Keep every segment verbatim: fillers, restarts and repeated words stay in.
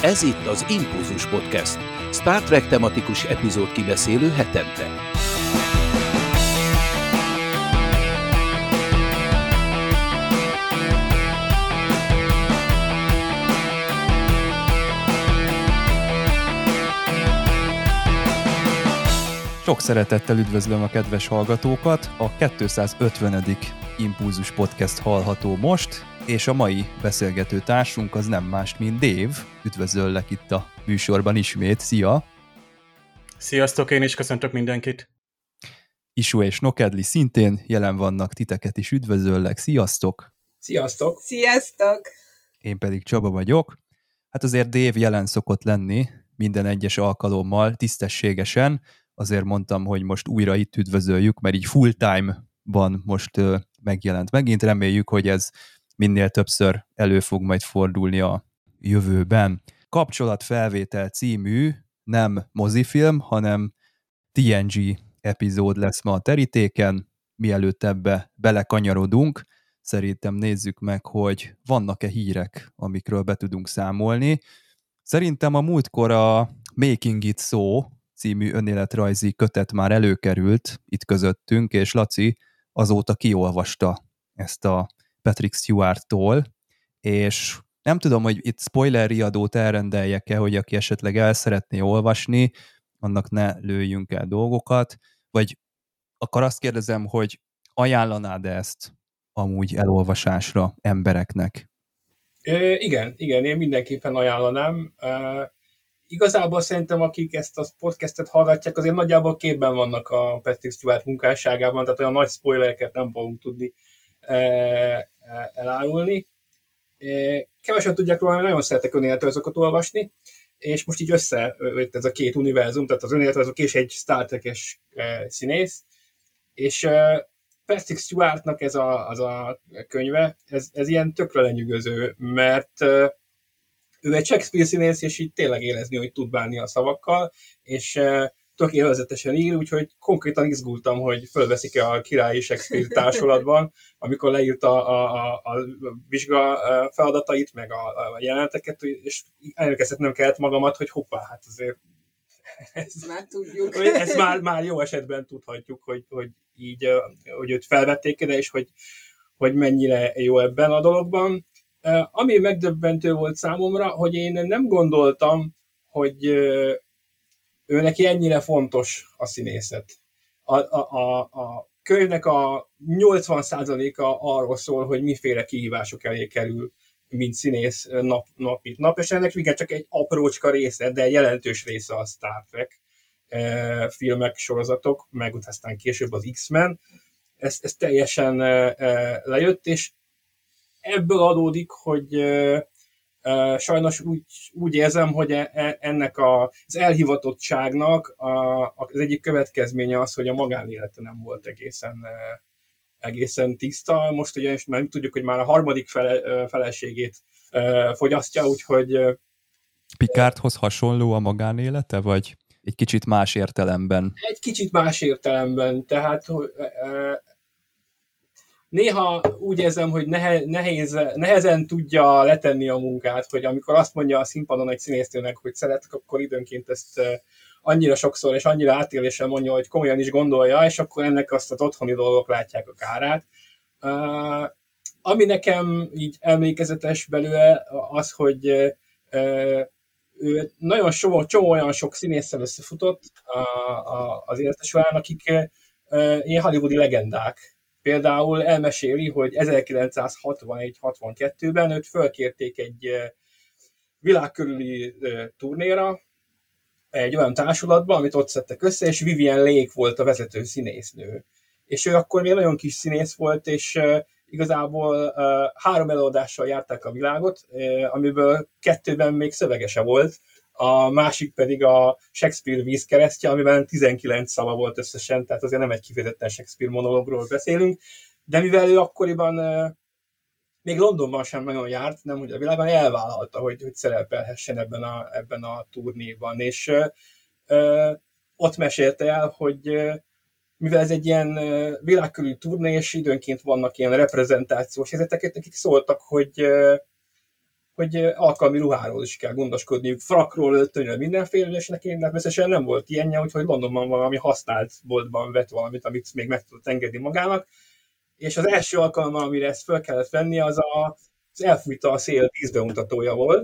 Ez itt az Impulzus Podcast, Star Trek tematikus epizód kibeszélő hetente. Sok szeretettel üdvözlöm a kedves hallgatókat, a kétszázötvenedik Impulzus Podcast hallható most, és a mai beszélgető társunk az nem más, mint Dave. Üdvözöllek itt a műsorban ismét, szia! Sziasztok, én is köszöntök mindenkit! Isu és Nokedli szintén jelen vannak, titeket is üdvözöllek, sziasztok! Sziasztok! Sziasztok! Én pedig Csaba vagyok. Hát azért Dave jelen szokott lenni minden egyes alkalommal, tisztességesen, azért mondtam, hogy most újra itt üdvözöljük, mert így full time-ban most ö, megjelent megint. Reméljük, hogy ez minél többször elő fog majd fordulni a jövőben. Kapcsolatfelvétel című nem mozifilm, hanem té en gé epizód lesz ma a terítéken. Mielőtt ebbe belekanyarodunk, szerintem nézzük meg, hogy vannak-e hírek, amikről be tudunk számolni. Szerintem a múltkor a Making It So című önéletrajzi kötet már előkerült itt közöttünk, és Laci azóta kiolvasta ezt a Patrick Stewart-tól, és nem tudom, hogy itt spoiler riadót elrendeljek-e, hogy aki esetleg el szeretné olvasni, annak ne lőjünk el dolgokat, vagy akkor azt kérdezem, hogy ajánlanád ezt amúgy elolvasásra embereknek? Ö, igen, igen, én mindenképpen ajánlanám. Uh, igazából szerintem, akik ezt a podcastet hallgatják, azért nagyjából képben vannak a Patrick Stewart munkásságában, tehát olyan nagy spoilereket nem fogunk tudni uh, elárulni. Uh, kevesen tudják róla, mert nagyon szeretek önéletrajzokat olvasni, és most így össze ez a két univerzum, tehát az önéletrajzok és egy Star Trek-es uh, színész, és uh, Patrick Stewartnak ez a, az a könyve, ez, ez ilyen tökre lenyűgöző, mert uh, ő egy Shakespeare színész, és így tényleg érezni, hogy tud bánni a szavakkal, és uh, tök élvezetesen ír, úgyhogy konkrétan izgultam, hogy fölveszik-e a királyi Shakespeare társulatban, amikor leírta a, a, a vizsga feladatait, meg a, a jeleneteket, és elkezdetnem kellett magamat, hogy hoppá, hát azért ezt már tudjuk. Ezt már, már jó esetben tudhatjuk, hogy, hogy így, hogy őt felvették ide, és hogy, hogy mennyire jó ebben a dologban. Ami megdöbbentő volt számomra, hogy én nem gondoltam, hogy ő neki ennyire fontos a színészet. A, a, a, a könyvnek a nyolcvan százaléka arról szól, hogy miféle kihívások elé kerül, mint színész nap, nap mint nap, és ennek igen csak egy aprócska része, de jelentős része a Star Trek eh, filmek, sorozatok, meg aztán később az X-Men. Ez, ez teljesen eh, lejött, és ebből adódik, hogy eh, eh, sajnos úgy, úgy érzem, hogy e, ennek a, az elhivatottságnak a, az egyik következménye az, hogy a magánélete nem volt egészen eh, egészen tiszta. Most ugye már tudjuk, hogy már a harmadik fele, feleségét uh, fogyasztja, úgyhogy... Uh, Picardhoz hasonló a magánélete, vagy egy kicsit más értelemben? Egy kicsit más értelemben, tehát uh, néha úgy érzem, hogy nehe, nehéz, nehezen tudja letenni a munkát, hogy amikor azt mondja a színpadon egy színésznőnek, hogy szeretek, akkor időnként ezt uh, annyira sokszor és annyira átéléssel mondja, hogy komolyan is gondolja, és akkor ennek azt az otthoni dolgok látják a kárát. Uh, ami nekem így emlékezetes belőle az, hogy uh, ő nagyon so, csomó olyan sok színésszel összefutott a, a, az élete során, akik uh, ilyen hollywoodi legendák. Például elmeséli, hogy ezerkilencszázhatvanegy-hatvankettőben őt fölkérték egy uh, világkörüli uh, turnéra, egy olyan társulatban, amit ott szedtek össze, és Vivien Lake volt a vezető színésznő. És ő akkor még nagyon kis színész volt, és uh, igazából uh, három előadással járták a világot, uh, amiből kettőben még szövegese volt, a másik pedig a Shakespeare vízkeresztje, amiben tizenkilenc szava volt összesen, tehát azért nem egy kifejezetten Shakespeare monológról beszélünk, de mivel ő akkoriban uh, még Londonban sem nagyon járt, nem hogy a világban, elvállalta, hogy, hogy szerepelhessen ebben a, ebben a turnéban. És ö, ö, ott mesélte el, hogy ö, mivel ez egy ilyen ö, világkörüli turné, és időnként vannak ilyen reprezentációs helyzetek, akik szóltak, hogy ö, hogy alkalmi ruháról is kell gondoskodniuk, frakról, öltönyről, mindenféle, és neki természetesen nem volt ilyenje, úgyhogy Londonban valami használt boltban vett valamit, amit még meg tudott engedni magának, és az első alkalom, amire ezt fel kellett venni, az a, az Elfújta a szél tízbemutatója volt,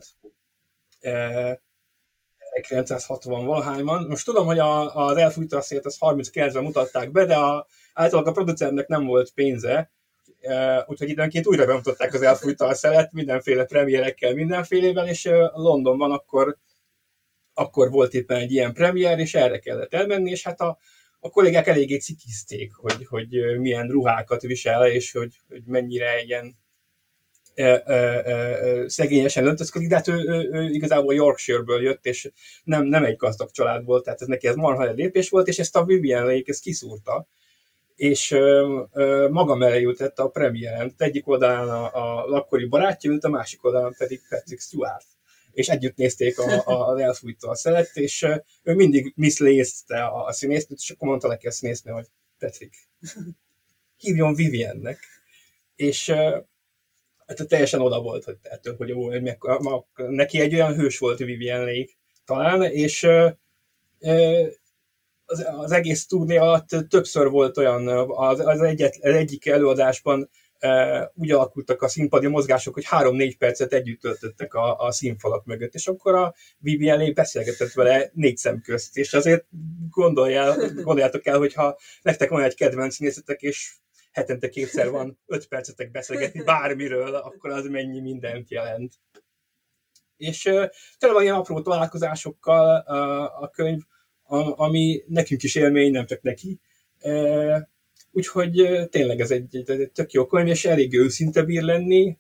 ezerkilencszázhatvan valahányban. Most tudom, hogy a, az Elfújta a szélt az harminckilencben mutatták be, de a, általában a producernek nem volt pénze, úgyhogy időnként újra bemutatták az Elfújta a szelet, mindenféle premierekkel, mindenfélével, és Londonban akkor, akkor volt éppen egy ilyen premier, és erre kellett elmenni, és hát a, a kollégák eléggé cikizték, hogy, hogy milyen ruhákat visel, és hogy, hogy mennyire ilyen e, e, e, szegényesen öltözködik, de hát ő, ő, ő igazából Yorkshire-ből jött, és nem, nem egy gazdag család volt, tehát ez neki ez marha lépés volt, és ezt a Vivien Leigh ezt kiszúrta, és ö, ö, maga mellé ültette a premiéren. Egyik oldalán a, a akkori barátja ült, a másik oldalán pedig Patrick Stewart. És együtt nézték a, a, az Elfújta a szelet, és ö, ő mindig miszlézte a, a színésznőt, és akkor mondta neki a színésznő, hogy Patrick, hívjon Viviennek. És ö, hát teljesen oda volt, hogy, ettől, hogy, hogy meg, ma, neki egy olyan hős volt Vivien Leigh talán, és ö, ö, Az, az egész turné alatt többször volt olyan, az, az, egyet, az egyik előadásban e, úgy alakultak a színpadi mozgások, hogy három-négy percet együtt töltöttek a, a színfalak mögött, és akkor a Vivien Leigh beszélgetett vele négy szem közt, és azért gondoljál, gondoljátok el, hogyha nektek van egy kedvenc színészetek, és hetente kétszer van öt percetek beszélgetni bármiről, akkor az mennyi mindent jelent. És e, tele van ilyen apró találkozásokkal a, a könyv, ami nekünk is élmény, nem csak neki. Úgyhogy tényleg ez egy, egy tök jó könyv, és elég őszinte bír lenni,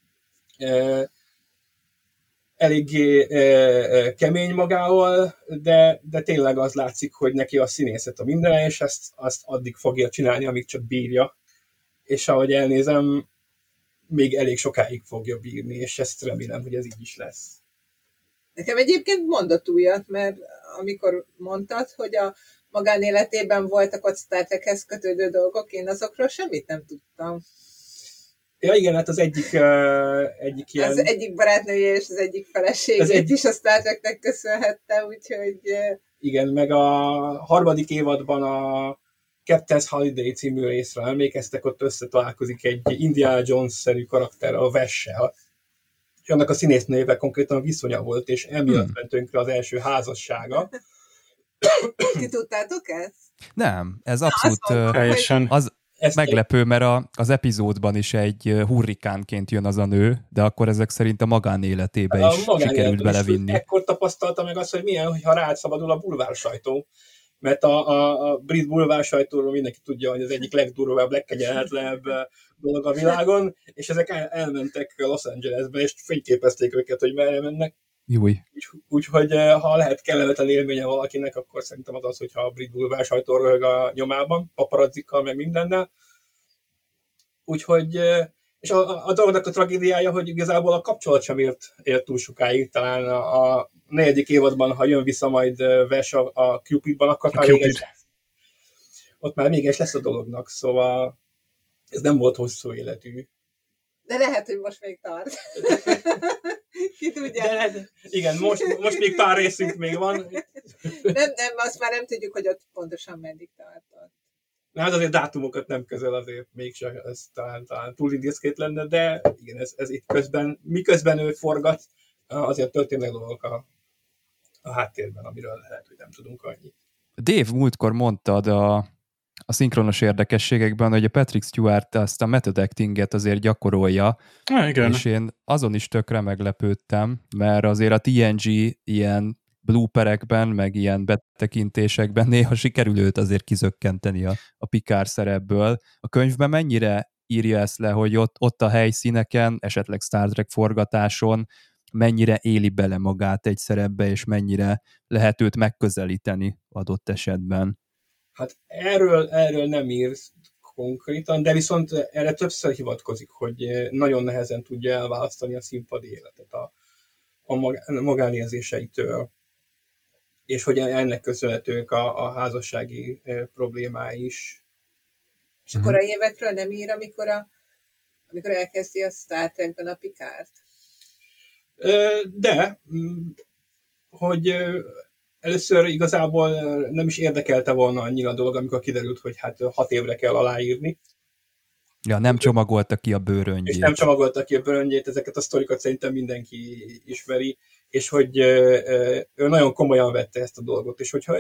eléggé kemény magával, de, de tényleg az látszik, hogy neki a színészet a minden, és ezt, azt addig fogja csinálni, amíg csak bírja. És ahogy elnézem, még elég sokáig fogja bírni, és ezt remélem, hogy ez így is lesz. Nekem egyébként mondott újat, mert amikor mondtad, hogy a magánéletében voltak ott Star Trekhez kötődő dolgok, én azokról semmit nem tudtam. Ja igen, hát az egyik, uh, egyik ilyen... Az egyik barátnője és az egyik feleségét egy... is a Star Treknek köszönhette, úgyhogy... Igen, meg a harmadik évadban a Captain's Holiday című részre emlékeztek, ott összetalálkozik egy Indiana Jones-szerű karakter, a Vash-sel, és annak a színésznőjével konkrétan viszonya volt, és emiatt hmm. ment tönkre az első házassága. Ti tudtátok ezt? Nem, ez abszolút teljesen. az meglepő, mert a, az epizódban is egy hurrikánként jön az a nő, de akkor ezek szerint a magánéletébe a is magánéletet sikerült belevinni. Ekkor tapasztalta meg azt, hogy milyen, hogyha rátszabadul a bulvár sajtó. Mert a, a, a brit bulvár sajtóról mindenki tudja, hogy az egyik legdurvább, legkegyelmetlenebb dolog a világon, és ezek el, elmentek Los Angelesbe, és fényképezték őket, hogy merre mennek. Úgyhogy úgy, ha lehet kellemetlen élménye valakinek, akkor szerintem az az, hogyha a brit bulvár sajtó röhög a nyomában, paparazzikkal, meg mindennel. Úgyhogy, és a, a dolognak a tragédiája, hogy igazából a kapcsolat sem ért, ért túl sokáig, talán a, a negyedik évadban, ha jön vissza majd Vash a, a Cupidban, akkor már véges lesz. Ott már véges lesz a dolognak, szóval ez nem volt hosszú életű. De lehet, hogy most még tart. Ki tudja. De, de, igen, most, most még pár részünk még van. Nem, nem, azt már nem tudjuk, hogy ott pontosan meddig tartott. Na, hát azért dátumokat nem közel, azért mégsem, ez talán, talán túl indiszkrét lenne, de igen, ez, ez itt közben, miközben ő forgat, azért történnek dolgok a, a háttérben, amiről lehet, hogy nem tudunk annyit. Dave múltkor mondtad a, a szinkronos érdekességekben, hogy a Patrick Stewart azt a method actinget azért gyakorolja, ah, igen. és én azon is tökre meglepődtem, mert azért a té en gé ilyen blooperekben, meg ilyen betekintésekben néha sikerül őt azért kizökkenteni a, a Picard szerepből. A könyvben mennyire írja ezt le, hogy ott, ott a helyszíneken, esetleg Star Trek forgatáson mennyire éli bele magát egy szerepbe, és mennyire lehet őt megközelíteni adott esetben? Hát erről, erről nem ír konkrétan, de viszont erre többször hivatkozik, hogy nagyon nehezen tudja elválasztani a színpadi életet a, a magánérzéseitől, és hogy ennek köszönhetők a, a házassági problémái is. És a korai évekről nem ír, amikor, a, amikor elkezdi a Star Trekben a Picard? De, hogy először igazából nem is érdekelte volna annyira a dolog, amikor kiderült, hogy hát hat évre kell aláírni. Ja, nem csomagolta ki a bőröngyét. És nem csomagolta ki a bőröngyét, ezeket a sztorikat szerintem mindenki ismeri, és hogy ő nagyon komolyan vette ezt a dolgot, és hogyha,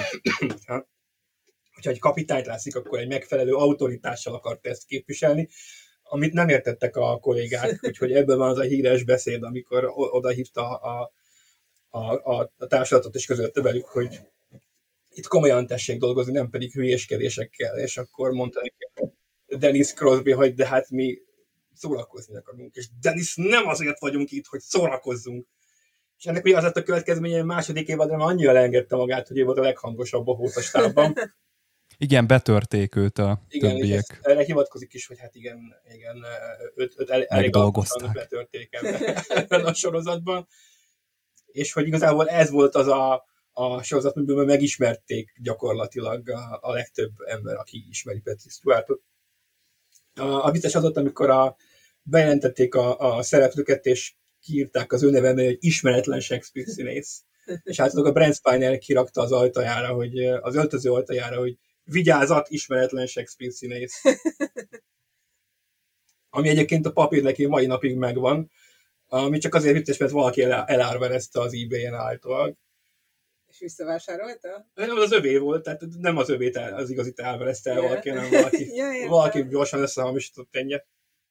hogyha egy kapitányt látszik, akkor egy megfelelő autoritással akart ezt képviselni, amit nem értettek a kollégák, úgyhogy ebből van az a híres beszéd, amikor odahívta a, a, a, a társadatot és közölte velük, hogy itt komolyan tessék dolgozni, nem pedig hülyéskedésekkel, és akkor mondta neki Dennis Crosby, hogy de hát mi szórakozni akarunk, és Dennis, nem azért vagyunk itt, hogy szórakozzunk. És ennek mi az lett a következménye, a második évadra már annyira leengedte magát, hogy ő volt a leghangosabb a hót a stábban. Igen, betörték őt a igen, többiek. És erre hivatkozik is, hogy hát igen, igen őt, őt el, elég alaposan betörték ebben a sorozatban. És hogy igazából ez volt az a, a sorozat, amiből megismerték gyakorlatilag a, a legtöbb ember, aki ismeri Patrick Stewartot. A, a vicces az ott, amikor a, bejelentették a, a szereplőket, és kiírták az ő nevemben, hogy ismeretlen Shakespeare színész. És hát a Brent Spiner kirakta az ajtajára, hogy az öltöző ajtajára, hogy vigyázat, ismeretlen Shakespeare színész. Ami egyébként a papír neki mai napig megvan, ami csak azért vicces, mert valaki elárverezte az eBay-en által. És visszavásárolta? Nem, az övé volt, tehát nem az övét az igazit elverezte el valaki, hanem valaki, ja, valaki gyorsan összehamisított ennyit.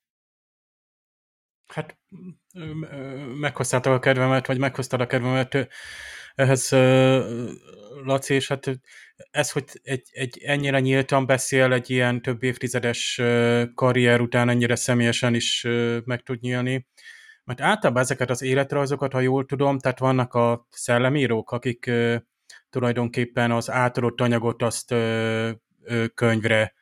Hát meghoztátok a kedvemet, vagy meghoztad a kedvemet ehhez, Laci, és hát ez, hogy egy, egy ennyire nyíltan beszél egy ilyen több évtizedes karrier után, ennyire személyesen is meg tud nyílni. Mert általában ezeket az életrajzokat, ha jól tudom, tehát vannak a szellemírók, akik tulajdonképpen az átadott anyagot azt könyvre,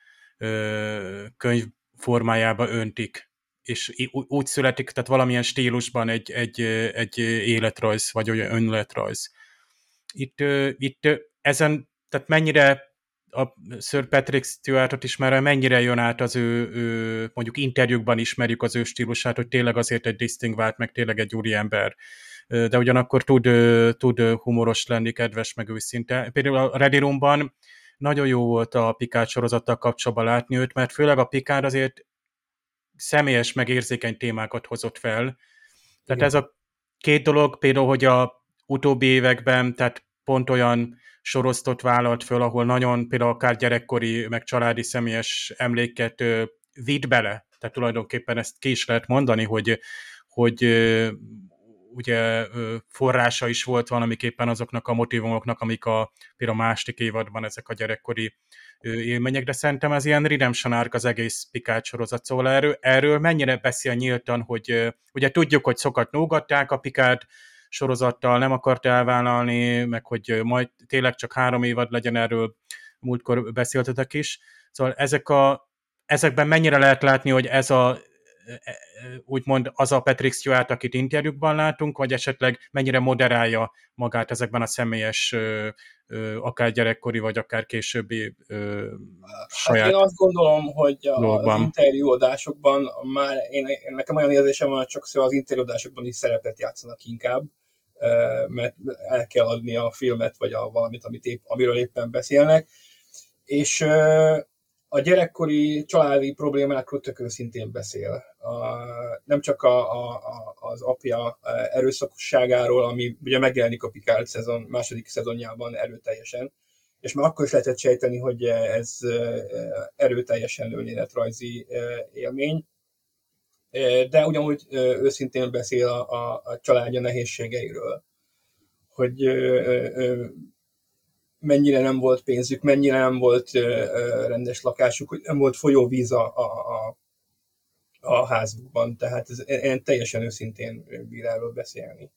könyv formájába öntik. És úgy születik, tehát valamilyen stílusban egy, egy, egy életrajz, vagy olyan önéletrajz. Itt, itt ezen, tehát mennyire a Sir Patrick Stewartot ismerve, mennyire jön át az ő, ő, mondjuk interjúkban ismerjük az ő stílusát, hogy tényleg azért egy disztingvált, meg tényleg egy úriember, de ugyanakkor tud, tud humoros lenni, kedves, meg őszinte. Például a Ready Roomban nagyon jó volt a Picard sorozattal kapcsolatban látni őt, mert főleg a Picard azért személyes, meg érzékeny témákat hozott fel. Tehát igen. Ez a két dolog, például, hogy a utóbbi években, tehát pont olyan sorosztot vállalt föl, ahol nagyon például akár gyerekkori, meg családi személyes emléket ö, vitt bele. Tehát tulajdonképpen ezt ki is lehet mondani, hogy, hogy ö, ugye ö, forrása is volt valamiképpen azoknak a motivumoknak, amik a például a második évadban ezek a gyerekkori ö, élmények, de szerintem ez ilyen redemption arc az egész Picard sorozat. Szóval erről, erről mennyire beszél nyíltan, hogy ö, ugye tudjuk, hogy sokat nógatták a Picard sorozattal, nem akart elvállalni, meg hogy majd tényleg csak három évad legyen, erről múltkor beszéltetek is. Szóval ezek a, ezekben mennyire lehet látni, hogy ez a úgymond az a Patrick Stewart, akit interjúkban látunk, vagy esetleg mennyire moderálja magát ezekben a személyes, akár gyerekkori, vagy akár későbbi saját hát én azt gondolom, hogy dolgban. Az interjúadásokban már én, én nekem olyan érzésem van, csak az interjúadásokban is szerepet játszanak inkább, mert el kell adni a filmet, vagy a valamit, amit épp, amiről éppen beszélnek. És a gyerekkori családi problémákról tök őszintén beszél. A, nem csak a, a, az apja erőszakosságáról, ami ugye megjelenik a Picard szezon, második szezonjában erőteljesen, és már akkor is lehetett sejteni, hogy ez erőteljesen önéletrajzi élmény, de ugyanúgy őszintén beszél a, a, a családja nehézségeiről, hogy mennyire nem volt pénzük, mennyire nem volt rendes lakásuk, hogy nem volt folyóvíz a, a, a házukban, tehát ez, én teljesen őszintén bír erről beszélni.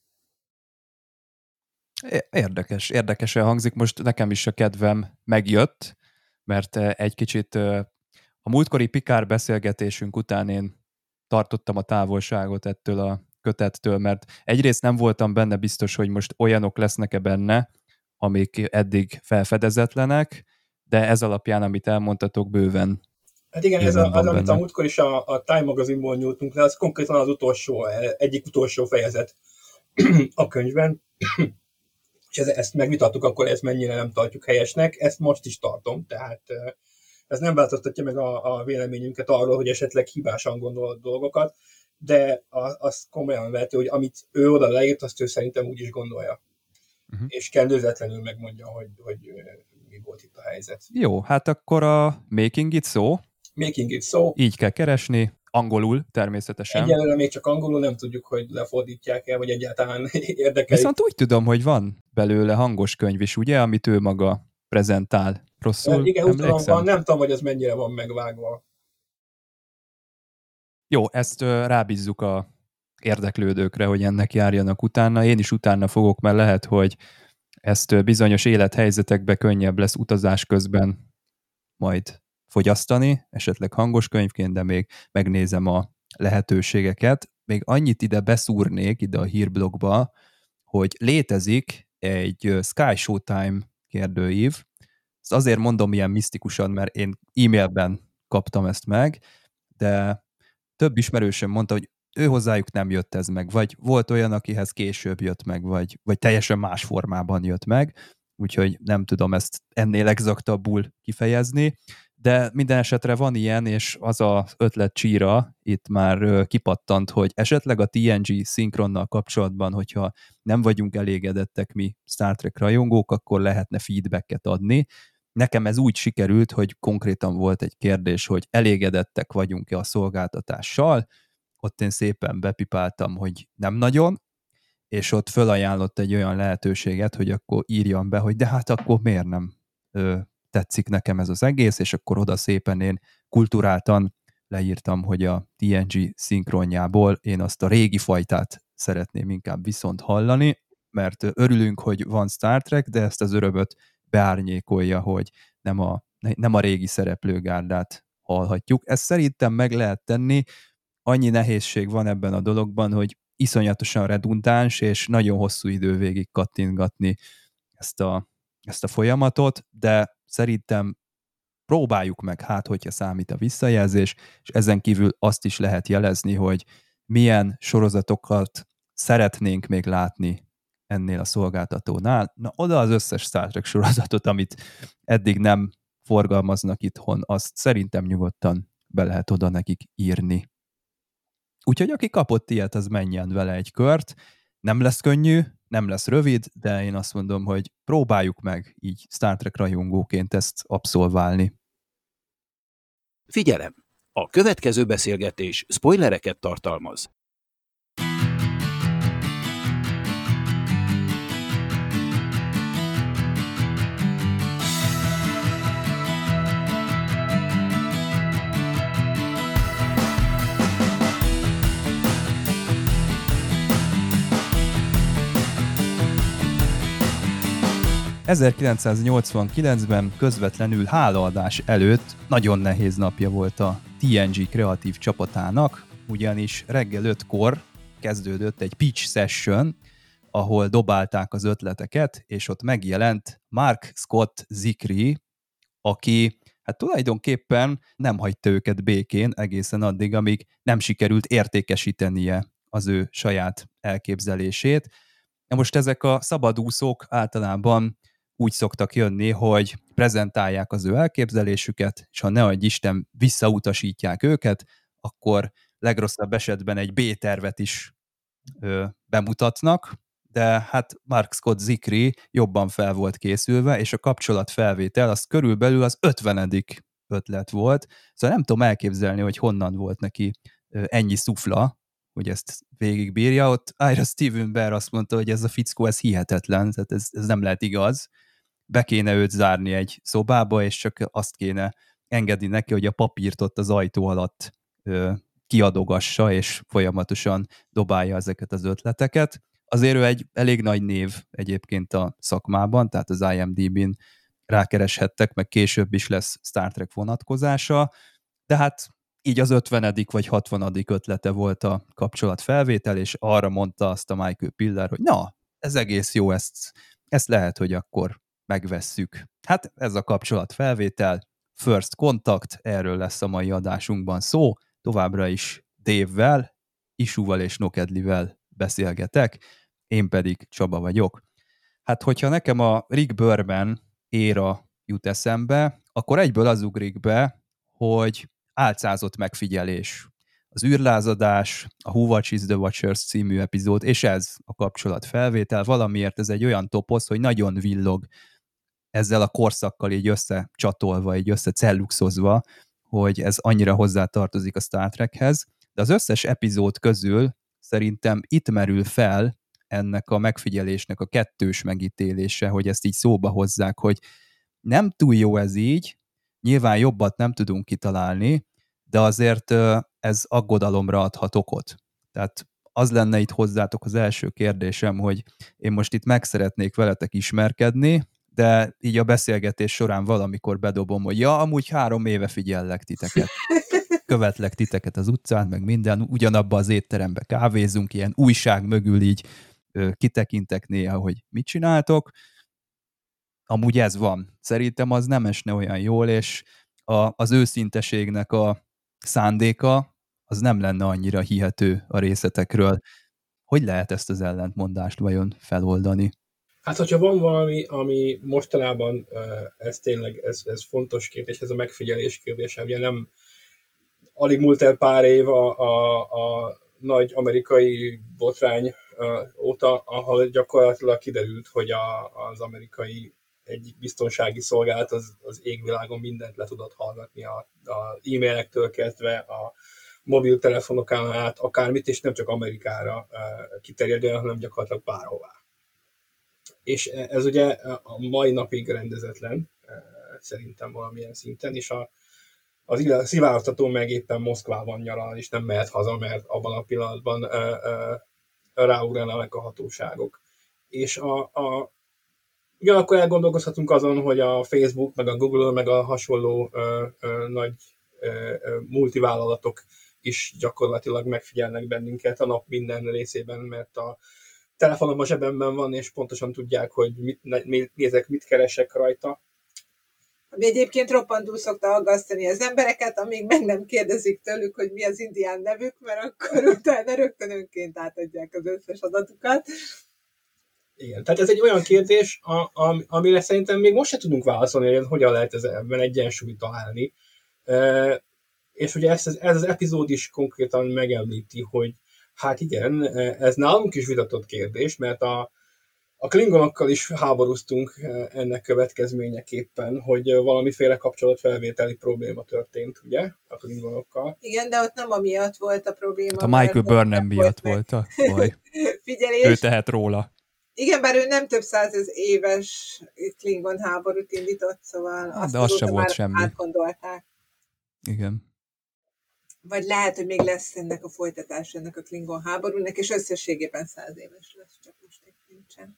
Érdekes, érdekesen hangzik, most nekem is a kedvem megjött, mert egy kicsit a múltkori Picard beszélgetésünk után én tartottam a távolságot ettől a kötettől, mert egyrészt nem voltam benne biztos, hogy most olyanok lesznek-e benne, amik eddig felfedezetlenek, de ez alapján, amit elmondtatok, bőven. Hát igen, ez a, az, amit a múltkor is a, a Time magazinból nyújtunk le, az konkrétan az utolsó, egyik utolsó fejezet, a könyvben, és ezt megvitattuk, akkor ezt mennyire nem tartjuk helyesnek, ezt most is tartom, tehát ez nem változtatja meg a, a véleményünket arról, hogy esetleg hibásan gondol dolgokat, de az komolyan vehető, hogy amit ő oda leírt, azt ő szerintem úgy is gondolja. Uh-huh. És kendőzetlenül megmondja, hogy, hogy mi volt itt a helyzet. Jó, hát akkor a Making It So. Making It So. Így kell keresni, angolul természetesen. Egyelőre még csak angolul, nem tudjuk, hogy lefordítják el, vagy egyáltalán érdekel. Viszont úgy tudom, hogy van belőle hangos könyv is, ugye, amit ő maga prezentál. Rosszul igen, úgy tudom, van, nem tudom, hogy ez mennyire van megvágva. Jó, ezt uh, rábízzuk a érdeklődőkre, hogy ennek járjanak utána. Én is utána fogok, mert lehet, hogy ezt uh, bizonyos élethelyzetekben könnyebb lesz utazás közben majd fogyasztani, esetleg hangos könyvként, de még megnézem a lehetőségeket. Még annyit ide beszúrnék, ide a hírblogba, hogy létezik egy Sky Showtime kérdőív. Ezt azért mondom ilyen misztikusan, mert én e-mailben kaptam ezt meg, de több ismerősöm mondta, hogy ő hozzájuk nem jött ez meg, vagy volt olyan, akihez később jött meg, vagy, vagy teljesen más formában jött meg, úgyhogy nem tudom ezt ennél exaktabbul kifejezni, de minden esetre van ilyen, és az az ötlet csíra itt már kipattant, hogy esetleg a té en gé szinkronnal kapcsolatban, hogyha nem vagyunk elégedettek mi Star Trek rajongók, akkor lehetne feedbacket adni. Nekem ez úgy sikerült, hogy konkrétan volt egy kérdés, hogy elégedettek vagyunk-e a szolgáltatással, ott én szépen bepipáltam, hogy nem nagyon, és ott fölajánlott egy olyan lehetőséget, hogy akkor írjam be, hogy de hát akkor miért nem ö, tetszik nekem ez az egész, és akkor oda szépen én kulturáltan leírtam, hogy a té en gé szinkronjából én azt a régi fajtát szeretném inkább viszont hallani, mert örülünk, hogy van Star Trek, de ezt az örömöt beárnyékolja, hogy nem a, nem a régi szereplőgárdát hallhatjuk. Ezt szerintem meg lehet tenni, annyi nehézség van ebben a dologban, hogy iszonyatosan redundáns, és nagyon hosszú idő végig kattintgatni ezt a, ezt a folyamatot, de szerintem próbáljuk meg, hát hogyha számít a visszajelzés, és ezen kívül azt is lehet jelezni, hogy milyen sorozatokat szeretnénk még látni ennél a szolgáltatónál. Na, oda az összes Star Trek sorozatot, amit eddig nem forgalmaznak itthon, azt szerintem nyugodtan be lehet oda nekik írni. Úgyhogy aki kapott ilyet, az menjen vele egy kört. Nem lesz könnyű, nem lesz rövid, de én azt mondom, hogy próbáljuk meg így Star Trek rajongóként ezt abszolválni. Figyelem! A következő beszélgetés spoilereket tartalmaz. ezerkilencszáznyolcvankilencben közvetlenül hálaadás előtt nagyon nehéz napja volt a té en gé kreatív csapatának, ugyanis reggel ötkor kezdődött egy pitch session, ahol dobálták az ötleteket, és ott megjelent Mark Scott Zicree, aki hát tulajdonképpen nem hagyta őket békén egészen addig, amíg nem sikerült értékesítenie az ő saját elképzelését. Na most ezek a szabadúszók általában úgy szoktak jönni, hogy prezentálják az ő elképzelésüket, és ha ne adj Isten visszautasítják őket, akkor legrosszabb esetben egy B-tervet is ö, bemutatnak, de hát Mark Scott Zicree jobban fel volt készülve, és a kapcsolatfelvétel az körülbelül az ötvenedik ötlet volt, szóval nem tudom elképzelni, hogy honnan volt neki ö, ennyi szufla, hogy ezt végigbírja. Ott Ira Steven Behr azt mondta, hogy ez a fickó, ez hihetetlen, tehát ez, ez nem lehet igaz. Be kéne őt zárni egy szobába, és csak azt kéne engedni neki, hogy a papírt ott az ajtó alatt ö, kiadogassa, és folyamatosan dobálja ezeket az ötleteket. Azért ő egy elég nagy név egyébként a szakmában, tehát az I M D B-n rákereshettek, meg később is lesz Star Trek vonatkozása, de hát így az ötvenedik vagy hatvanadik ötlete volt a kapcsolatfelvétel, és arra mondta azt a Michael Piller, hogy na, ez egész jó, ezt, ezt lehet, hogy akkor megvesszük. Hát ez a kapcsolatfelvétel, First Contact, erről lesz a mai adásunkban szó, továbbra is Dave-vel, Isúval és Nokedlivel beszélgetek, én pedig Csaba vagyok. Hát, hogyha nekem a Rick Berman éra jut eszembe, akkor egyből az ugrik be, hogy álcázott megfigyelés. Az űrlázadás, a Who Watches the Watchers című epizód, és ez a kapcsolatfelvétel, valamiért ez egy olyan toposz, hogy nagyon villog ezzel a korszakkal így összecsatolva, így összecelluxozva, hogy ez annyira hozzátartozik a Star Trekhez, de az összes epizód közül szerintem itt merül fel ennek a megfigyelésnek a kettős megítélése, hogy ezt így szóba hozzák, hogy nem túl jó ez így, nyilván jobbat nem tudunk kitalálni, de azért ez aggodalomra adhat okot. Tehát az lenne itt hozzátok az első kérdésem, hogy én most itt meg szeretnék veletek ismerkedni, de így a beszélgetés során valamikor bedobom, hogy ja, amúgy három éve figyellek titeket. Követlek titeket az utcán, meg minden, ugyanabba az étterembe kávézunk, ilyen újság mögül így ö, kitekintek néha, hogy mit csináltok. Amúgy ez van. Szerintem az nem esne olyan jól, és a, az őszinteségnek a szándéka az nem lenne annyira hihető a részletekről. Hogy lehet ezt az ellentmondást vajon feloldani? Hát, hogyha van valami, ami mostanában ez tényleg ez, ez fontos kérdés, ez a megfigyelés kérdése, ugye nem alig múlt el pár év a, a, a nagy amerikai botrány óta, ahol gyakorlatilag kiderült, hogy a, az amerikai egyik biztonsági szolgálat az, az égvilágon mindent le tudott hallgatni, a, a e-mailektől kezdve a mobiltelefonokon át, akármit, és nem csak Amerikára kiterjedően, hanem gyakorlatilag bárhová. És ez ugye a mai napig rendezetlen, szerintem valamilyen szinten, és a, az szivárogtató meg éppen Moszkvában nyaral, és nem mehet haza, mert abban a pillanatban ráugranak a hatóságok. És a, a, ugyanakkor elgondolkozhatunk azon, hogy a Facebook, meg a Google, meg a hasonló ö, ö, nagy ö, ö, multivállalatok is gyakorlatilag megfigyelnek bennünket a nap minden részében, mert a telefonom a zsebemben van, és pontosan tudják, hogy mit, mit nézek, mit keresek rajta. Ami egyébként roppantúl szokta aggasztani az embereket, amíg meg nem kérdezik tőlük, hogy mi az indián nevük, mert akkor utána rögtön önként átadják az összes adatukat. Igen, tehát ez egy olyan kérdés, a, a, amire szerintem még most se tudunk válaszolni, hogy hogyan lehet ez, ebben egyensúlyt találni. E, és ugye ez, ez az epizód is konkrétan megemlíti, hogy hát igen, ez nálunk is vitatott kérdés, mert a, a klingonokkal is háborúztunk ennek következményeképpen, hogy valamiféle kapcsolatfelvételi probléma történt, ugye, a klingonokkal. Igen, de ott nem amiatt volt a probléma. Hát a Michael Burnham miatt volt, volt a baj. Figyelés. Ő tehet róla. Igen, bár ő nem több száz éves Klingon háborút indított, szóval hát, azt de az se volt már semmi. átgondolták. Igen. Vagy lehet, hogy még lesz ennek a folytatás, ennek a Klingon háborúnak, és összességében száz éves lesz, csak most egy nincsen.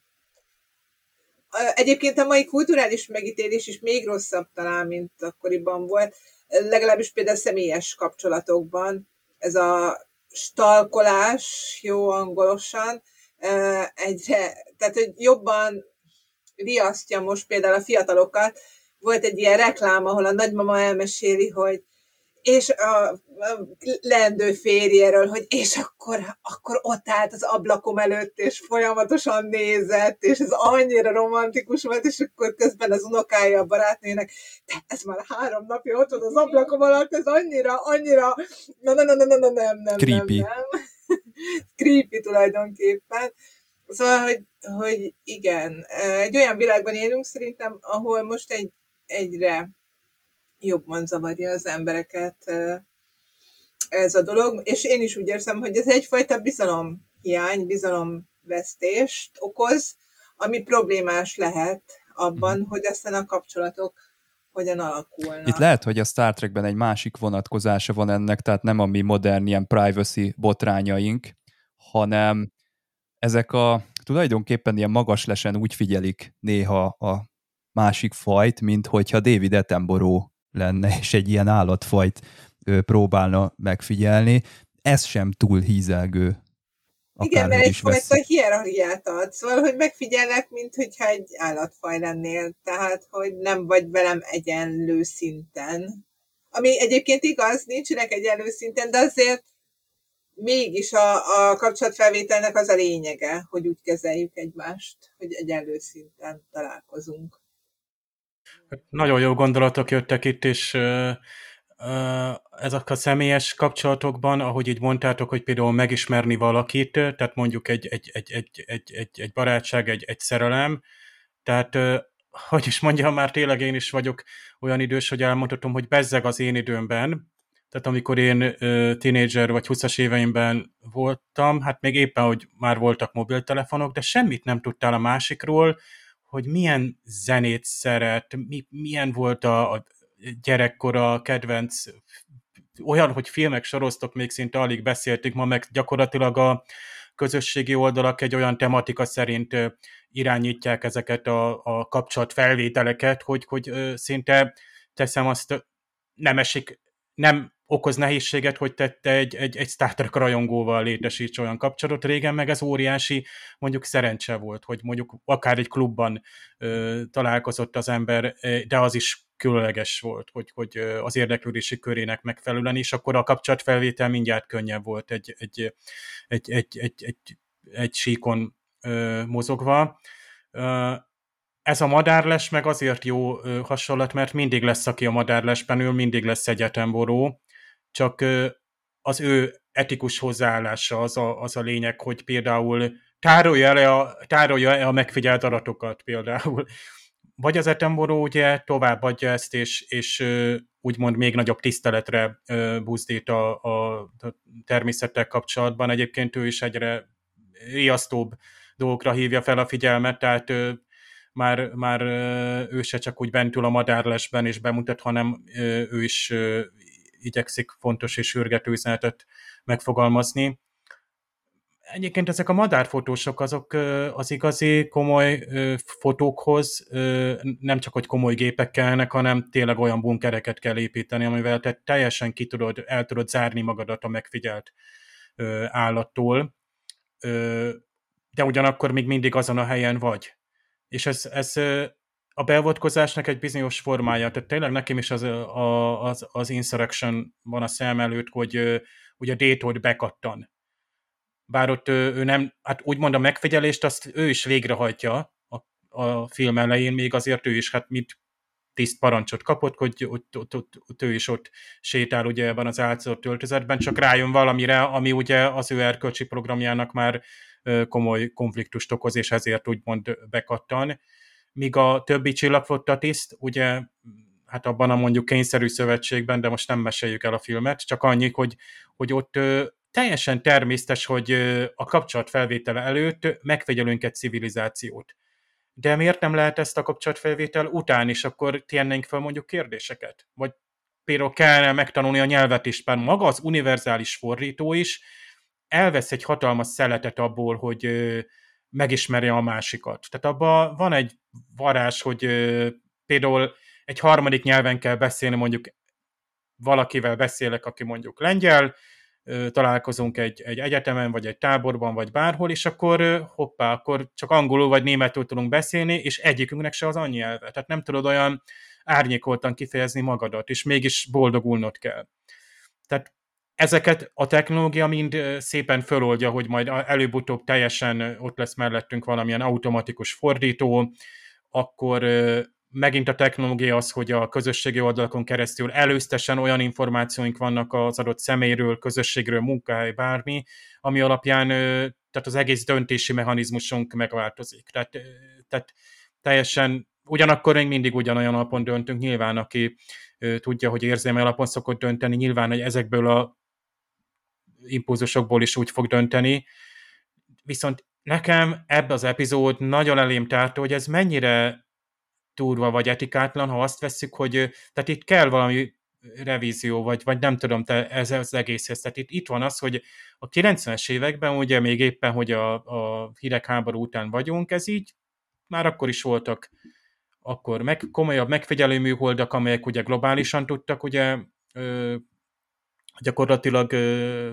Egyébként a mai kulturális megítélés is még rosszabb talán, mint akkoriban volt. Legalábbis például személyes kapcsolatokban. Ez a stalkolás, jó angolosan, egyre, tehát hogy jobban riasztja most például a fiatalokat. Volt egy ilyen reklám, ahol a nagymama elmeséli, hogy és a, a leendő férjéről, hogy és akkor, akkor ott állt az ablakom előtt, és folyamatosan nézett, és ez annyira romantikus volt, és akkor közben az unokája a barátnőnek, de ez már három napja ott van az ablakom alatt, ez annyira, annyira, na, na, na, na, na, nem, nem, creepy. nem, nem. Creepy tulajdonképpen. Szóval, hogy, hogy igen, egy olyan világban élünk szerintem, ahol most egy, egyre jobban zavarja az embereket ez a dolog, és én is úgy érzem, hogy ez egyfajta bizalomhiány, bizalomvesztést okoz, ami problémás lehet abban, mm. hogy aztán a kapcsolatok hogyan alakulnak. Itt lehet, hogy a Star Trekben egy másik vonatkozása van ennek, tehát nem a mi modern ilyen privacy botrányaink, hanem ezek a tulajdonképpen ilyen magaslesen úgy figyelik néha a másik fajt, mint hogyha David Attenborough lenne, és egy ilyen állatfajt ö, próbálna megfigyelni. Ez sem túl hízelgő. Igen, mert egyfajta hierarchiát ad. Szóval, hogy megfigyellek, mint hogyha egy állatfaj lennél. Tehát, hogy nem vagy velem egyenlő szinten. Ami egyébként igaz, nincsenek egyenlő szinten, de azért mégis a, a kapcsolatfelvételnek az a lényege, hogy úgy kezeljük egymást, hogy egyenlő szinten találkozunk. Nagyon jó gondolatok jöttek itt, és uh, uh, ezek a személyes kapcsolatokban, ahogy így mondtátok, hogy például megismerni valakit, tehát mondjuk egy, egy, egy, egy, egy, egy, egy barátság, egy, egy szerelem, tehát uh, hogy is mondjam, már tényleg én is vagyok olyan idős, hogy elmondhatom, hogy bezzeg az én időmben, tehát amikor én uh, tínédzser vagy húszas éveimben voltam, hát még éppen, hogy már voltak mobiltelefonok, de semmit nem tudtál a másikról, hogy milyen zenét szeret, mi, milyen volt a, a gyerekkora kedvenc, olyan, hogy filmek, sorosztok még szinte alig beszéltük, ma meg gyakorlatilag a közösségi oldalak egy olyan tematika szerint irányítják ezeket a, a kapcsolatfelvételeket, hogy, hogy szinte teszem azt, nem esik, nem okoz nehézséget, hogy te, te egy, egy, egy Star Trek rajongóval létesíts olyan kapcsolatot. Régen meg ez óriási, mondjuk szerencse volt, hogy mondjuk akár egy klubban ö, találkozott az ember, de az is különleges volt, hogy, hogy az érdeklődési körének megfelelően is, akkor a kapcsolatfelvétel mindjárt könnyebb volt egy, egy, egy, egy, egy, egy, egy síkon ö, mozogva. Ö, Ez a madárles meg azért jó ö, hasonlat, mert mindig lesz, aki a madárlesben ül, mindig lesz egyetemboró, csak ö, az ő etikus hozzáállása az a, az a lényeg, hogy például tárolja-e a, tárolja a megfigyelt adatokat például. Vagy az egyetemboró ugye továbbadja ezt, és, és ö, úgymond még nagyobb tiszteletre ö, buzdít a, a, a természettel kapcsolatban. Egyébként ő is egyre riasztóbb dolgokra hívja fel a figyelmet, tehát ö, Már, már ő se csak úgy bent ül a madárlesben és bemutat, hanem ő is igyekszik fontos és sürgető üzenetet megfogalmazni. Egyébként ezek a madárfotósok azok az igazi komoly fotókhoz nem csak hogy komoly gépek kellene, hanem tényleg olyan bunkereket kell építeni, amivel te teljesen ki tudod, el tudod zárni magadat a megfigyelt állattól, de ugyanakkor még mindig azon a helyen vagy. És ez, ez a beavatkozásnak egy bizonyos formája, tehát tényleg nekem is az, az, az Insurrection van a szem előtt, hogy ugye a Daytól bekattan. Bár ott ő nem, hát úgymond a megfigyelést azt ő is végrehajtja a, a film elején, még azért ő is, hát mit tiszt parancsot kapott, hogy ott, ott, ott, ott ő is ott sétál ugye ebben az álcázott öltözetben, csak rájön valamire, ami ugye az ő erkölcsi programjának már komoly konfliktust okoz, és ezért úgymond bekattan. Míg a többi csillagflotta tiszt, ugye, hát abban a mondjuk kényszerű szövetségben, de most nem meséljük el a filmet, csak annyi, hogy, hogy ott teljesen természetes, hogy a kapcsolatfelvétele előtt megfigyelünk egy civilizációt. De miért nem lehet ezt a kapcsolatfelvétel után is, akkor tennénk fel mondjuk kérdéseket? Vagy például kellene megtanulni a nyelvet is, bár maga az univerzális fordító is elvesz egy hatalmas szeletet abból, hogy ö, megismerje a másikat. Tehát abban van egy varázs, hogy ö, például egy harmadik nyelven kell beszélni, mondjuk valakivel beszélek, aki mondjuk lengyel, ö, találkozunk egy, egy egyetemen, vagy egy táborban, vagy bárhol, és akkor ö, hoppá, akkor csak angolul vagy németül tudunk beszélni, és egyikünknek se az annyi nyelve. Tehát nem tudod olyan árnyékoltan kifejezni magadat, és mégis boldogulnod kell. Tehát ezeket a technológia mind szépen föloldja, hogy majd előbb-utóbb teljesen ott lesz mellettünk valamilyen automatikus fordító, akkor megint a technológia az, hogy a közösségi oldalakon keresztül előztesen olyan információink vannak az adott személyről, közösségről, munkahely, bármi, ami alapján tehát az egész döntési mechanizmusunk megváltozik. Tehát, tehát teljesen, ugyanakkor még mindig ugyanolyan alapon döntünk, nyilván aki tudja, hogy érzelmi alapon szokott dönteni, nyilván, hogy ezekből a impulzusokból is úgy fog dönteni. Viszont nekem ebbe az epizód nagyon elém tárta, hogy ez mennyire durva vagy etikátlan, ha azt vesszük, hogy tehát itt kell valami revízió, vagy, vagy nem tudom, te ez az egészhez. Tehát itt, itt van az, hogy a kilencvenes években, ugye még éppen, hogy a, a hidegháború után vagyunk, ez így már akkor is voltak akkor meg, komolyabb megfigyelő műholdak, amelyek ugye globálisan tudtak ugye ö, gyakorlatilag ö,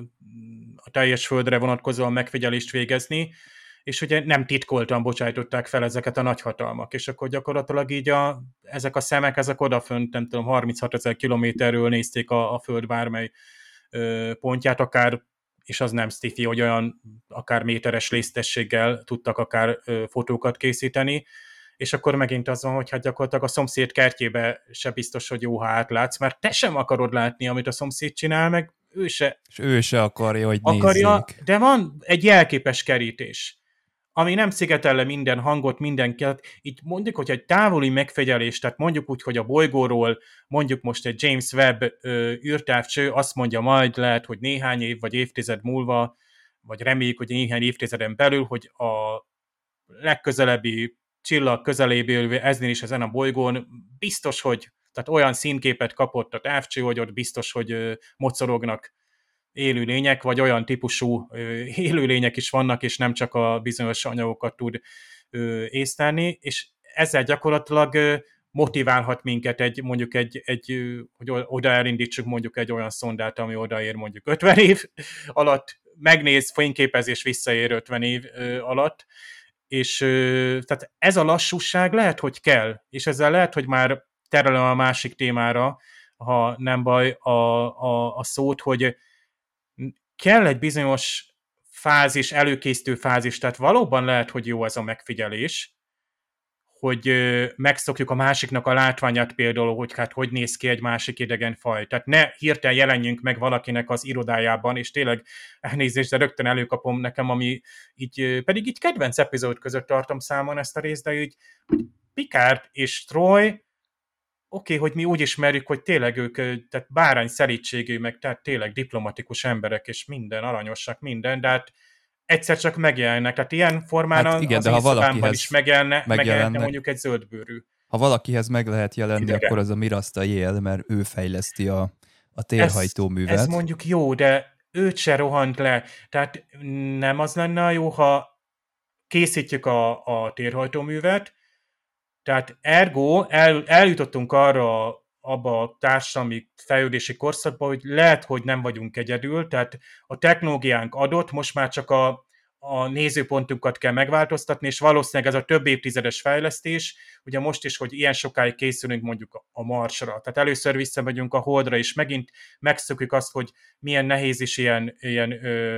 a teljes földre vonatkozóan megfigyelést végezni, és ugye nem titkoltan bocsájtották fel ezeket a nagyhatalmak, és akkor gyakorlatilag így a, ezek a szemek, ezek odafönt, nem tudom, harminchatozezer kilométerről nézték a, a föld bármely ö, pontját, akár és az nem sci-fi, hogy olyan akár méteres résztességgel tudtak akár ö, fotókat készíteni, és akkor megint az van, hogy hát gyakorlatilag a szomszéd kertjébe se biztos, hogy jó, ha átlátsz, mert te sem akarod látni, amit a szomszéd csinál, meg ő se És ő se akarja, hogy akarja, nézzék. de van egy jelképes kerítés, ami nem szigetel le minden hangot, mindenket. Így mondjuk, hogy egy távoli megfigyelés, tehát mondjuk úgy, hogy a bolygóról mondjuk most egy James Webb ö, űrtávcső azt mondja majd, lehet, hogy néhány év vagy évtized múlva, vagy reméljük, hogy néhány évtizeden belül, hogy a legközelebbi csillag közeléből eznél is ezen a bolygón biztos, hogy tehát olyan színképet kapott a távcső, hogy ott biztos, hogy ö, mocorognak élőlények, vagy olyan típusú ö, élőlények is vannak, és nem csak a bizonyos anyagokat tud ö, észlelni, és ezzel gyakorlatilag ö, motiválhat minket egy, mondjuk egy, egy ö, hogy oda elindítsuk mondjuk egy olyan szondát, ami odaér mondjuk ötven év alatt, megnéz, fényképezés visszaér ötven év ö, alatt, és ö, tehát ez a lassúság lehet, hogy kell, és ezzel lehet, hogy már terelem a másik témára, ha nem baj a, a, a szót, hogy kell egy bizonyos fázis, előkészítő fázis, tehát valóban lehet, hogy jó ez a megfigyelés, hogy ö, megszokjuk a másiknak a látványát például, hogy hát hogy néz ki egy másik idegen faj. Tehát ne hirtelen jelenjünk meg valakinek az irodájában, és tényleg elnézést, de rögtön előkapom nekem, ami így, ö, pedig így kedvenc epizód között tartom számon ezt a részt, de így, hogy Picard és Troy, oké, okay, hogy mi úgy ismerjük, hogy tényleg ők, tehát bárány szerítségű, meg tehát tényleg diplomatikus emberek, és minden, aranyosak, minden, de hát egyszer csak megjelennek. Tehát ilyen formán Hát hát igen, az de ha Instagramban valakihez is megjelenne, megjelenne megjelennek. mondjuk egy zöldbőrű. Ha valakihez meg lehet jelenni, Idegen. akkor az a Mirasta Yale, mert ő fejleszti a, a térhajtóművet. Ez, ez mondjuk jó, de őt se rohant le. Tehát nem az lenne jó, ha készítjük a, a térhajtóművet, tehát ergo el, eljutottunk arra abba a társadalmi fejlődési korszakba, hogy lehet, hogy nem vagyunk egyedül, tehát a technológiánk adott, most már csak a, a nézőpontunkat kell megváltoztatni, és valószínűleg ez a több évtizedes fejlesztés, ugye most is, hogy ilyen sokáig készülünk mondjuk a Marsra, tehát először visszamegyünk a Holdra, és megint megszokjuk azt, hogy milyen nehéz is ilyen, ilyen ö,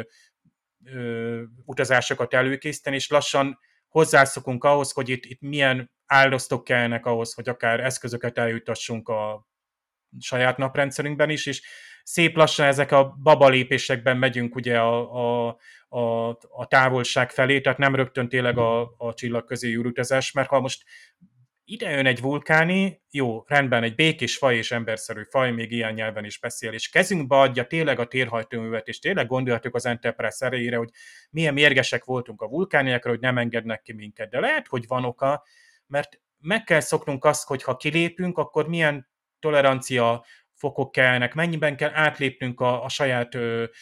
ö, utazásokat előkészíteni, és lassan hozzászokunk ahhoz, hogy itt, itt milyen áldoztok kellnek ahhoz, hogy akár eszközöket eljutassunk a saját naprendszerünkben is, és szép lassan ezek a babalépésekben megyünk ugye a, a, a, a távolság felé, tehát nem rögtön tényleg a, a csillagközi űrutazás, mert ha most ide jön egy vulkáni, jó, rendben, egy békés faj és emberszerű faj, még ilyen nyelven is beszél, és kezünkbe adja tényleg a térhajtóművet, és tényleg gondoltuk az Enterprise erejére, hogy milyen mérgesek voltunk a vulkániakra, hogy nem engednek ki minket. De lehet, hogy van oka, mert meg kell szoknunk azt, hogy ha kilépünk, akkor milyen tolerancia fokok kellnek, mennyiben kell átlépnünk a, a saját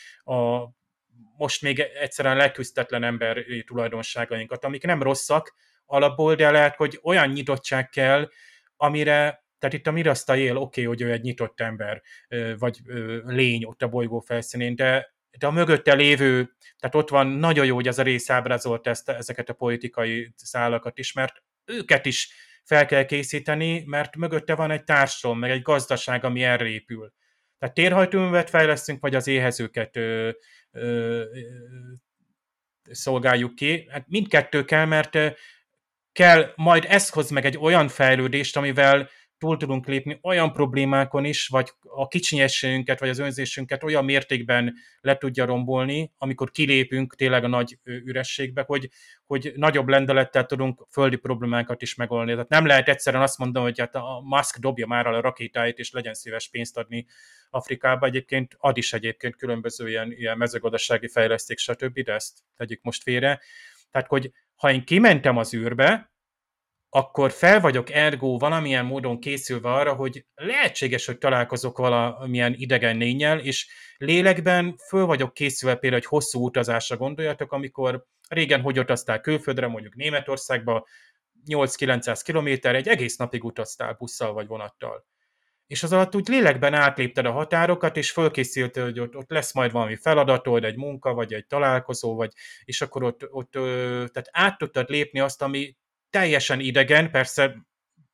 a most még egyszerűen leküzdetlen emberi tulajdonságainkat, amik nem rosszak alapból, de lehet, hogy olyan nyitottság kell, amire, tehát itt a Mirasta Yale, oké, okay, hogy ő egy nyitott ember, vagy lény ott a bolygó felszínén, de, de a mögötte lévő, tehát ott van nagyon jó, hogy ez a rész ábrázolt ezt, ezeket a politikai szálakat is, mert őket is fel kell készíteni, mert mögötte van egy társadalom, meg egy gazdaság, ami erre épül. Tehát térhajtóművet fejlesztünk, vagy az éhezőket ö, ö, ö, szolgáljuk ki. Hát mindkettő kell, mert kell, majd ez hoz meg egy olyan fejlődést, amivel túl tudunk lépni olyan problémákon is, vagy a kicsinyességünket, vagy az önzésünket olyan mértékben le tudja rombolni, amikor kilépünk tényleg a nagy ürességbe, hogy, hogy nagyobb lendülettel tudunk földi problémákat is megoldani. Tehát nem lehet egyszerűen azt mondani, hogy hát a Musk dobja már a rakétáit, és legyen szíves pénzt adni Afrikába. Egyébként ad is egyébként különböző ilyen, ilyen mezőgazdasági fejleszték, stb., de ezt tegyük most félre. Tehát, hogy ha én kimentem az űrbe, akkor fel vagyok ergo valamilyen módon készülve arra, hogy lehetséges, hogy találkozok valamilyen idegen lényel, és lélekben föl vagyok készülve például egy hosszú utazásra gondoljatok, amikor régen hogy utaztál külföldre, mondjuk Németországba, nyolc-kilencszáz kilométer, egy egész napig utaztál busszal vagy vonattal. És az alatt úgy lélekben átlépted a határokat, és fölkészültél, hogy ott, ott lesz majd valami feladatod, egy munka, vagy egy találkozó, vagy, és akkor ott, ott tehát át tudtad lépni azt, ami teljesen idegen, persze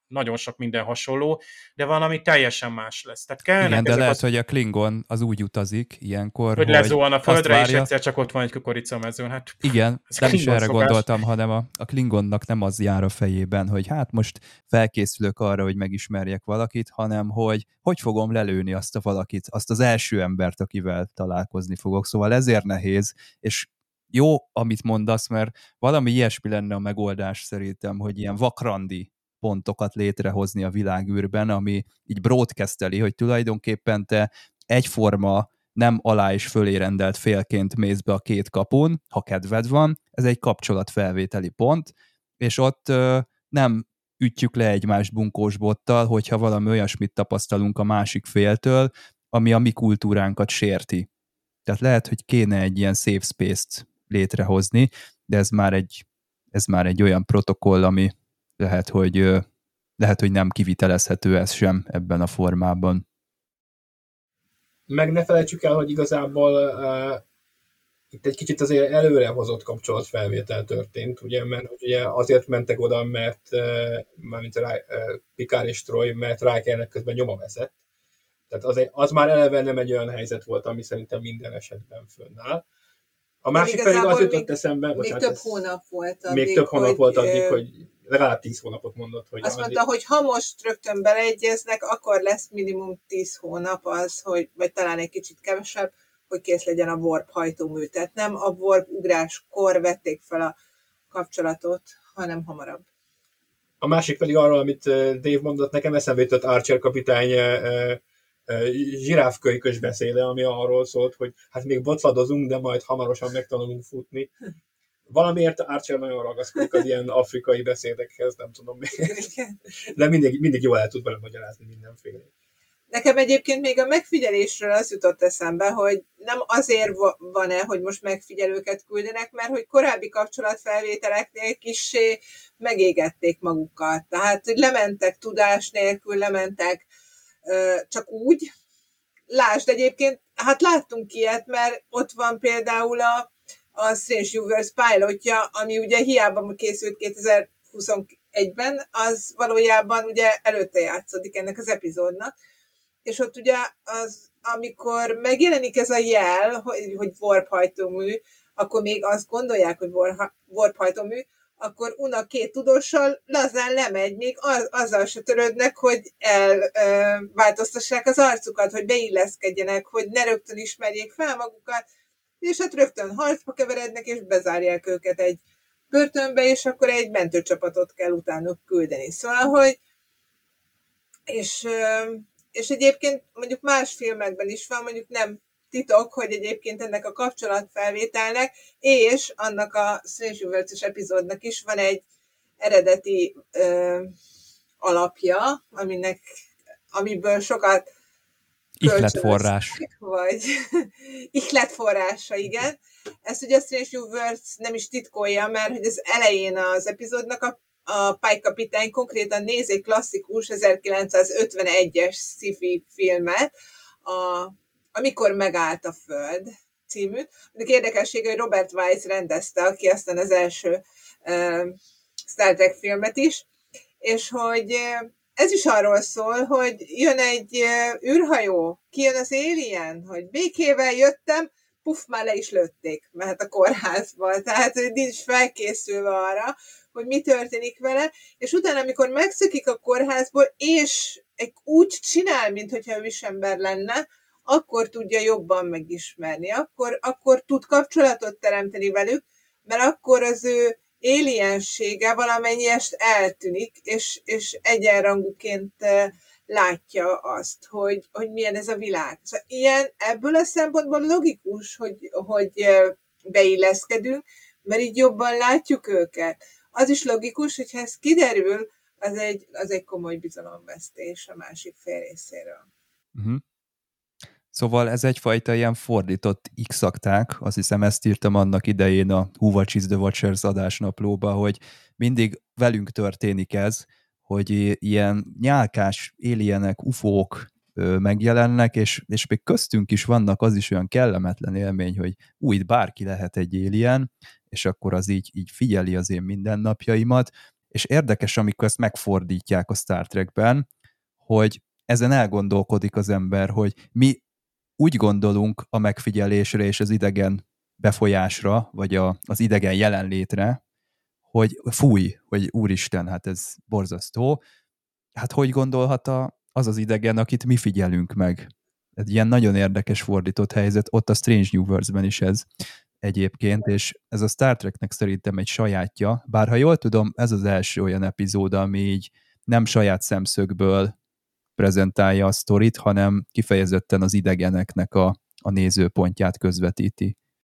nagyon sok minden hasonló, de valami teljesen más lesz. Tehát kellnek igen, de ezek lehet, az, hogy a Klingon az úgy utazik ilyenkor, hogy hogy lezuhan a azt földre, és várja, egyszer csak ott van egy kukoricamezőn. Hát, igen, ez nem is Klingon erre szokás. gondoltam, hanem a, a Klingonnak nem az jár a fejében, hogy hát most felkészülök arra, hogy megismerjek valakit, hanem hogy hogy fogom lelőni azt a valakit, azt az első embert, akivel találkozni fogok. Szóval ezért nehéz, és jó, amit mondasz, mert valami ilyesmi lenne a megoldás szerintem, hogy ilyen vakrandi pontokat létrehozni a világűrben, ami így broadcasteli, hogy tulajdonképpen te egyforma nem alá és fölé rendelt félként mész be a két kapun, ha kedved van, ez egy kapcsolatfelvételi pont, és ott ö, nem ütjük le egymást bunkós bottal, hogyha valami olyasmit tapasztalunk a másik féltől, ami a mi kultúránkat sérti. Tehát lehet, hogy kéne egy ilyen safe space-t létrehozni, de ez már egy, ez már egy olyan protokoll, ami lehet, hogy, ö, lehet, hogy nem kivitelezhető ez sem ebben a formában. Meg ne felejtsük el, hogy igazából uh, itt egy kicsit azért előrehozott kapcsolatfelvétel történt, ugye, mert ugye azért mentek oda, mert uh, mármint uh, Picard és Troy, mert Rikernek közben nyoma veszett. Tehát az, egy, az már eleve nem egy olyan helyzet volt, ami szerintem minden esetben fönnáll. A másik pedig az jutott eszembe... Még bocsánat, több ez, hónap volt addig, Még több hónap hogy, volt addig, hogy legalább tíz hónapot mondott. Hogy azt addig... mondta, hogy ha most rögtön beleegyeznek, akkor lesz minimum tíz hónap az, hogy, vagy talán egy kicsit kevesebb, hogy kész legyen a warp hajtómű. Tehát nem a warp ugráskor vették fel a kapcsolatot, hanem hamarabb. A másik pedig arról, amit Dave mondott, nekem eszembe jutott Archer kapitány zsiráfkölykös beszéde, ami arról szólt, hogy hát még botladozunk, de majd hamarosan megtanulunk futni. Valamiért Archer nagyon ragaszkodik az ilyen afrikai beszédekhez, nem tudom miért. De mindig, mindig jól el tud vele magyarázni mindenféle. Nekem egyébként még a megfigyelésről az jutott eszembe, hogy nem azért van-e, hogy most megfigyelőket küldenek, mert hogy korábbi kapcsolatfelvételeknél kissé megégették magukat. Tehát, hogy lementek tudás nélkül, lementek ö, csak úgy. Lásd egyébként, hát láttunk ilyet, mert ott van például a, a Strange Universe pilotja, ami ugye hiába készült kétezer-huszonegyben, az valójában ugye előtte játszódik ennek az epizódnak. És ott ugye az, amikor megjelenik ez a jel, hogy, hogy warp hajtómű, akkor még azt gondolják, hogy warp hajtómű, akkor Una két tudóssal lazán lemegy, még az, azzal se törődnek, hogy elváltoztassák az arcukat, hogy beilleszkedjenek, hogy ne rögtön ismerjék fel magukat, és hát rögtön harcba keverednek, és bezárják őket egy börtönbe, és akkor egy mentőcsapatot kell utánuk küldeni. Szóval, hogy és És egyébként mondjuk más filmekben is van, mondjuk nem titok, hogy egyébként ennek a kapcsolatfelvételnek és annak a Strange Universe-es epizódnak is van egy eredeti ö, alapja, aminek, amiből sokat ihletforrás. Vagy ihletforrása, igen. Ezt ugye a Strange Universe nem is titkolja, mert hogy az elején az epizódnak a a Pike kapitány konkrétan néz egy klasszikus ezerkilencszázötvenegyes sci-fi filmet, a, Amikor megállt a Föld című. Mondjuk érdekessége, hogy Robert Wise rendezte, aki aztán az első uh, Star Trek filmet is, és hogy uh, ez is arról szól, hogy jön egy uh, űrhajó, kijön az Alien, hogy békével jöttem, puff, már le is lőtték, mehet a kórházba, tehát hogy nincs felkészülve arra, hogy mi történik vele, és utána, amikor megszökik a kórházból, és egy úgy csinál, mintha ő is ember lenne, akkor tudja jobban megismerni, akkor, akkor tud kapcsolatot teremteni velük, mert akkor az ő aliensége valamennyiest eltűnik, és, és egyenrangúként látja azt, hogy, hogy milyen ez a világ. Szóval ilyen, ebből a szempontból logikus, hogy, hogy beilleszkedünk, mert így jobban látjuk őket. Az is logikus, hogyha ez kiderül, az egy, az egy komoly bizalomvesztés a másik fél részéről. Uh-huh. Szóval ez egyfajta ilyen fordított X-akták, azt hiszem ezt írtam annak idején a Who Watches the Watchers adásnaplóba, hogy mindig velünk történik ez, hogy ilyen nyálkás alienek, ufók megjelennek, és, és még köztünk is vannak, az is olyan kellemetlen élmény, hogy úgy bárki lehet egy alien, és akkor az így, így figyeli az én mindennapjaimat, És érdekes, amikor ezt megfordítják a Star Trekben, hogy ezen elgondolkodik az ember, hogy mi úgy gondolunk a megfigyelésre és az idegen befolyásra, vagy a, az idegen jelenlétre, hogy fúj, hogy úristen, hát ez borzasztó. Hát hogy gondolhat a, az az idegen, akit mi figyelünk meg? Egy ilyen nagyon érdekes fordított helyzet, ott a Strange New Worlds-ben is ez egyébként, és ez a Star Treknek szerintem egy sajátja, bár ha jól tudom, ez az első olyan epizód, ami így nem saját szemszögből prezentálja a sztorit, hanem kifejezetten az idegeneknek a, a nézőpontját közvetíti.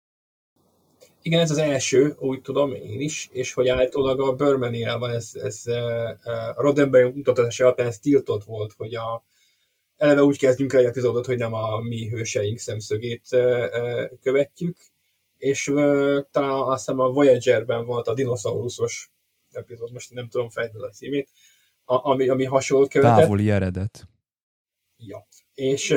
Igen, ez az első, úgy tudom én is, és hogy állítólag a Bermanél van, ez, ez a Roddenberry mutatása alapján ez tiltott volt, hogy a, eleve úgy kezdjünk el egy epizódot, hogy nem a mi hőseink szemszögét követjük, és talán azt hiszem a Voyager-ben volt a dinoszauruszos epizód, most nem tudom fejteni a címét, ami, ami hasonlót követett. Távoli eredet. Ja. És,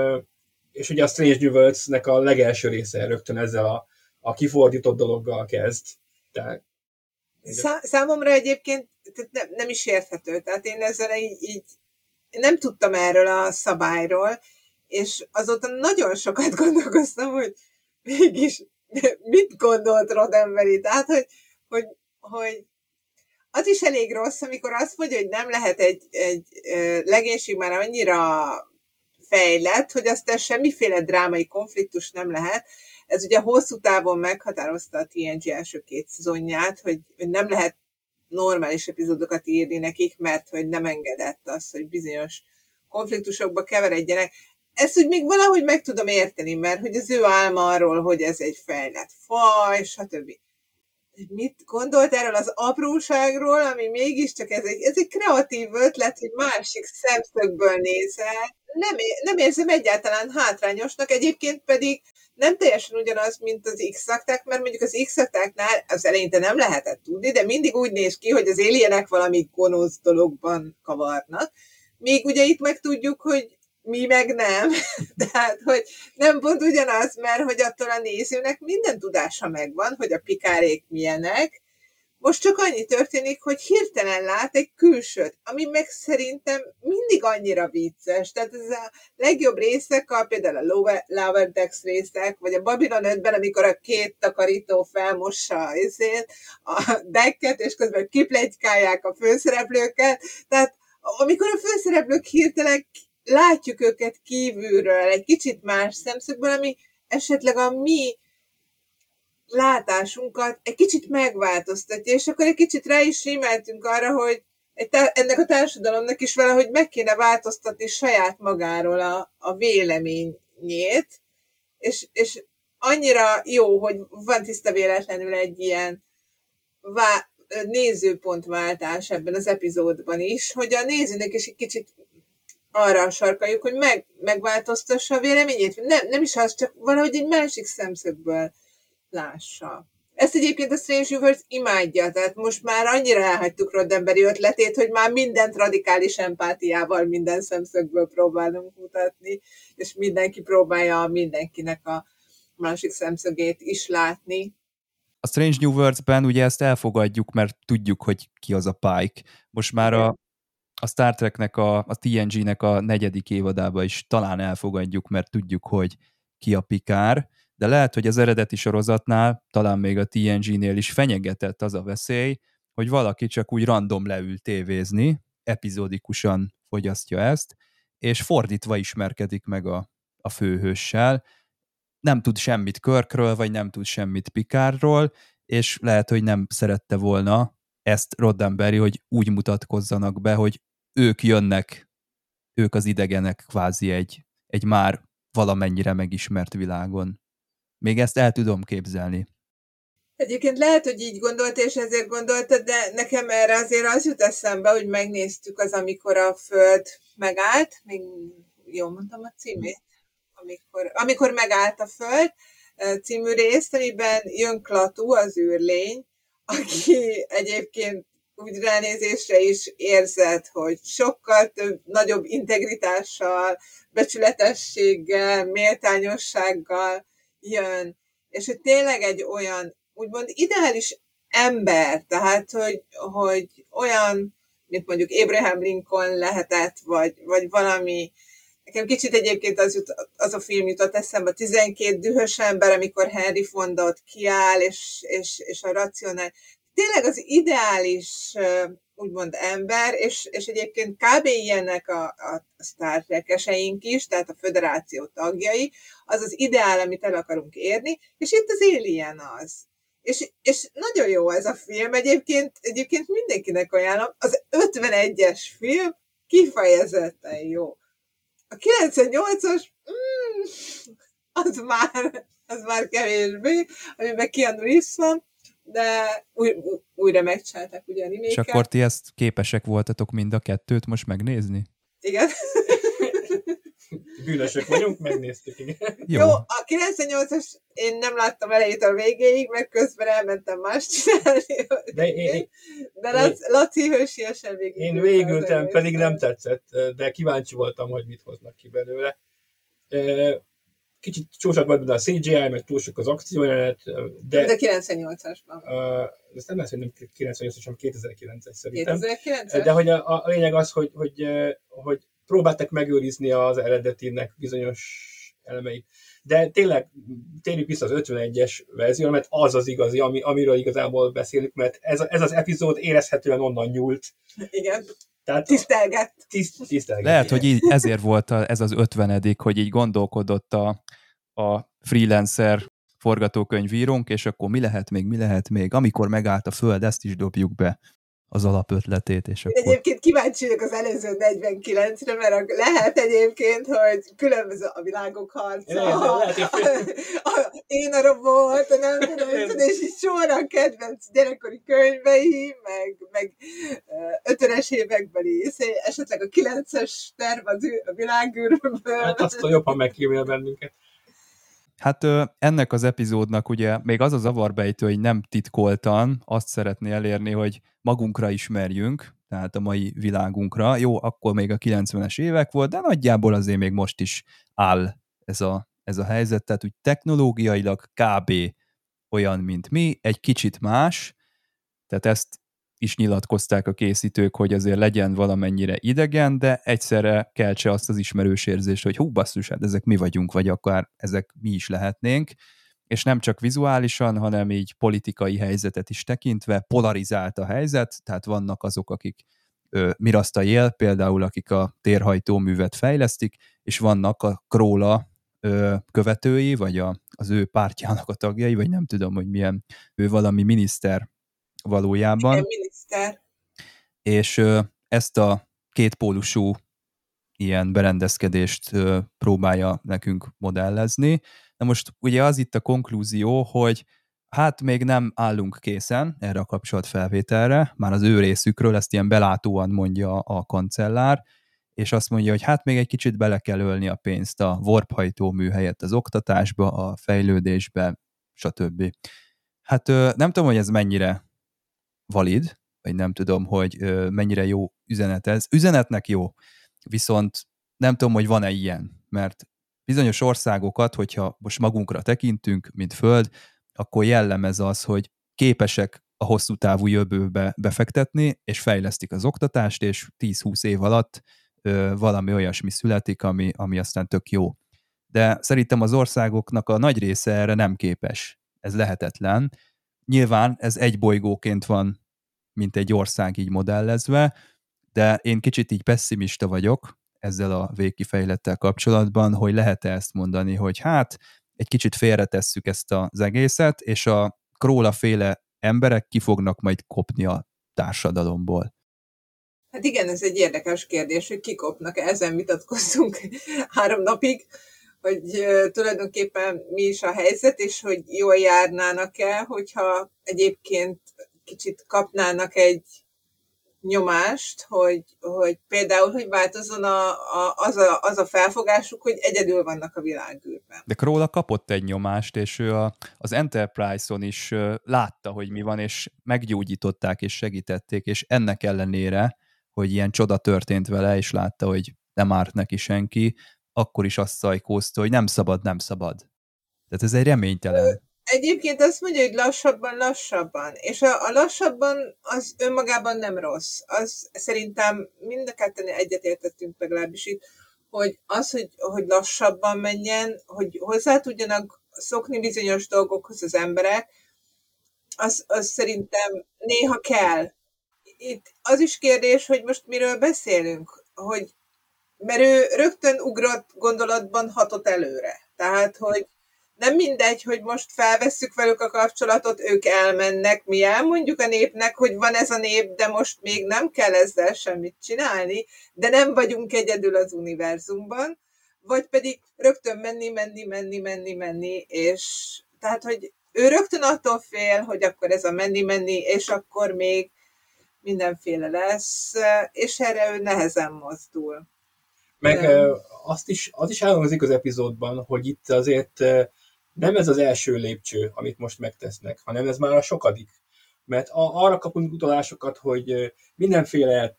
és ugye a Strange New Worlds-nek a legelső része rögtön ezzel a, a kifordított dologgal kezd. Tehát, Szá- számomra egyébként nem, nem is érthető. Tehát én ezzel így, így nem tudtam erről a szabályról, és azóta nagyon sokat gondolkoztam, hogy mégis mit gondolt Roddenberry. Tehát, hogy, hogy, hogy az is elég rossz, amikor azt mondja, hogy nem lehet egy, egy legénység már annyira fejlett, hogy aztán semmiféle drámai konfliktus nem lehet. Ez ugye hosszú távon meghatározta a té en gé első két szezonját, hogy nem lehet normális epizódokat írni nekik, mert hogy nem engedett az, hogy bizonyos konfliktusokba keveredjenek. Ezt úgy még valahogy meg tudom érteni, mert hogy az ő álma arról, hogy ez egy fejlett faj, stb. Mit gondolt erről az apróságról, ami mégiscsak ez egy, ez egy kreatív ötlet, hogy másik szemszögből nézel. Nem, nem érzem egyáltalán hátrányosnak, egyébként pedig nem teljesen ugyanaz, mint az X-akták, mert mondjuk az X-aktáknál az eleinte nem lehetett tudni, de mindig úgy néz ki, hogy az alienek valami gonosz dologban kavarnak. Még ugye itt meg tudjuk, hogy mi meg nem. Tehát, hogy nem pont ugyanaz, mert hogy attól a nézőnek minden tudása megvan, hogy a pikárék milyenek. Most csak annyi történik, hogy hirtelen lát egy külsőt, ami meg szerintem mindig annyira vicces. Tehát ez a legjobb részek, a, például a Lower, Lower Decks részek, vagy a Babylon ötben, amikor a két takarító felmossa ezért a decket, és közben kipletykálják a főszereplőket. Tehát amikor a főszereplők hirtelen látjuk őket kívülről, egy kicsit más szemszögből, ami esetleg a mi látásunkat egy kicsit megváltoztatja, és akkor egy kicsit rá is rímeltünk arra, hogy ennek a társadalomnak is valahogy meg kéne változtatni saját magáról a, a véleményét, és, és annyira jó, hogy van tiszta véletlenül egy ilyen vá- nézőpontváltás ebben az epizódban is, hogy a nézőnek is egy kicsit arra sarkaljuk, hogy meg, megváltoztassa a véleményét. Nem, nem is az, csak valahogy egy másik szemszögből lássa. Ezt egyébként a Strange New Worlds imádja, tehát most már annyira elhagytuk Roddenberry ötletét, hogy már mindent radikális empátiával minden szemszögből próbálunk mutatni, és mindenki próbálja mindenkinek a másik szemszögét is látni. A Strange New Worlds-ben ugye ezt elfogadjuk, mert tudjuk, hogy ki az a Pike. Most már a, a Star Treknek, a, a té en gé-nek a negyedik évadában is talán elfogadjuk, mert tudjuk, hogy ki a Picard, de lehet, hogy az eredeti sorozatnál, talán még a té en gé-nél is fenyegetett az a veszély, hogy valaki csak úgy random leül tévézni, epizódikusan fogyasztja ezt, és fordítva ismerkedik meg a, a főhőssel, nem tud semmit Kirkről, vagy nem tud semmit Picardról, és lehet, hogy nem szerette volna ezt Roddenberry, hogy úgy mutatkozzanak be, hogy ők jönnek, ők az idegenek kvázi egy, egy már valamennyire megismert világon. Még ezt el tudom képzelni. Egyébként lehet, hogy így gondolta, és ezért gondoltad, de nekem erre azért az jut eszembe, hogy megnéztük az, amikor a Föld megállt, még jól mondtam a címét, amikor, amikor megállt a Föld című részt, amiben jön Klaatu, az űrlény, aki egyébként úgy ránézésre is érzed, hogy sokkal több, nagyobb integritással, becsületességgel, méltányossággal jön, és hogy tényleg egy olyan, úgymond ideális ember, tehát, hogy, hogy olyan, mint mondjuk Abraham Lincoln lehetett, vagy, vagy valami. Nekem kicsit egyébként az, jut, az a film jutott eszembe, a tizenkét dühös ember, amikor Henry Fonda ott kiáll, és, és, és a racionális. Tényleg az ideális úgymond ember, és, és egyébként kb. Ilyenek a, a Star Trek-eseink is, tehát a föderáció tagjai, az az ideál, amit el akarunk érni, és itt az Alien az. És, és nagyon jó ez a film, egyébként, egyébként mindenkinek ajánlom, az ötvenegyes film kifejezetten jó. A kilencvennyolcas, mm, az már, az már kevésbé, amiben Keanu Reeves van, de új, újra megcsinálták ugye a remake-et. És akkor ti ezt képesek voltatok mind a kettőt most megnézni? Igen. Bűnösök vagyunk, megnéztük, igen. Jó. Jó, a kilencvennyolcas én nem láttam elejét a végéig, meg közben elmentem más csinálni. De, én, de Laci, Laci hősiesen végig. Én végültem, pedig nem tetszett, de kíváncsi voltam, hogy mit hoznak ki belőle. Kicsit túl sok volt benne a cé gé í, meg túl sok az akciójelenet, de... De kilencvennyolcasban. Uh, ez nem lesz, hogy nem kilencvennyolcas, hanem kétezer-kilences szerintem. kétezer-kilences? De hogy a, a lényeg az, hogy, hogy, hogy próbáltak megőrizni az eredetinek bizonyos elemeit. De tényleg térjük vissza az ötvenegyes verzióra, mert az az igazi, ami, amiről igazából beszélünk, mert ez, ez az epizód érezhetően onnan nyúlt. Igen. Tehát tisztelgett. Tiszt, tisztelgett. Lehet, igen. Hogy így ezért volt a, ez az ötvenedik, hogy így gondolkodott a, a freelancer forgatókönyvírónk, és akkor mi lehet még, mi lehet még, amikor megállt a föld, ezt is dobjuk be az alapötletét. És akkor... Egyébként kíváncsi vagyok az előző negyvenkilencre, mert lehet egyébként, hogy különböző a világok harca, lehet, lehet, a, a, én a robot, nem tudom, és így sorra kedvenc gyerekkori könyvei, meg, meg ötvenes évekbeli, esetleg a kilences terv az a világűrből. Hát azt jobban megkímél bennünket. Hát ennek az epizódnak ugye még az a zavarbejtő, hogy nem titkoltan azt szeretné elérni, hogy magunkra ismerjünk, tehát a mai világunkra. Jó, akkor még a kilencvenes évek volt, de nagyjából azért még most is áll ez a, ez a helyzet, tehát úgy technológiailag kb. Olyan, mint mi, egy kicsit más, tehát ezt is nyilatkozták a készítők, hogy azért legyen valamennyire idegen, de egyszerre keltse azt az ismerős érzést, hogy hú, basszus, hát ezek mi vagyunk, vagy akár ezek mi is lehetnénk, és nem csak vizuálisan, hanem így politikai helyzetet is tekintve polarizált a helyzet, tehát vannak azok, akik ö, Mirasta Yale például, akik a térhajtóművet fejlesztik, és vannak a Króla ö, követői, vagy a, az ő pártjának a tagjai, vagy nem tudom, hogy milyen, ő valami miniszter valójában. Igen, miniszter. És ö, ezt a kétpólusú ilyen berendezkedést ö, próbálja nekünk modellezni. Na most ugye az itt a konklúzió, hogy hát még nem állunk készen erre a kapcsolatfelvételre, már az ő részükről ezt ilyen belátóan mondja a kancellár, és azt mondja, hogy hát még egy kicsit bele kell ölni a pénzt a warp-hajtómű helyett az oktatásba, a fejlődésbe, stb. Hát ö, nem tudom, hogy ez mennyire valid, vagy nem tudom, hogy ö, mennyire jó üzenet ez. Üzenetnek jó, viszont nem tudom, hogy van-e ilyen, mert bizonyos országokat, hogyha most magunkra tekintünk, mint Föld, akkor jellemez az, hogy képesek a hosszú távú jövőbe befektetni, és fejlesztik az oktatást, és tíz-húsz év alatt ö, valami olyasmi születik, ami, ami aztán tök jó. De szerintem az országoknak a nagy része erre nem képes. Ez lehetetlen. Nyilván ez egy bolygóként van, mint egy ország így modellezve, de én kicsit így pessimista vagyok ezzel a végkifejlettel kapcsolatban, hogy lehet-e ezt mondani, hogy hát egy kicsit félretesszük ezt az egészet, és a Króla féle emberek ki fognak majd kopni a társadalomból. Hát igen, ez egy érdekes kérdés, hogy kikopnak, ezen vitatkozzunk három napig, hogy uh, tulajdonképpen mi is a helyzet, és hogy jól járnának-e, hogyha egyébként kicsit kapnának egy nyomást, hogy, hogy például, hogy változzon a, a, az, a, az a felfogásuk, hogy egyedül vannak a világűrben. De Króla kapott egy nyomást, és ő a, az Enterprise-on is uh, látta, hogy mi van, és meggyógyították, és segítették, és ennek ellenére, hogy ilyen csoda történt vele, és látta, hogy nem árt neki senki, akkor is azt szajkózta, hogy nem szabad, nem szabad. Tehát ez egy reménytelen. Egyébként azt mondja, hogy lassabban, lassabban. És a, a lassabban az önmagában nem rossz. Az szerintem mind a ketten egyetértettünk legalábbis itt, hogy az, hogy, hogy lassabban menjen, hogy hozzá tudjanak szokni bizonyos dolgokhoz az emberek, az, az szerintem néha kell. Itt az is kérdés, hogy most miről beszélünk, hogy mert ő rögtön ugrott gondolatban hatott előre. Tehát, hogy nem mindegy, hogy most felvesszük velük a kapcsolatot, ők elmennek, mi elmondjuk a népnek, hogy van ez a nép, de most még nem kell ezzel semmit csinálni, de nem vagyunk egyedül az univerzumban, vagy pedig rögtön menni, menni, menni, menni, menni, és tehát, hogy ő rögtön attól fél, hogy akkor ez a menni, menni, és akkor még mindenféle lesz, és erre ő nehezen mozdul. Meg de... azt is, az is elhangzik az epizódban, hogy itt azért nem ez az első lépcső, amit most megtesznek, hanem ez már a sokadik. Mert arra kapunk utalásokat, hogy mindenféle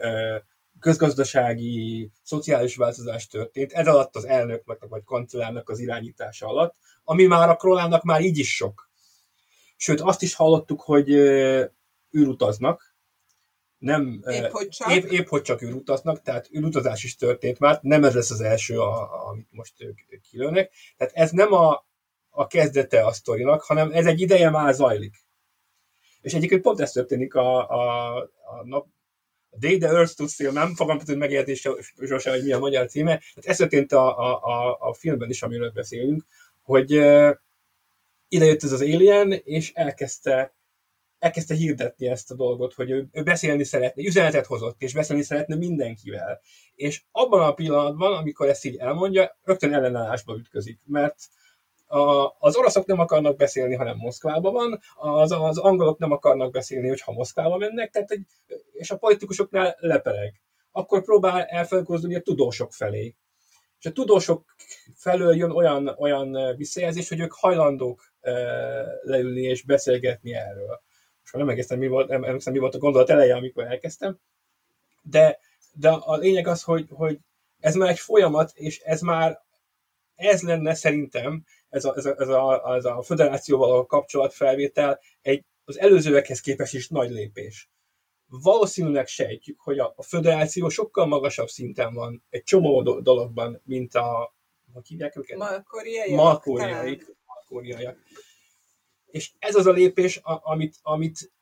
közgazdasági, szociális változás történt, ez alatt az elnöknek vagy kancellárnak az irányítása alatt, ami már a Krolának már így is sok. Sőt, azt is hallottuk, hogy űrutaznak, nem, épp, hogy csak. Épp, épp hogy csak űrutaznak, tehát űrutazás is történt már, nem ez lesz az első, a, a, amit most ők kilőnek. Tehát ez nem a, a kezdete a sztorinak, hanem ez egy ideje már zajlik. És egyébként pont ez történik a, a, a nap, a Day the Earth Stood Still, nem fogom tudni megérteni sosem, hogy mi a magyar címe. Tehát ez történt a, a, a, a filmben is, amiről beszélünk, hogy uh, idejött ez az alien, és elkezdte elkezdte hirdetni ezt a dolgot, hogy ő, ő beszélni szeretne, üzenetet hozott, és beszélni szeretne mindenkivel. És abban a pillanatban, amikor ezt így elmondja, rögtön ellenállásba ütközik, mert a, az oroszok nem akarnak beszélni, hanem Moszkvában van, az, az angolok nem akarnak beszélni, hogyha Moszkvába mennek, tehát egy, és a politikusoknál lepereg. Akkor próbál elfelkozdulni a tudósok felé. És a tudósok felől jön olyan, olyan visszajelzés, hogy ők hajlandók e, leülni és beszélgetni erről. Most nem egészen mi volt, nem emlékszem, mi volt a gondolat eleje, amikor elkezdtem, de, de a lényeg az, hogy, hogy ez már egy folyamat, és ez már, ez lenne szerintem, ez a, ez a, ez a, ez a föderációval a kapcsolatfelvétel egy, az előzőekhez képest is nagy lépés. Valószínűleg sejtjük, hogy a, a föderáció sokkal magasabb szinten van egy csomó do- dologban, mint a, hogy hívják őket? Malkóriaiak. Malkóriaiak. Malkóriaiak. És ez az a lépés, amit, amit,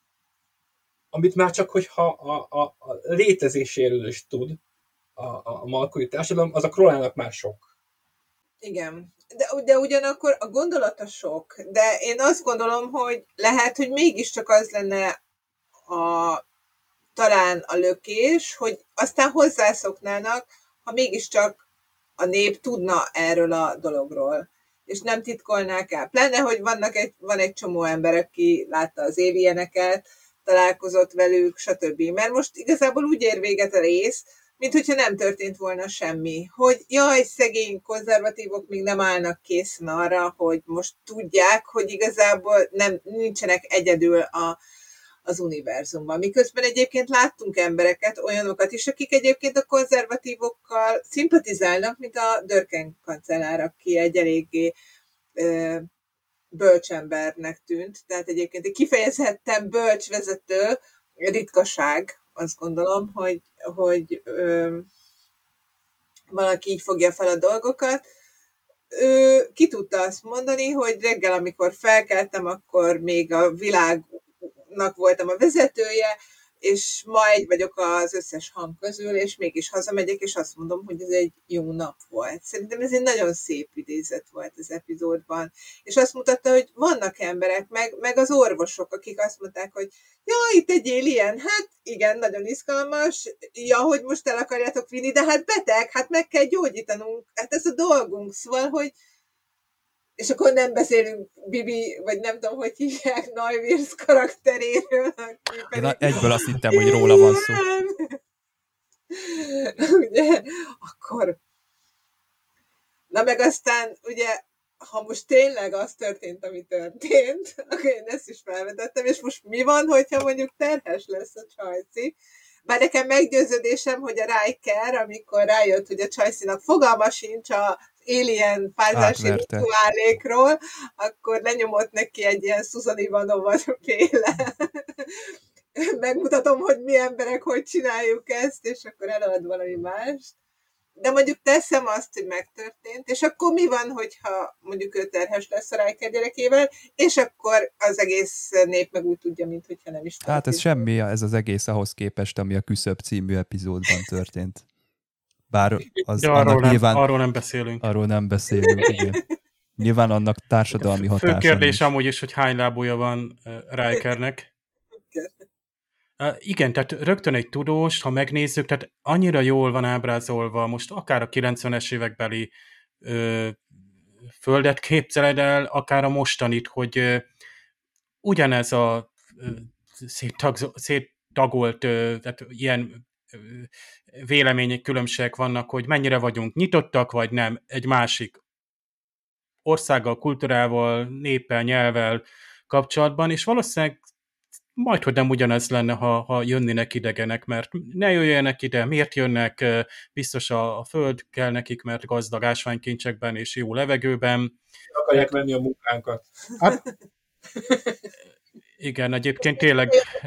amit már csak, hogyha a, a, a létezéséről is tud a, a malkói társadalom, az a Krolának már sok. Igen, de, de ugyanakkor a gondolata sok, de én azt gondolom, hogy lehet, hogy mégiscsak az lenne a, talán a lökés, hogy aztán hozzászoknának, ha mégiscsak a nép tudna erről a dologról, és nem titkolnák el. Pláne, hogy vannak egy, van egy csomó ember, aki látta az alieneket, találkozott velük, stb. Mert most igazából úgy ér véget a rész, mint hogyha nem történt volna semmi. Hogy jaj, szegény konzervatívok még nem állnak készen arra, hogy most tudják, hogy igazából nem, nincsenek egyedül a, az univerzumban. Miközben egyébként láttunk embereket, olyanokat is, akik egyébként a konzervatívokkal szimpatizálnak, mint a Dörken kancellár, aki egy eléggé ö, bölcsembernek tűnt. Tehát egyébként egy kifejezetten bölcs vezető, ritkaság, azt gondolom, hogy, hogy ö, valaki így fogja fel a dolgokat. Ő ki tudta azt mondani, hogy reggel, amikor felkeltem, akkor még a világnak voltam a vezetője, és ma egy vagyok az összes hang közül, és mégis hazamegyek, és azt mondom, hogy ez egy jó nap volt. Szerintem ez egy nagyon szép idézet volt az epizódban. És azt mutatta, hogy vannak emberek, meg, meg az orvosok, akik azt mondták, hogy ja, itt egy alien, hát igen, nagyon izgalmas, ja, hogy most el akarjátok vinni, de hát beteg, hát meg kell gyógyítanunk, hát ez a dolgunk, szóval, hogy és akkor nem beszélünk Bibi, vagy nem tudom, hogy hívják, Neuwirth karakteréről. Én egyből azt hittem, hogy róla van szó. Ugye, akkor... Na meg aztán, ugye, ha most tényleg az történt, ami történt, akkor én ezt is felvetettem, és most mi van, hogyha mondjuk terhes lesz a csajci, Bár nekem meggyőződésem, hogy a Riker, amikor rájött, hogy a Csajcinak fogalma sincs a alien párzási rituálékról, akkor lenyomott neki egy ilyen Susan Ivanova féle. Megmutatom, hogy mi emberek hogy csináljuk ezt, és akkor elad valami mást. De mondjuk teszem azt, hogy megtörtént, és akkor mi van, hogyha mondjuk ő terhes lesz a Riker gyerekével, és akkor az egész nép meg úgy tudja, mint hogyha nem is történt. Hát ez semmi, ez az egész ahhoz képest, ami a Küszöb című epizódban történt. Bár az De arról, nem, nyilván, arról nem beszélünk. Arról nem beszélünk, igen. Nyilván annak társadalmi hatása. Fő kérdés amúgy is, hogy hány lábúja van uh, Rikernek. Uh, igen, tehát rögtön egy tudós, ha megnézzük, tehát annyira jól van ábrázolva, most akár a kilencvenes évekbeli uh, földet képzeled el, akár a mostanit, hogy uh, ugyanez a uh, széttag, széttagolt, uh, tehát ilyen uh, vélemények, különbségek vannak, hogy mennyire vagyunk nyitottak, vagy nem, egy másik országgal, kultúrával, néppel, nyelvvel kapcsolatban, és valószínűleg majdhogy nem ugyanez lenne, ha, ha jönnének idegenek, mert ne jöjjenek ide, miért jönnek, biztos a, a föld kell nekik, mert gazdag ásványkincsekben és jó levegőben. Akarják venni a munkánkat. Hát, igen, egyébként tényleg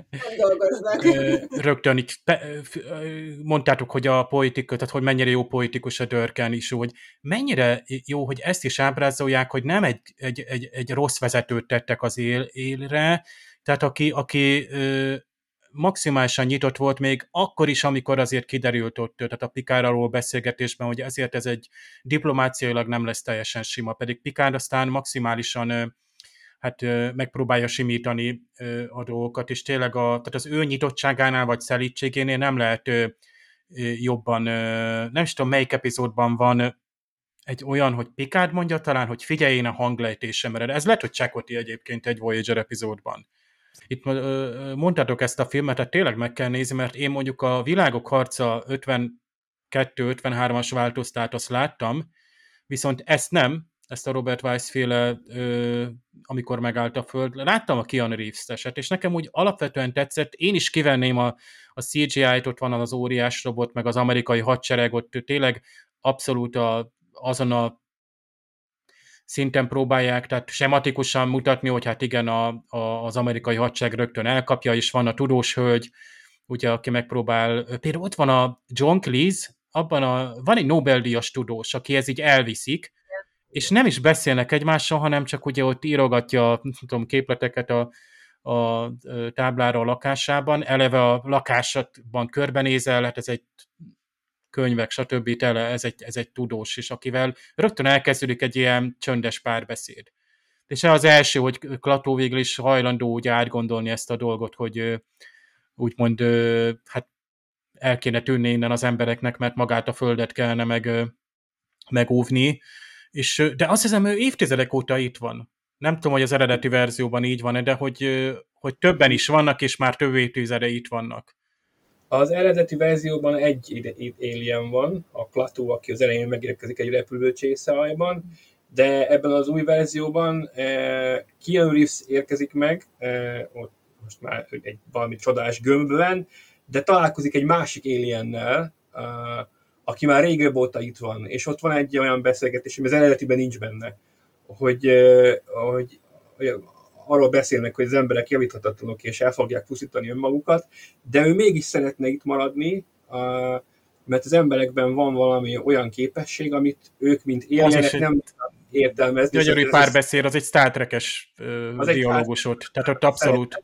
rögtön így mondtátok, hogy a politikus, tehát hogy mennyire jó politikus a Dörken is, hogy mennyire jó, hogy ezt is ábrázolják, hogy nem egy, egy, egy, egy rossz vezetőt tettek az él, élre, tehát aki, aki ö, maximálisan nyitott volt még akkor is, amikor azért kiderült ott, tehát a Picardról beszélgetésben, hogy ezért ez egy diplomáciailag nem lesz teljesen sima, pedig Picard aztán maximálisan ö, hát ö, megpróbálja simítani ö, a dolgokat, és tényleg a, tehát az ő nyitottságánál vagy szelítségénél nem lehet ö, ö, jobban, ö, nem is tudom melyik epizódban van egy olyan, hogy Picard mondja talán, hogy figyelj én a hanglejtésemre, ez lehet, hogy Chakotay egyébként egy Voyager epizódban. Itt mondtátok ezt a filmet, tehát tényleg meg kell nézni, mert én mondjuk a Világok harca ötvenkettő ötvenhármas változtát azt láttam, viszont ezt nem, ezt a Robert Wise-féle, amikor megállt a Föld, láttam a Keanu Reeves-eset, és nekem úgy alapvetően tetszett, én is kivenném a, a cé gé í-t, ott van az óriás robot, meg az amerikai hadsereg, ott tényleg abszolút a, azon a szinten próbálják, tehát sematikusan mutatni, hogy hát igen, a, a, az amerikai hadsereg rögtön elkapja, és van a tudós hölgy, ugye, aki megpróbál, például ott van a John Cleese, abban a, van egy Nobel-díjas tudós, aki ez így elviszik, és nem is beszélnek egymással, hanem csak ugye ott írogatja, nem tudom, képleteket a, a táblára a lakásában, eleve a lakásban körbenézel, hát ez egy könyvek, stb. Tele, ez egy, ez egy tudós is, akivel rögtön elkezdődik egy ilyen csöndes párbeszéd. És az első, hogy Klató végül is hajlandó úgy átgondolni ezt a dolgot, hogy úgymond hát el kéne tűnni innen az embereknek, mert magát a földet kellene meg, megóvni. És, de azt hiszem, ő évtizedek óta itt van. Nem tudom, hogy az eredeti verzióban így van, de hogy, hogy többen is vannak, és már több évtizede itt vannak. Az eredeti verzióban egy alien van, a Klató, aki az elején megérkezik egy repülő csészehajban, de ebben az új verzióban eh, Keanu Reeves érkezik meg, eh, ott most már egy valami csodás gömbben, de találkozik egy másik aliennel, eh, aki már régebb óta itt van, és ott van egy olyan beszélgetés, ami az eredetiben nincs benne, hogy, eh, hogy, hogy arról beszélnek, hogy az emberek javíthatatlanok, és el fogják pusztítani önmagukat, de ő mégis szeretne itt maradni, mert az emberekben van valami olyan képesség, amit ők, mint alienek nem értelmezni. Gyönyörű párbeszéd, az egy Star Trek-es dialógus ott, tehát ott abszolút.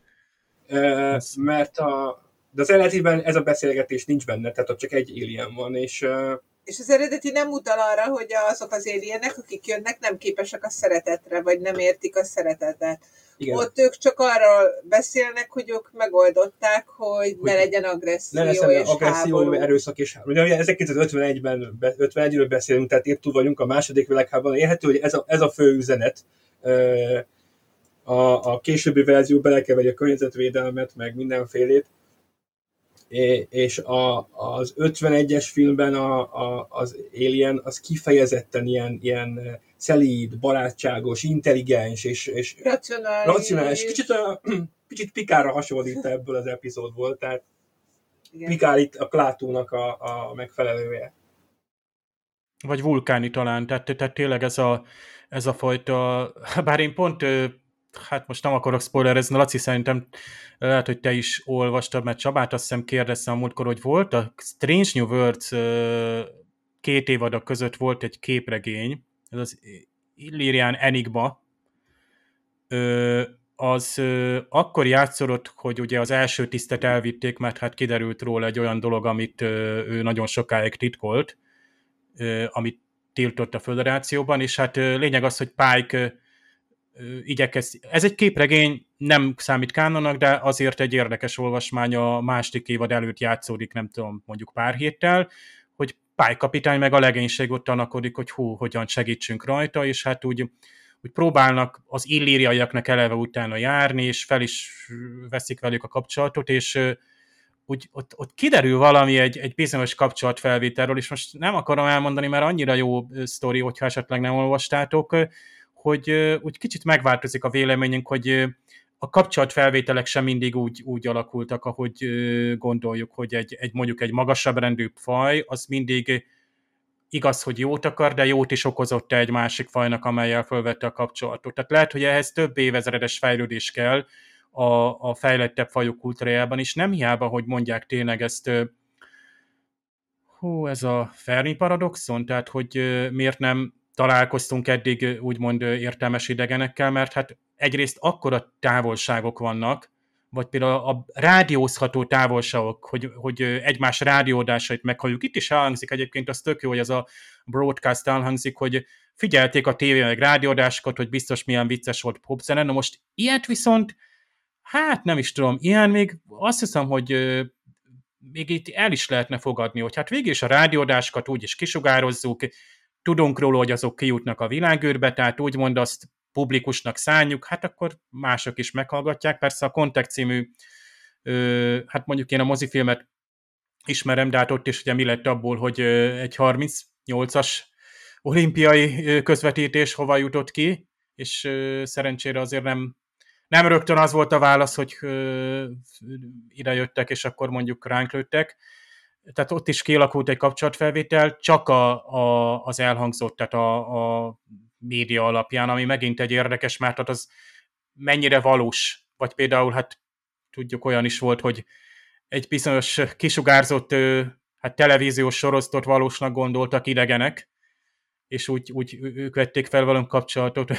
Mert a, de az eredetiben ez a beszélgetés nincs benne, tehát ott csak egy alien van, és... És az eredeti nem utal arra, hogy azok az alienek, akik jönnek, nem képesek a szeretetre, vagy nem értik a szeretetet. Igen. Ott ők csak arról beszélnek, hogy ők megoldották, hogy, hogy ne legyen agresszió, ne és agresszió, háború. Erőszak és háború. Ugye ezerkilencszázötvenegyben, ötvenegyről beszélünk, tehát épp túl vagyunk a második világháborúban. Érhető, hogy ez a, ez a fő üzenet. A, a későbbi verzió belekeveri a környezetvédelmet, meg mindenfélét. És a, az ötvenegyes filmben a, a, az Alien az kifejezetten ilyen, ilyen szelíd, barátságos, intelligens és, és racionális. racionális. Kicsit, a, kicsit Picardra hasonlít ebből az epizódból, tehát Picard itt a Klátónak a, a megfelelője. Vagy vulkáni talán, tehát, tehát tényleg ez a, ez a fajta, bár én pont, hát most nem akarok spoilerezni, Laci, szerintem lehet, hogy te is olvastad, mert Csabát azt hiszem kérdeztem a múltkor, hogy volt a Strange New Worlds két évada között volt egy képregény, ez az Illyrian Enigma, az akkor játszódott, hogy ugye az első tisztet elvitték, mert hát kiderült róla egy olyan dolog, amit ő nagyon sokáig titkolt, amit tiltott a Föderációban, és hát lényeg az, hogy Pike igyekez, ez egy képregény, nem számít kánonnak, de azért egy érdekes olvasmány, a második évad előtt játszódik, nem tudom, mondjuk pár héttel, hogy Pike kapitány meg a legénység ott tanakodik, hogy hú, hogyan segítsünk rajta, és hát úgy, úgy próbálnak az illíriaiaknak eleve utána járni, és fel is veszik velük a kapcsolatot, és úgy ott, ott kiderül valami egy, egy bizonyos kapcsolatfelvételről, és most nem akarom elmondani, mert annyira jó sztori, hogyha esetleg nem olvastátok, hogy úgy kicsit megváltozik a véleményünk, hogy a kapcsolatfelvételek sem mindig úgy, úgy alakultak, ahogy gondoljuk, hogy egy, egy mondjuk egy magasabb rendű faj, az mindig igaz, hogy jót akar, de jót is okozott egy másik fajnak, amellyel felvette a kapcsolatot. Tehát lehet, hogy ehhez több évezredes fejlődés kell a, a fejlettebb fajok kultúrájában is. Nem hiába, hogy mondják tényleg ezt, hú, ez a Fermi paradoxon, tehát hogy miért nem találkoztunk eddig úgymond értelmes idegenekkel, mert hát egyrészt akkora távolságok vannak, vagy például a rádiózható távolságok, hogy, hogy egymás rádiódásait meghalljuk. Itt is elhangzik egyébként, az tök jó, hogy az a broadcast elhangzik, hogy figyelték a tévé meg rádiódásokat, hogy biztos milyen vicces volt popzene. Na most ilyet viszont, hát nem is tudom, ilyen még azt hiszem, hogy még itt el is lehetne fogadni, hogy hát végül is a rádiódásokat úgy is kisugározzuk, tudunk róla, hogy azok kijutnak a világűrbe, tehát úgymond azt publikusnak szánjuk, hát akkor mások is meghallgatják. Persze a Contact című, ö, hát mondjuk én a mozifilmet ismerem, de hát ott is ugye mi lett abból, hogy egy harmincnyolcas olimpiai közvetítés hova jutott ki, és ö, szerencsére azért nem, nem rögtön az volt a válasz, hogy ö, ide jöttek, és akkor mondjuk ránk lőttek. Tehát ott is kialakult egy kapcsolatfelvétel, csak a, a, az elhangzott, tehát a, a média alapján, ami megint egy érdekes, mert az mennyire valós. Vagy például, hát tudjuk, olyan is volt, hogy egy bizonyos kisugárzott hát televíziós sorozatot valósnak gondoltak idegenek, és úgy, úgy ők vették fel velünk kapcsolatot.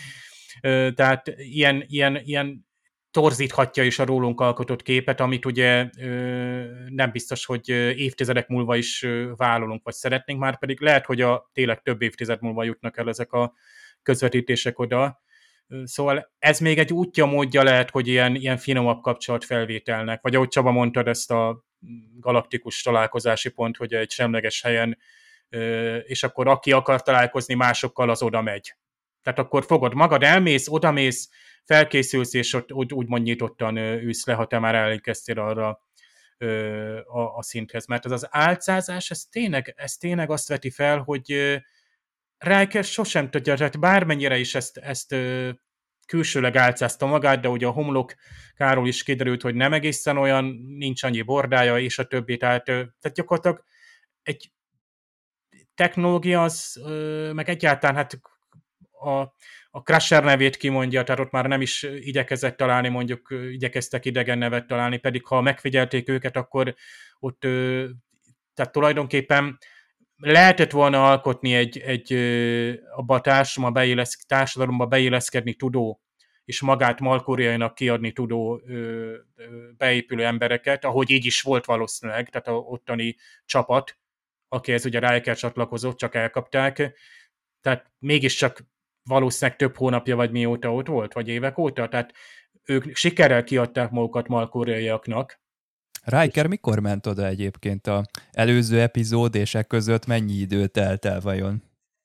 Tehát ilyen, ilyen, ilyen torzíthatja is a rólunk alkotott képet, amit ugye nem biztos, hogy évtizedek múlva is vállalunk, vagy szeretnénk, már pedig lehet, hogy a tényleg több évtized múlva jutnak el ezek a közvetítések oda. Szóval ez még egy útja, módja lehet, hogy ilyen, ilyen finomabb kapcsolatfelvételnek, vagy ahogy Csaba mondtad, ezt a galaktikus találkozási pont, hogy egy semleges helyen, és akkor aki akar találkozni másokkal, az oda megy. Tehát akkor fogod magad, elmész, odamész, felkészülsz, és ott úgy, úgymond nyitottan ülsz le, ha te már elérkeztél arra a, a szinthez. Mert ez az álcázás, ez tényleg, ez tényleg azt veti fel, hogy Riker sosem tudja, tehát bármennyire is ezt, ezt külsőleg álcázta magát, de ugye a homlokáról is kiderült, hogy nem egészen olyan, nincs annyi bordája, és a többi. Tehát, tehát gyakorlatilag egy technológia az, meg egyáltalán hát a, a Crusher nevét kimondja, tehát ott már nem is igyekezett találni, mondjuk igyekeztek idegen nevet találni, pedig ha megfigyelték őket, akkor ott tehát tulajdonképpen lehetett volna alkotni egy, egy abba a társadalomba, beillesz, társadalomba beilleszkedni tudó, és magát malkóriainak kiadni tudó beépülő embereket, ahogy így is volt valószínűleg, tehát a ottani csapat, akihez ugye Riker csatlakozott, csak elkapták, tehát mégiscsak valószínűleg több hónapja, vagy mióta ott volt, vagy évek óta, tehát ők sikerrel kiadták magukat malkóriaiaknak. Riker mikor ment oda egyébként? A előző epizód és e között mennyi idő telt el vajon?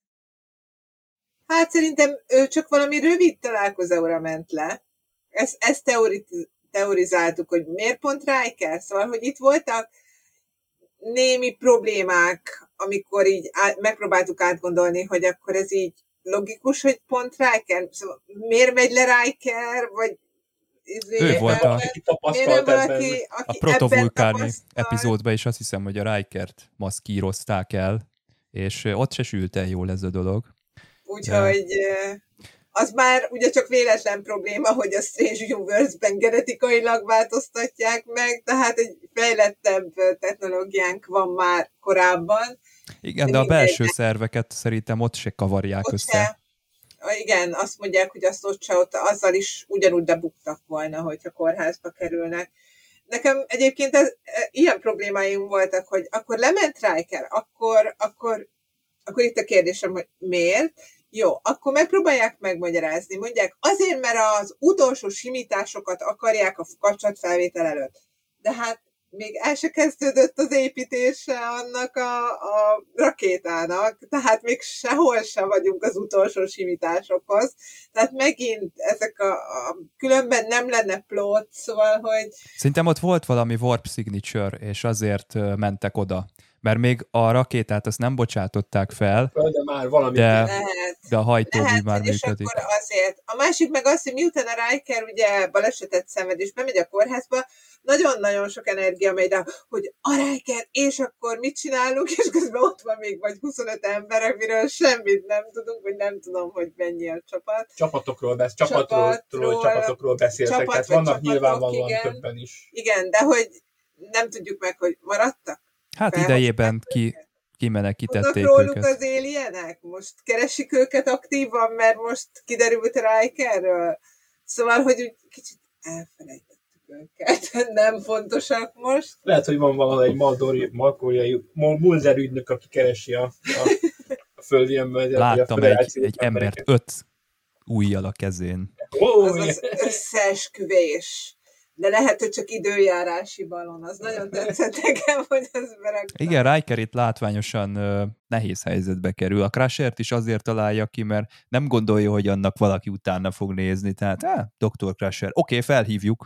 Hát szerintem ő csak valami rövid találkozóra ment le. Ezt, ezt teori- teorizáltuk, hogy miért pont Riker? Szóval, hogy itt voltak némi problémák, amikor így át, megpróbáltuk átgondolni, hogy akkor ez így logikus, hogy pont Riker? Szóval miért megy le Riker? Vagy Ő volt a, tapasztalt valaki, ebben. aki a protovulkáni tapasztalt. epizódban is azt hiszem, hogy a Rikert maszkírozták el, és ott se sült el jól ez a dolog. Úgyhogy az már ugye csak véletlen probléma, hogy a Strange Universe-ben genetikailag változtatják meg, tehát egy fejlettebb technológiánk van már korábban. Igen, de, de a belső szerveket szerintem ott se kavarják ott össze. Se. Igen, azt mondják, hogy azt ott se, ott azzal is ugyanúgy bebuktak volna, hogyha kórházba kerülnek. Nekem egyébként ez, ilyen problémáim voltak, hogy akkor lement Riker, akkor, akkor, akkor itt a kérdésem, hogy miért? Jó, akkor megpróbálják megmagyarázni. Mondják, azért, mert az utolsó simításokat akarják a kapcsolatfelvétel előtt. De hát még el se kezdődött az építése annak a, a rakétának, tehát még sehol se vagyunk az utolsó simításokhoz. Tehát megint ezek a, a különben nem lenne plot, szóval, hogy... Szerintem ott volt valami warp signature, és azért mentek oda. Mert még a rakétát azt nem bocsátották fel, de, már valami de, lehet, de a hajtómű lehet, már és működik. Akkor azért. A másik meg az, hogy miután a Riker ugye balesetet szenved, és bemegy a kórházba, nagyon-nagyon sok energia megy rá, hogy a Riker, és akkor mit csinálunk, és közben ott van még vagy huszonöt ember, amiről semmit nem tudunk, vagy nem tudom, hogy mennyi a csapat. Csapatokról, besz, csapatról, csapatról, csapatokról beszéltek, csapat, tehát vannak csapatok, nyilvánvalóan igen. többen is. Igen, de hogy nem tudjuk meg, hogy maradtak? Hát idejében ki, kimenekítették Tudnak róluk őket. az alienek? Most keresik őket aktívan, mert most kiderült Rikerről? Szóval, hogy úgy kicsit elfelejtettük őket. Nem fontosak most. Lehet, hogy van valahol egy Maldori, Malkóriai, Mulder ügynök, aki keresi a, a, a földi embert. Láttam egy, egy embert öt ujjal a kezén. Oh, az az összeesküvés. De lehet, hogy csak időjárási balon. Az nagyon tetszett nekem, hogy az beraktam. Igen, Riker itt látványosan uh, nehéz helyzetbe kerül. A Crusher-t is azért találja ki, mert nem gondolja, hogy annak valaki utána fog nézni. Tehát, eh, doktor Crusher, oké, okay, felhívjuk.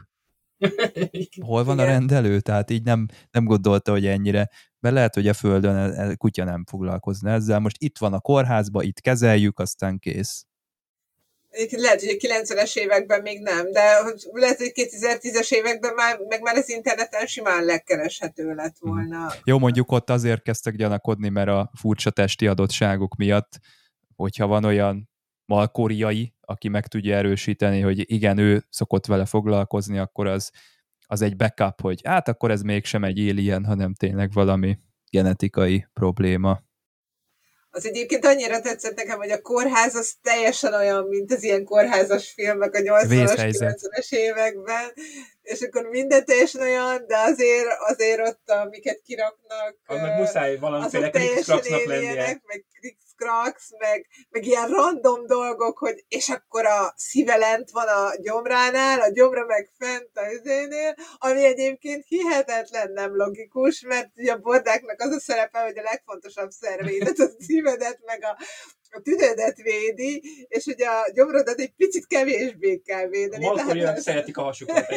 Hol van Igen. a rendelő? Tehát így nem, nem gondolta, hogy ennyire. Mert lehet, hogy a Földön a kutya nem foglalkozna ezzel. Most itt van a kórházba, itt kezeljük, aztán kész. Lehet, hogy a kilencvenes években még nem, de lehet, hogy kétezer-tízes években már, meg már az interneten simán legkereshető lett volna. Jó, mondjuk ott azért kezdtek gyanakodni, mert a furcsa testi adottságok miatt, hogyha van olyan malkóriai, aki meg tudja erősíteni, hogy igen, ő szokott vele foglalkozni, akkor az, az egy backup, hogy hát akkor ez mégsem egy alien, hanem tényleg valami genetikai probléma. Az egyébként annyira tetszett nekem, hogy a kórház az teljesen olyan, mint az ilyen kórházas filmek a nyolcvanas, kilencvenes években, és akkor minden teljesen olyan, de azért, azért ott, amiket kiraknak, az meg muszáj valamiféle krikszkraknak lennie. Meg krikszkraks, meg, meg ilyen random dolgok, hogy és akkor a szíve lent van a gyomránál, a gyomra meg fent a üzénél, ami egyébként hihetetlen nem logikus, mert ugye a bordáknak az a szerepe, hogy a legfontosabb szervédet, a szívedet, meg a, a tüdődet védi, és hogy a gyomrodat egy picit kevésbé kell védeni. A malkóriak szeretik a hasukat.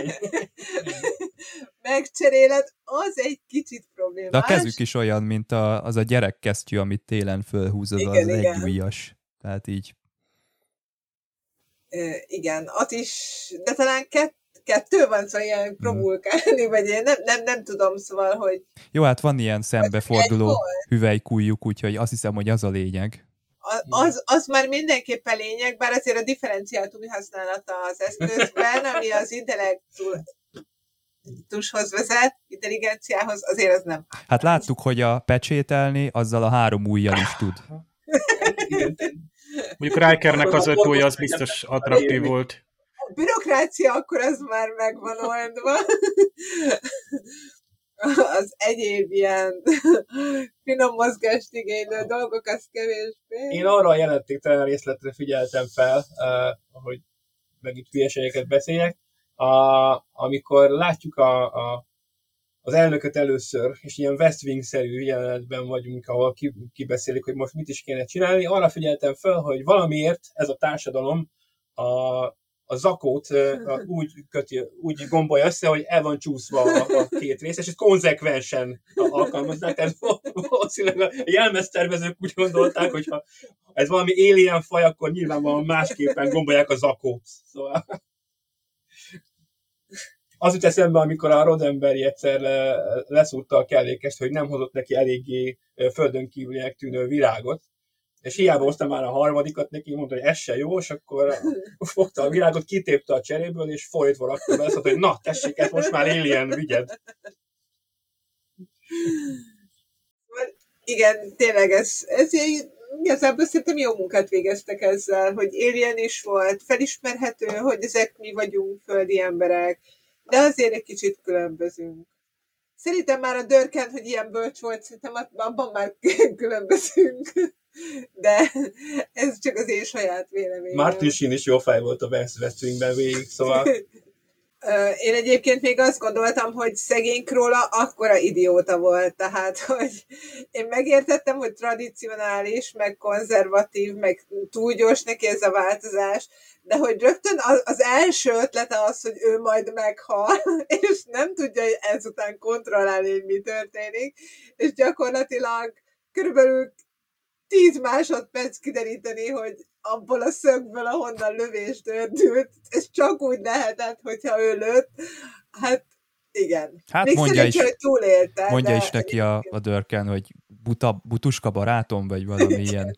Megcserélet, az egy kicsit problémás. De a kezük is olyan, mint a, az a gyerekkesztyű, amit télen fölhúz, az, igen, az igen. egyújas. Tehát így. E, igen, az is, de talán kett, kettő van, szóval ilyen provulkálni, hmm. vagy én nem, nem, nem tudom, szóval, hogy... Jó, hát van ilyen szembeforduló hüvelykújjuk, úgyhogy azt hiszem, hogy az a lényeg. Az, az már mindenképpen lényeg, bár azért a differenciáltumi használata az eszközben, ami az intellektushoz vezet, intelligenciához, azért az nem. Hát láttuk, hogy a pecsételni azzal a három ujjal is tud. Mondjuk Rikernek az öt ujja, az biztos attraktív volt. A bürokrácia akkor az már megvan oldva. Az egyéb ilyen finom mozgást igénylő dolgok, az kevésbé. Én arra a jelentéktelen részletre figyeltem fel, uh, hogy megint hülyeségeket beszéljek, a, amikor látjuk a, a, az elnököt először, és ilyen West Wing-szerű jelenetben vagyunk, ahol ki, kibeszélik, hogy most mit is kéne csinálni, arra figyeltem fel, hogy valamiért ez a társadalom a a zakót uh, úgy köti, úgy gombolja össze, hogy el van csúszva a, a két rész, és ezt konzekvensen alkalmazzák. Tehát valószínűleg a jelmeztervezők úgy gondolták, hogy ha ez valami alien faj, akkor nyilvánvalóan másképpen gombolják a zakót. Szóval... Az jut eszembe, amikor a Roddenberry egyszer le, leszúrta a kellékest, hogy nem hozott neki eléggé földön kívülinek tűnő virágot, és hiába hozta már a harmadikat neki, mondta, hogy ez se jó, és akkor fogta a virágot, kitépte a cseréből, és fordítva rakta be, azt mondta, hogy na, tessék, ez most már Alien, vigyed. Igen, tényleg ez, ez igazából szerintem jó munkát végeztek ezzel, hogy Alien is volt, felismerhető, hogy ezek mi vagyunk, földi emberek, de azért egy kicsit különbözünk. Szerintem már a Dörken, hogy ilyen bölcs volt, szerintem abban már különbözünk. De ez csak az én saját véleményem. Martin Sheen is jó fej volt a West Wingben végig, szóval... Én egyébként még azt gondoltam, hogy szegény Króla akkora idióta volt, tehát, hogy én megértettem, hogy tradicionális, meg konzervatív, meg túl gyors neki ez a változás, de hogy rögtön az első ötlete az, hogy ő majd meghal, és nem tudja ezután kontrollálni, hogy mi történik, és gyakorlatilag körülbelül tíz másodperc kideríteni, hogy abból a szögből, ahonnan lövést ördült, ez csak úgy lehetett, hogyha ő lőtt. Hát igen. Hát még mondja is, hogy túlélte. mondja de... is neki a, a Dörken, hogy buta, butuska barátom, vagy valami ilyen.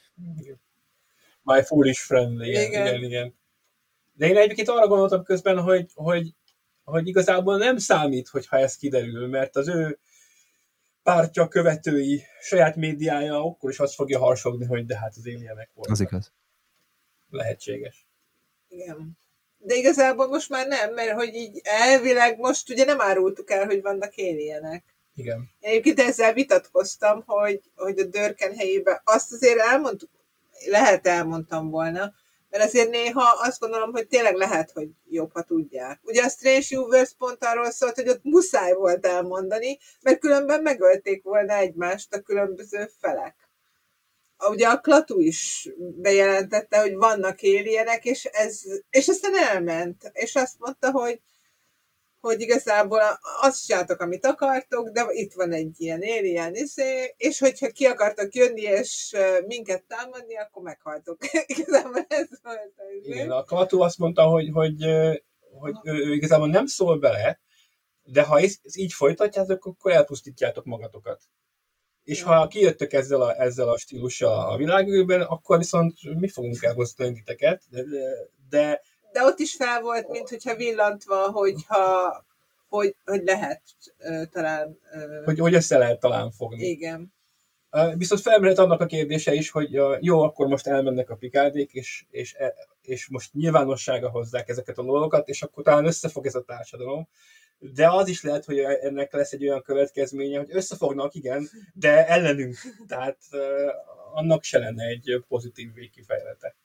My foolish friend, igen, igen. igen, igen. De én egyébként arra gondoltam közben, hogy, hogy, hogy igazából nem számít, hogyha ez kiderül, mert az ő pártja, követői, saját médiája akkor is azt fogja harsogni, hogy de hát az Alienek volt. Az igaz. Lehetséges. Igen. De igazából most már nem, mert hogy így elvileg most ugye nem árultuk el, hogy vannak alienek. Igen. Én egyébként ezzel vitatkoztam, hogy, hogy a Dörken helyében azt azért elmondtuk, lehet elmondtam volna, mert azért néha azt gondolom, hogy tényleg lehet, hogy jobb, ha tudják. Ugye a Strange Universe pont arról szólt, hogy ott muszáj volt elmondani, mert különben megölték volna egymást a különböző felek. Ugye a Klaatu is bejelentette, hogy vannak alienek, és, ez, és aztán elment. És azt mondta, hogy, hogy igazából azt csináltok, amit akartok, de itt van egy ilyen alien, és hogyha ki akartok jönni, és minket támadni, akkor meghaltok. Igazából ez volt. Igen, a Klaatu azt mondta, hogy, hogy, hogy ő, ő igazából nem szól bele, de ha ez, ez így folytatjátok, akkor elpusztítjátok magatokat. És ja. ha kijöttök ezzel a, ezzel a stílussal a világűrben, akkor viszont mi fogunk elpusztítani titeket, de, de De ott is fel volt, mint hogyha villantva, hogyha, hogy, hogy lehet uh, talán... Uh, hogy, hogy össze lehet talán fogni. Igen. Uh, viszont felmerült annak a kérdése is, hogy uh, jó, akkor most elmennek a Picardék, és, és, és most nyilvánosságra hozzák ezeket a dolgokat, és akkor talán összefog ez a társadalom. De az is lehet, hogy ennek lesz egy olyan következménye, hogy összefognak, igen, de ellenünk. Tehát uh, annak se lenne egy pozitív végkifejlete.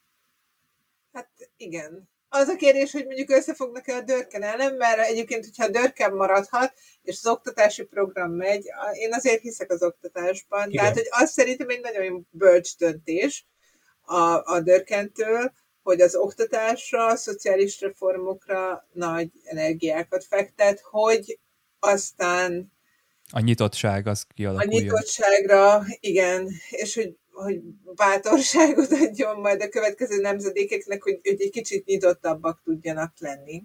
Hát igen. Az a kérdés, hogy mondjuk összefognak-e a Dörken ellen, mert egyébként, hogyha a Dörken maradhat, és az oktatási program megy, én azért hiszek az oktatásban. Igen. Tehát, hogy azt szerintem egy nagyon bölcs döntés a, a Dörkentől, hogy az oktatásra, a szociális reformokra nagy energiákat fektet, hogy aztán a nyitottság az kialakuljon. A nyitottságra, igen, és hogy hogy bátorságot adjon majd a következő nemzedékeknek, hogy, hogy egy kicsit nyitottabbak tudjanak lenni.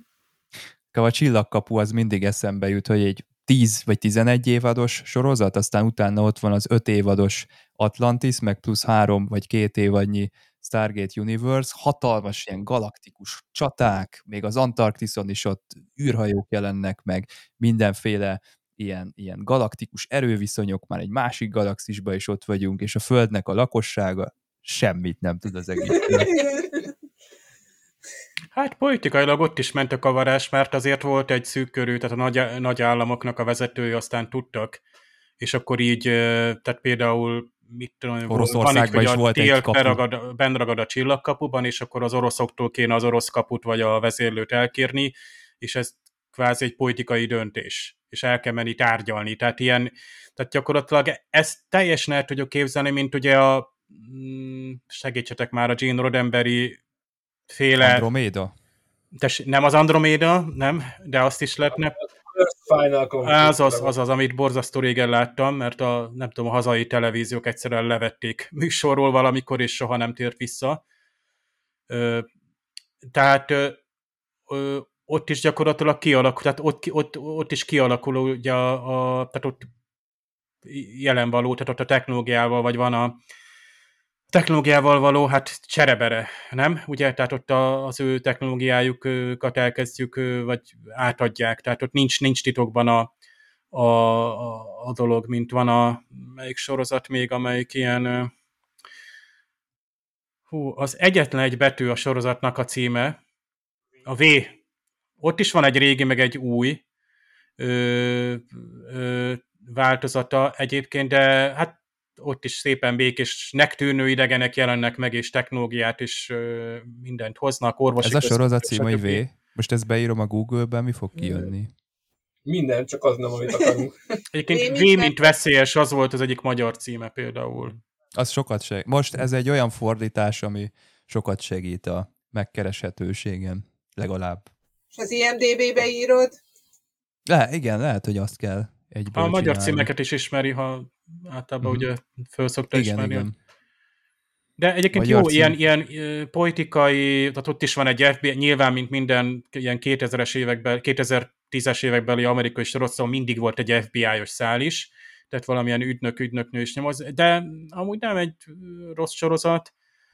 A Csillagkapu az mindig eszembe jut, hogy egy tíz vagy tizenegy évados sorozat, aztán utána ott van az öt évados Atlantis, meg plusz három vagy két évadnyi Stargate Universe, hatalmas ilyen galaktikus csaták, még az Antarktiszon is ott űrhajók jelennek meg, mindenféle Ilyen, ilyen galaktikus erőviszonyok, már egy másik galaxisban is ott vagyunk, és a Földnek a lakossága semmit nem tud az egész. Hát politikailag ott is ment a kavarás, mert azért volt egy szűk körű, tehát a nagy, nagy államoknak a vezetői aztán tudtak, és akkor így, tehát például mit tudom, Oroszországban is volt egy kapu. Beragad, benragad a csillagkapuban, és akkor az oroszoktól kéne az orosz kaput vagy a vezérlőt elkérni, és ez kvázi egy politikai döntés, és el kell menni tárgyalni. Tehát ilyen, tehát gyakorlatilag ezt teljesen el tudjuk képzelni, mint ugye a segítsetek már, a Gene Roddenberry féle... Andromeda? Tess, nem az Andromeda, nem, de azt is lehetne. Az az, az az, amit borzasztó régen láttam, mert a, nem tudom, a hazai televíziók egyszerűen levették műsorról valamikor, és soha nem tért vissza. Ö, tehát ö, ö, ott is gyakorlatilag kialakul, tehát ott, ott, ott is kialakul ugye a, a, tehát ott jelen való, tehát ott a technológiával, vagy van a technológiával való, hát cserebere, nem? Ugye, tehát ott a, az ő technológiájukat elkezdjük, vagy átadják, tehát ott nincs, nincs titokban a, a, a, a dolog, mint van a melyik sorozat még, amelyik ilyen hú, az egyetlen egy betű a sorozatnak a címe, a V. Ott is van egy régi, meg egy új ö, ö, változata egyébként, de hát ott is szépen békésnek tűnő idegenek jelennek meg, és technológiát is ö, mindent hoznak, orvosi. Ez a sorozat cím, hogy V. Most ezt beírom a Google-ben, mi fog kijönni? Minden, csak az nem, amit akarunk. Egyébként V, mint veszélyes, az volt az egyik magyar címe például. Az sokat segít. Most ez egy olyan fordítás, ami sokat segít a megkereshetőségen, legalább. És az I M D B-be írod? Le, igen, lehet, hogy azt kell egyből A magyar csinálni. címeket is ismeri, ha általában uh-huh. ugye föl szokta igen, ismerni. Igen. De egyébként magyar jó, cím... ilyen, ilyen politikai, tehát ott is van egy F B I, nyilván, mint minden ilyen kétezres években, kétezer-tízes évekbeli amerikai sorozatban mindig volt egy F B I-os szál is, tehát valamilyen ügynök, ügynöknő is nyomoz, de amúgy nem egy rossz sorozat,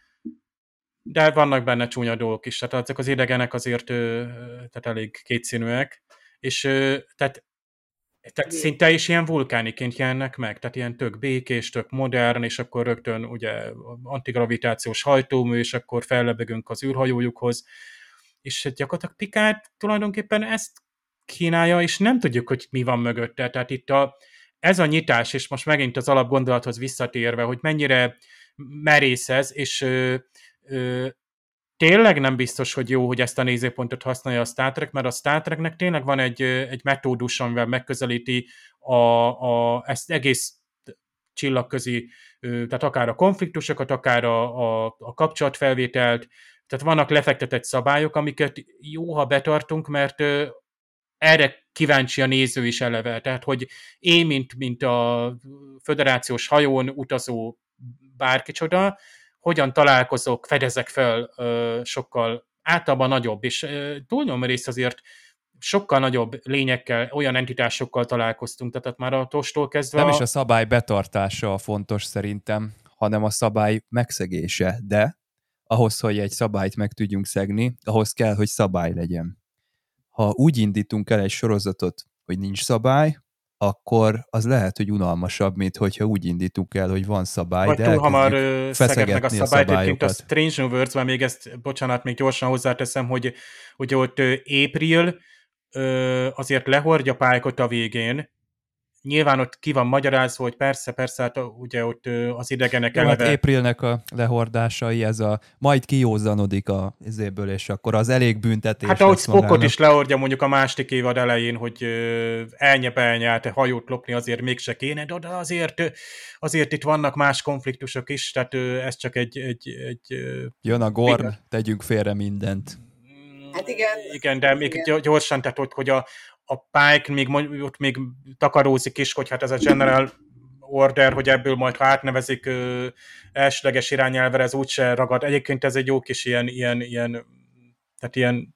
de vannak benne csúnya dolgok is, tehát ezek az idegenek azért tehát elég kétszínűek, és tehát Tehát szinte is ilyen vulkániként jelennek meg, tehát ilyen tök békés, tök modern, és akkor rögtön ugye antigravitációs hajtómű, és akkor fellebegünk az űrhajójukhoz, és gyakorlatilag Picard tulajdonképpen ezt kínálja, és nem tudjuk, hogy mi van mögötte. Tehát itt a, ez a nyitás, és most megint az alapgondolathoz visszatérve, hogy mennyire merész ez, és ö, ö, tényleg nem biztos, hogy jó, hogy ezt a nézőpontot használja a Star Trek, mert a Star Treknek tényleg van egy, egy metódus, amivel megközelíti a, a, ezt egész csillagközi, tehát akár a konfliktusokat, akár a, a, a kapcsolatfelvételt, tehát vannak lefektetett szabályok, amiket jó, ha betartunk, mert erre kíváncsi a néző is eleve. Tehát, hogy én, mint, mint a föderációs hajón utazó bárkicsoda, hogyan találkozok, fedezek fel ö, sokkal általában nagyobb, és ö, túlnyomó rész azért sokkal nagyobb lényekkel, olyan entitásokkal találkoztunk, tehát már a tostól kezdve... Nem a... is a szabály betartása a fontos szerintem, hanem a szabály megszegése, de ahhoz, hogy egy szabályt meg tudjunk szegni, ahhoz kell, hogy szabály legyen. Ha úgy indítunk el egy sorozatot, hogy nincs szabály, akkor az lehet, hogy unalmasabb, mint hogyha úgy indítunk el, hogy van szabály, vagy de túl hamar szeged meg a szabályt. Egyébként a Strange New Worlds-ben még ezt, bocsánat, még gyorsan hozzáteszem, hogy, hogy ott April azért lehordja Pike-ot a végén. Nyilván ott ki van magyarázva, hogy persze, persze, hát ugye ott az idegenek Jó, eleve... Hát Aprilnek a lehordásai, ez a majd kijózanodik a izéből, és akkor az elég büntetés. Hát ahogy Spockot is lehordja mondjuk a második évad elején, hogy elnyepelnyelt hajót lopni azért mégse kéne, de azért, azért itt vannak más konfliktusok is, tehát ez csak egy... egy, egy Jön a Gorn, igen. Tegyünk félre mindent. Hát igen. Igen, de még igen. gyorsan, tehát hogy, hogy a a Pike még, ott még takarózik is, hogy hát ez a General Order, hogy ebből majd, ha átnevezik ö, elsőleges irányelvre, ez úgyse ragad. Egyébként ez egy jó kis ilyen, ilyen, ilyen tehát ilyen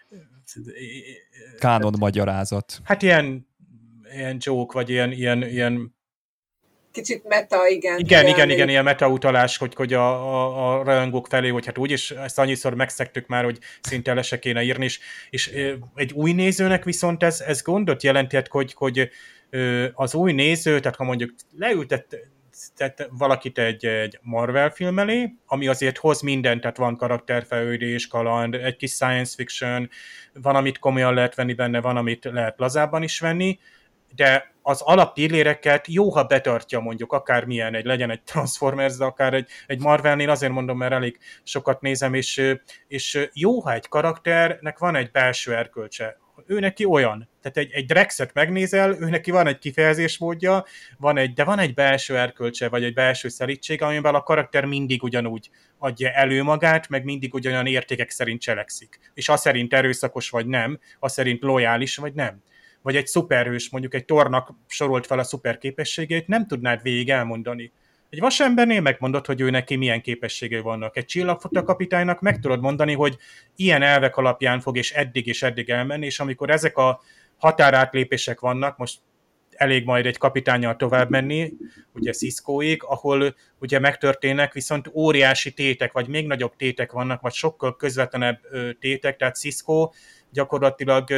kánon magyarázat. Hát ilyen, ilyen joke, vagy ilyen, ilyen, ilyen kicsit meta, igen. Igen, igen, igen, igen, ilyen meta utalás, hogy, hogy a, a, a rajongók felé, hogy hát úgyis ezt annyiszor megszegtük már, hogy szinte le se kéne írni, és, és egy új nézőnek viszont ez, ez gondot jelentett, hogy, hogy az új néző, tehát ha mondjuk leültett tehát valakit egy, egy Marvel film elé, ami azért hoz mindent, tehát van karakterfejlődés, kaland, egy kis science fiction, van, amit komolyan lehet venni benne, van, amit lehet lazábban is venni, de az alappilléreket jó, ha betartja mondjuk akármilyen, egy legyen egy Transformers, de akár egy, egy Marvelnél, azért mondom, mert elég sokat nézem, és, és jó, ha egy karakternek van egy belső erkölcse. Ő neki olyan. Tehát egy, egy Drexet megnézel, ő neki van egy kifejezésmódja, van egy, de van egy belső erkölcse, vagy egy belső szelítség, amiben a karakter mindig ugyanúgy adja elő magát, meg mindig ugyanolyan értékek szerint cselekszik. És az szerint erőszakos vagy nem, az szerint lojális vagy nem. Vagy egy szuperhős, mondjuk egy Thornak sorolt fel a szuper képességét, nem tudnád végig elmondani. Egy vasembernél megmondod, hogy ő neki milyen képességei vannak. Egy csillagfotókapitánynak meg tudod mondani, hogy ilyen elvek alapján fog és eddig és eddig elmenni, és amikor ezek a határátlépések vannak, most elég majd egy kapitánnyal tovább menni, ugye Ciscoig, ahol ugye megtörténnek, viszont óriási tétek, vagy még nagyobb tétek vannak, vagy sokkal közvetlenebb tétek, tehát Cisco gyakorlatilag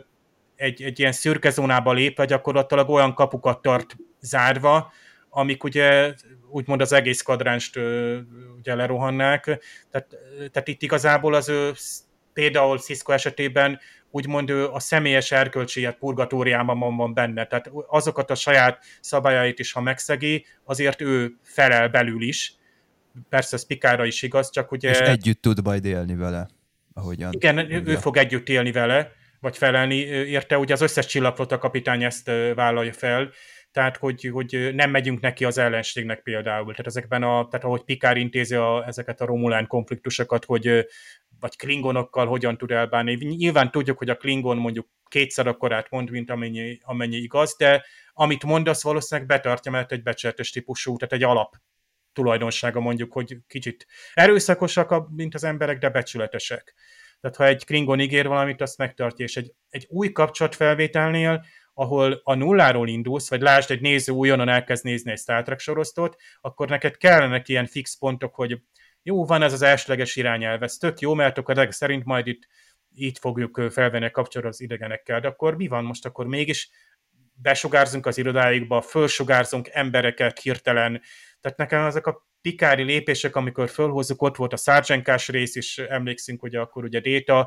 egy, egy ilyen szürke zónába lépve gyakorlatilag olyan kapukat tart zárva, amik ugye úgymond az egész kadránst ugye lerohannák. Tehát, tehát itt igazából az ő, például Cisco esetében úgymond ő a személyes erkölcsi purgatóriában van benne. Tehát azokat a saját szabályait is, ha megszegi, azért ő felel belül is. Persze ez Picardra is igaz, csak ugye... És együtt tud majd élni vele. Ahogyan igen, mondja. ő fog együtt élni vele, vagy felelni érte. Ugye az összes csillagflotta kapitány ezt vállalja fel, tehát hogy, hogy nem megyünk neki az ellenségnek például. Tehát ezekben a, tehát ahogy Picard intézi a, ezeket a Romulán konfliktusokat, hogy vagy klingonokkal hogyan tud elbánni. Nyilván tudjuk, hogy a klingon mondjuk kétszer akkorát mond, mint amennyi, amennyi igaz, de amit mondasz, valószínűleg betartja, mert egy becsületes típusú, tehát egy alap tulajdonsága mondjuk, hogy kicsit erőszakosak, mint az emberek, de becsületesek. Tehát ha egy klingon ígér valamit, azt megtartja, és egy, egy új kapcsolatfelvételnél, ahol a nulláról indulsz, vagy lásd, egy néző újonnan elkezd nézni egy Star Trek sorosztot, akkor neked kellenek ilyen fix pontok, hogy jó, van ez az elsőleges irányelv, ez tök jó, mert akkor ezek szerint majd itt így fogjuk felvenni a kapcsolatot az idegenekkel, de akkor mi van most, akkor mégis besugárzunk az irodáikba, fölsugárzunk embereket hirtelen, tehát nekem ezek a pikári lépések, amikor fölhozzuk, ott volt a szárdzsenkás rész is, emlékszünk, hogy akkor ugye Data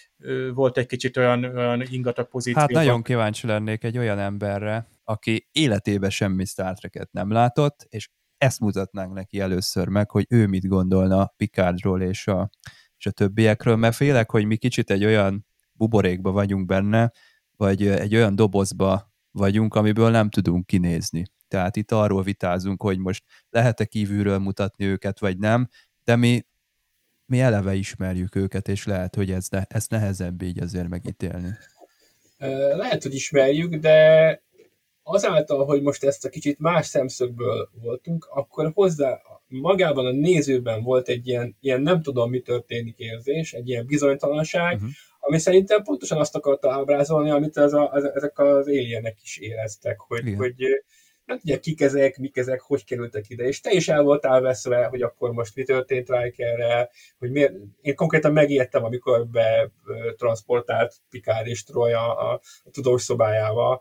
volt egy kicsit olyan, olyan ingatag pozícióban. Hát nagyon kíváncsi lennék egy olyan emberre, aki életében semmi Star Trek-et nem látott, és ezt mutatnánk neki először meg, hogy ő mit gondolna Picardról és a, és a többiekről, mert félek, hogy mi kicsit egy olyan buborékba vagyunk benne, vagy egy olyan dobozba vagyunk, amiből nem tudunk kinézni. Tehát itt arról vitázunk, hogy most lehet-e kívülről mutatni őket, vagy nem, de mi, mi eleve ismerjük őket, és lehet, hogy ez, ez nehezebb így azért megítélni. Lehet, hogy ismerjük, de azáltal, hogy most ezt a kicsit más szemszögből voltunk, akkor hozzá magában a nézőben volt egy ilyen, ilyen nem tudom, mi történik érzés, egy ilyen bizonytalanság, uh-huh. ami szerintem pontosan azt akarta ábrázolni, amit az a, az, ezek az alienek is éreztek, hogy, hogy nem tudják, kik ezek, mik ezek, hogy kerültek ide, és te is el voltál veszve, hogy akkor most mi történt Rikerrel, hogy miért, én konkrétan megijedtem, amikor betransportált Picard és Troy a, a, a tudós szobájába,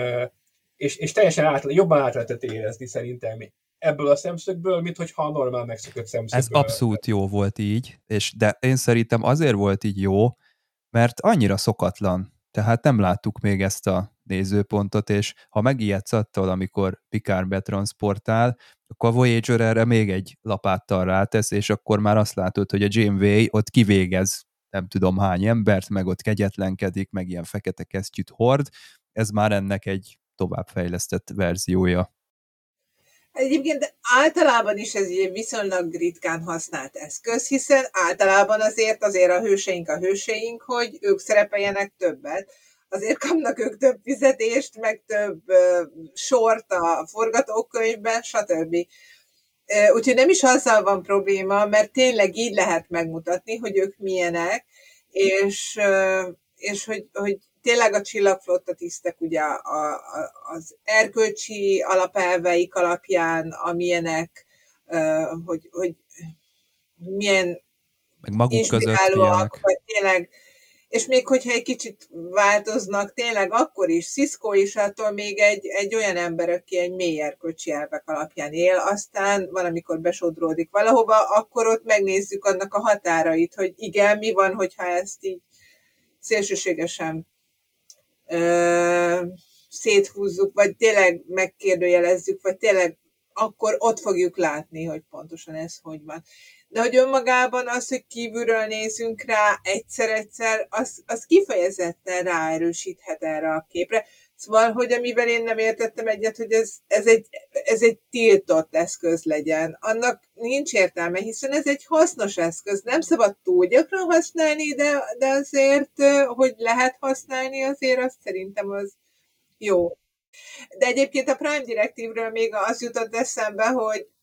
és, és teljesen át, jobban át lehetett érezni szerintem ebből a szemszögből, mint hogyha a normál megszökött szemszögből. Ez abszolút jó volt így, és de én szerintem azért volt így jó, mert annyira szokatlan. Tehát nem láttuk még ezt a nézőpontot, és ha megijedsz attól, amikor Picard betransportál, akkor a Voyager erre még egy lapáttal rátesz, és akkor már azt látod, hogy a Janeway ott kivégez nem tudom hány embert, meg ott kegyetlenkedik, meg ilyen fekete kesztyűt hord. Ez már ennek egy továbbfejlesztett verziója. Egyébként de általában is ez egy viszonylag ritkán használt eszköz, hiszen általában azért azért a hőseink a hőseink, hogy ők szerepeljenek többet. Azért kapnak ők több fizetést, meg több uh, sort a forgatókönyvben, stb. Uh, úgyhogy nem is azzal van probléma, mert tényleg így lehet megmutatni, hogy ők milyenek, és, uh, és hogy, hogy tényleg a csillagflotta tisztek ugye a, a, az erkölcsi alapelveik alapján, amilyenek, uh, hogy, hogy milyen meg maguk között ilyenek. Vagy tényleg, és még hogyha egy kicsit változnak, tényleg akkor is, Cisco is attól még egy, egy olyan ember, aki egy mély erkölcsi elvek alapján él, aztán van, amikor besodródik valahova, akkor ott megnézzük annak a határait, hogy igen, mi van, hogyha ezt így szélsőségesen ö, széthúzzuk, vagy tényleg megkérdőjelezzük, vagy tényleg akkor ott fogjuk látni, hogy pontosan ez hogy van. De hogy önmagában az, hogy kívülről nézünk rá egyszer-egyszer, az, az kifejezetten ráerősíthet erre a képre. Szóval, hogy amivel én nem értettem egyet, hogy ez, ez, egy, ez egy tiltott eszköz legyen. Annak nincs értelme, hiszen ez egy hasznos eszköz. Nem szabad túl gyakran használni, de, de azért, hogy lehet használni, azért azt szerintem az jó. De egyébként a Prime Directive-ről még az jutott eszembe, hogy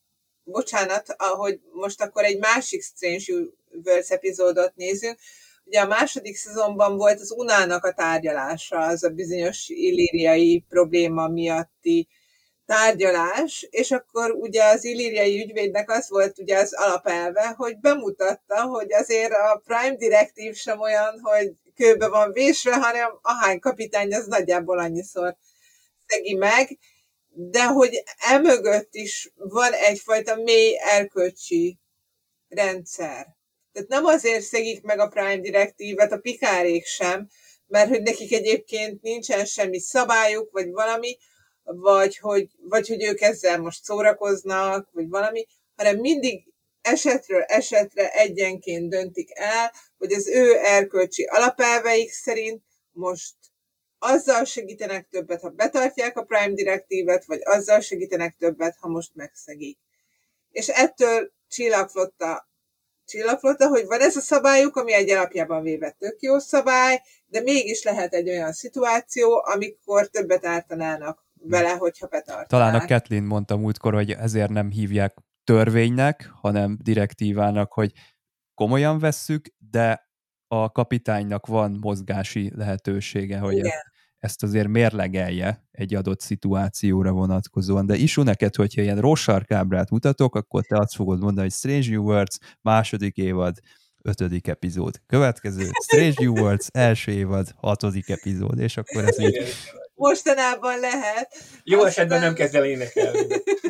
bocsánat, ahogy most akkor egy másik Strange Universe epizódot nézünk, ugye a második szezonban volt az Unának a tárgyalása, az a bizonyos illíriai probléma miatti tárgyalás, és akkor ugye az illíriai ügyvédnek az volt ugye az alapelve, hogy bemutatta, hogy azért a Prime Directive sem olyan, hogy kőbe van vésve, hanem ahány kapitány az nagyjából annyiszor szegi meg, de hogy emögött is van egyfajta mély erkölcsi rendszer. Tehát nem azért szegik meg a Prime Directive-et, a Pikárék sem, mert hogy nekik egyébként nincsen semmi szabályuk, vagy valami, vagy hogy, vagy hogy ők ezzel most szórakoznak, vagy valami, hanem mindig esetről esetre egyenként döntik el, hogy az ő erkölcsi alapelveik szerint most azzal segítenek többet, ha betartják a Prime Directive-et, vagy azzal segítenek többet, ha most megszegik. És ettől Csillagflotta, Csillagflotta, hogy van ez a szabályuk, ami egy alapjában véve tök jó szabály, de mégis lehet egy olyan szituáció, amikor többet ártanának vele, hogyha betartanák. Talán a Kathleen mondta múltkor, hogy ezért nem hívják törvénynek, hanem direktívának, hogy komolyan vesszük, de a kapitánynak van mozgási lehetősége, hogy Igen. ezt azért mérlegelje egy adott szituációra vonatkozóan. De Isu, neked, hogyha ilyen rossarkábrát mutatok, akkor te azt fogod mondani, hogy Strange New Worlds, második évad, ötödik epizód. Következő Strange New Worlds, első évad, hatodik epizód, és akkor ez így... Mostanában lehet. Jó Aztán... esetben nem kezd el énekelni.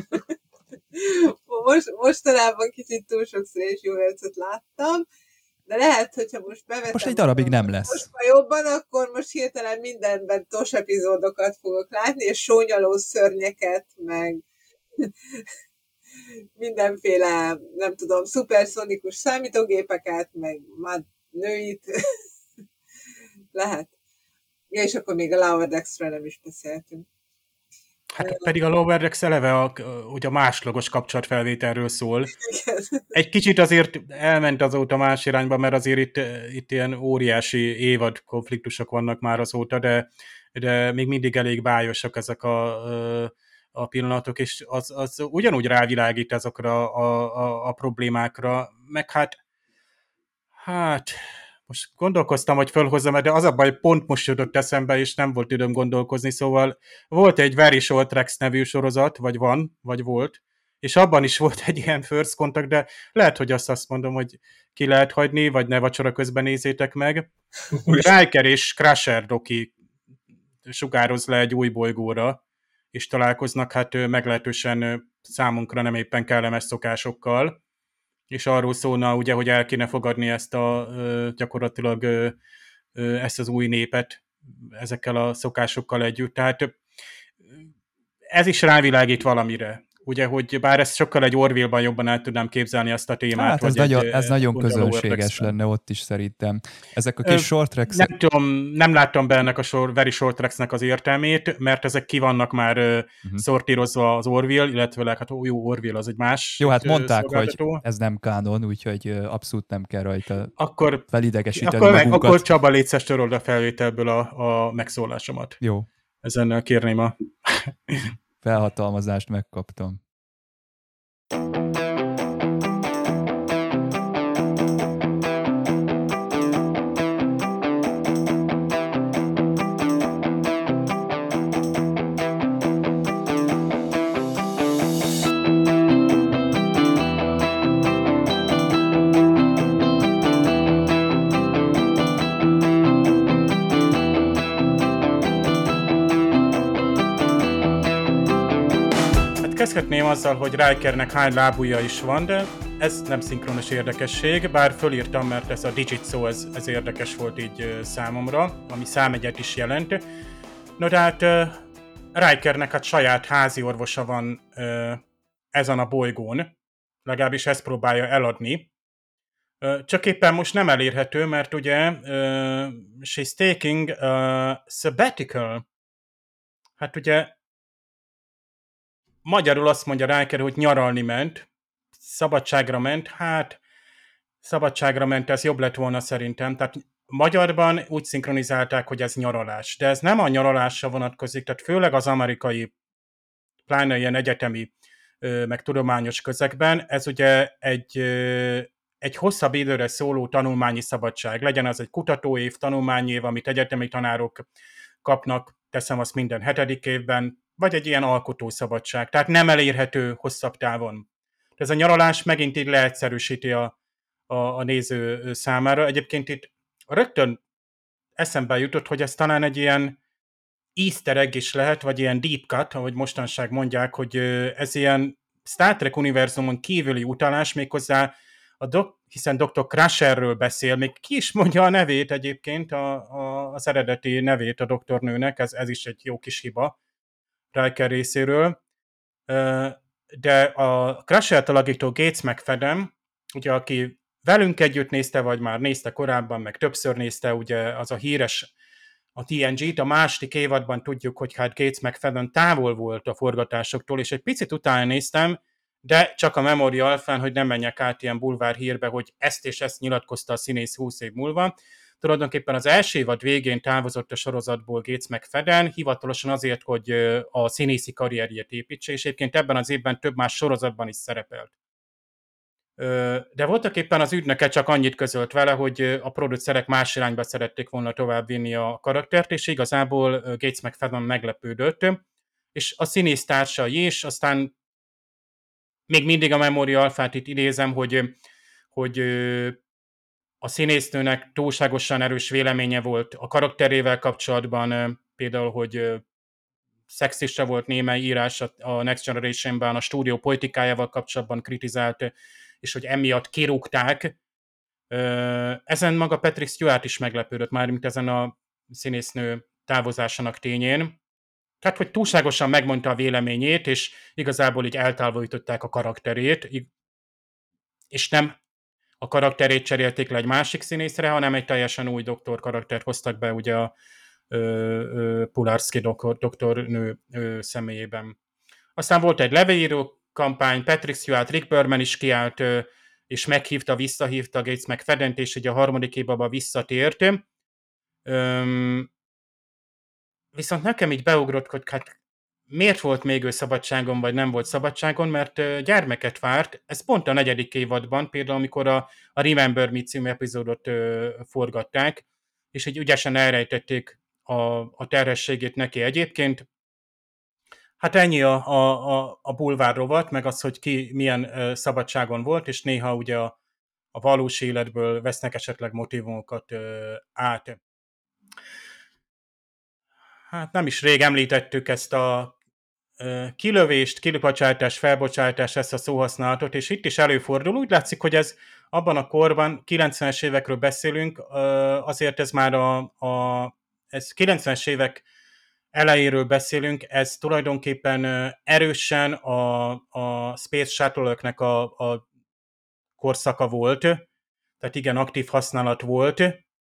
Most, mostanában kicsit túl sok Strange New Worlds-ot láttam, de lehet, hogyha most bevetem... Most egy darabig nem lesz. Most ha jobban, akkor most hirtelen mindenben tos epizódokat fogok látni, és sónyaló szörnyeket, meg mindenféle, nem tudom, szuperszonikus számítógépeket, meg már nőit. Lehet. Ja, és akkor még a Lower Decks-ről nem is beszéltünk. Hát pedig a Lower Decks eleve a, ugye a másodlagos kapcsolatfelvételről szól. Igen. Egy kicsit azért elment azóta más irányba, mert azért itt, itt ilyen óriási évad konfliktusok vannak már azóta, de, de még mindig elég bájosak ezek a, a pillanatok, és az, az ugyanúgy rávilágít ezekre a, a, a problémákra, meg hát hát most gondolkoztam, hogy fölhozzam, de az a baj, pont most jutott eszembe, és nem volt időm gondolkozni, szóval volt egy Very Short Tracks nevű sorozat, vagy van, vagy volt, és abban is volt egy ilyen first contact, de lehet, hogy azt azt mondom, hogy ki lehet hagyni, vagy ne vacsora közben nézzétek meg. Riker és Crusher Doki sugároz le egy új bolygóra, és találkoznak hát meglehetősen számunkra nem éppen kellemes szokásokkal, és arról szólna ugye, hogy el kéne fogadni ezt a gyakorlatilag ezt az új népet ezekkel a szokásokkal együtt. Tehát ez is rávilágít valamire. Ugye, hogy bár ezt sokkal egy Orville-ban jobban el tudnám képzelni azt a témát. Hát ez, vagy nagyon, egy, ez nagyon közönséges lenne ott is szerintem. Ezek a kis short tracks... Nem tudom, nem láttam be ennek a short, very short tracks-nek az értelmét, mert ezek ki vannak már uh-huh. szortírozva az Orville, illetve hát jó, Orville az egy más. Jó, hát mondták, hogy ez nem kánon, úgyhogy abszolút nem kell rajta akkor, felidegesíteni akkor, magunkat. Akkor Csaba, légy szíves, töröld a felvételből a, a megszólásomat. Jó. Ezen kérném a... felhatalmazást megkaptam. Kezdhetném azzal, hogy Rikernek hány lábúja is van, de ez nem szinkronos érdekesség, bár fölírtam, mert ez a digit szó, ez, ez érdekes volt így számomra, ami számegyet is jelent. No, de hát Rikernek hát saját házi orvosa van ezen a bolygón, legalábbis ezt próbálja eladni. Csak éppen most nem elérhető, mert ugye she's taking a sabbatical. Hát ugye magyarul azt mondja Riker, hogy nyaralni ment, szabadságra ment, hát szabadságra ment, ez jobb lett volna szerintem. Tehát magyarban úgy szinkronizálták, hogy ez nyaralás. De ez nem a nyaralásra vonatkozik, tehát főleg az amerikai, pláne ilyen egyetemi meg tudományos közegben. Ez ugye egy, egy hosszabb időre szóló tanulmányi szabadság. Legyen az egy kutatóév, tanulmányév, amit egyetemi tanárok kapnak, teszem azt minden hetedik évben, vagy egy ilyen alkotószabadság. Tehát nem elérhető hosszabb távon. Ez a nyaralás megint így leegyszerűsíti a, a, a néző számára. Egyébként itt rögtön eszembe jutott, hogy ez talán egy ilyen easter egg is lehet, vagy ilyen deep cut, ahogy mostanság mondják, hogy ez ilyen Star Trek univerzumon kívüli utalás, méghozzá a dok- hiszen doktor Crusherről beszél, még ki is mondja a nevét egyébként, a, a, az eredeti nevét a doktornőnek, ez, ez is egy jó kis hiba Riker részéről. De a Crusher-t alakító Gates McFadden, ugye aki velünk együtt nézte, vagy már nézte korábban, meg többször nézte, ugye az a híres a té en gét, a második évadban tudjuk, hogy hát Gates McFadden távol volt a forgatásoktól, és egy picit utána néztem, de csak a Memory alfán, hogy nem menjek át ilyen bulvár hírbe, hogy ezt és ezt nyilatkozta a színész húsz év múlva. Tulajdonképpen az első évad végén távozott a sorozatból Gates McFadden, hivatalosan azért, hogy a színészi karrierjét építse, és egyébként ebben az évben több más sorozatban is szerepelt. De voltak éppen az ügynöke csak annyit közölt vele, hogy a producerek más irányba szerették volna továbbvinni a karaktert, és igazából Gates McFadden meglepődött, és a színész társai is, aztán még mindig a Memory alfát itt idézem, hogy, hogy a színésznőnek túlságosan erős véleménye volt a karakterével kapcsolatban, például, hogy szexista volt némely írás a Next Generation-ben, a stúdió politikájával kapcsolatban kritizált, és hogy emiatt kirúgták. Ezen maga Patrick Stewart is meglepődött már, mint ezen a színésznő távozásának tényén. Tehát, hogy túlságosan megmondta a véleményét, és igazából így eltávolították a karakterét, és nem a karakterét cserélték le egy másik színészre, hanem egy teljesen új doktor karaktert hoztak be, ugye a Pularski doktor, doktornő személyében. Aztán volt egy levélíró kampány, Patrick Stewart, Rick Berman is kiállt, és meghívta, visszahívta Gates McFaddent, és ugye a harmadik évadban visszatért. Üm, viszont nekem így beugrott, hogy hát miért volt még ő szabadságon, vagy nem volt szabadságon, mert gyermeket várt. Ez pont a negyedik évadban, például amikor a, a Remember Me című epizódot ö, forgatták, és így ügyesen elrejtették a, a terhességét neki egyébként. Hát ennyi a, a, a bulvár rovat, meg az, hogy ki milyen ö, szabadságon volt, és néha ugye a, a valós életből vesznek esetleg motivumokat ö, át. Hát nem is rég említettük ezt a ö, kilövést, kibocsátás, felbocsátás, ezt a szóhasználatot, és itt is előfordul. Úgy látszik, hogy ez abban a korban, kilencvenes évekről beszélünk, ö, azért ez már a, a ez kilencvenes évek elejéről beszélünk, ez tulajdonképpen erősen a, a Space Shuttle-öknek a, a korszaka volt, tehát igen, aktív használat volt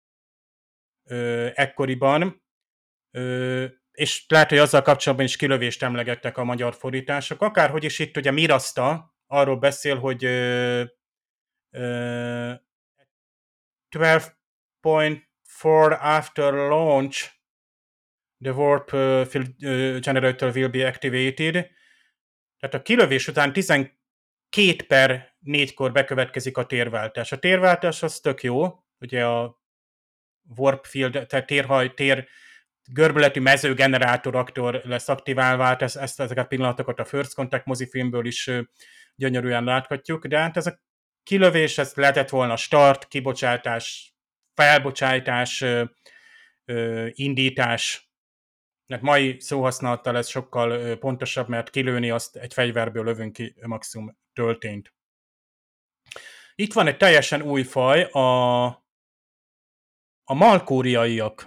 ö, ekkoriban, ö, és lehet, hogy azzal kapcsolatban is kilövést emlegettek a magyar fordítások. Akárhogy is itt ugye Mirasta arról beszél, hogy ö, ö, twelve point four after launch the warp uh, generator will be activated. Tehát a kilövés után tizenkét per négykor bekövetkezik a térváltás. A térváltás az tök jó, ugye a warp field, tehát térhaj, tér görbületű mezőgenerátoraktól lesz aktiválva, hát ezt, ezt, ezeket a pillanatokat a First Contact mozifilmből is uh, gyönyörűen láthatjuk, de hát ez a kilövés, ez lehetett volna start, kibocsátás, felbocsátás, uh, uh, indítás. Hát mai szóhasználattal ez sokkal pontosabb, mert kilőni azt egy fegyverből lövünk ki maximum töltényt. Itt van egy teljesen új faj, a, a malkóriaiak.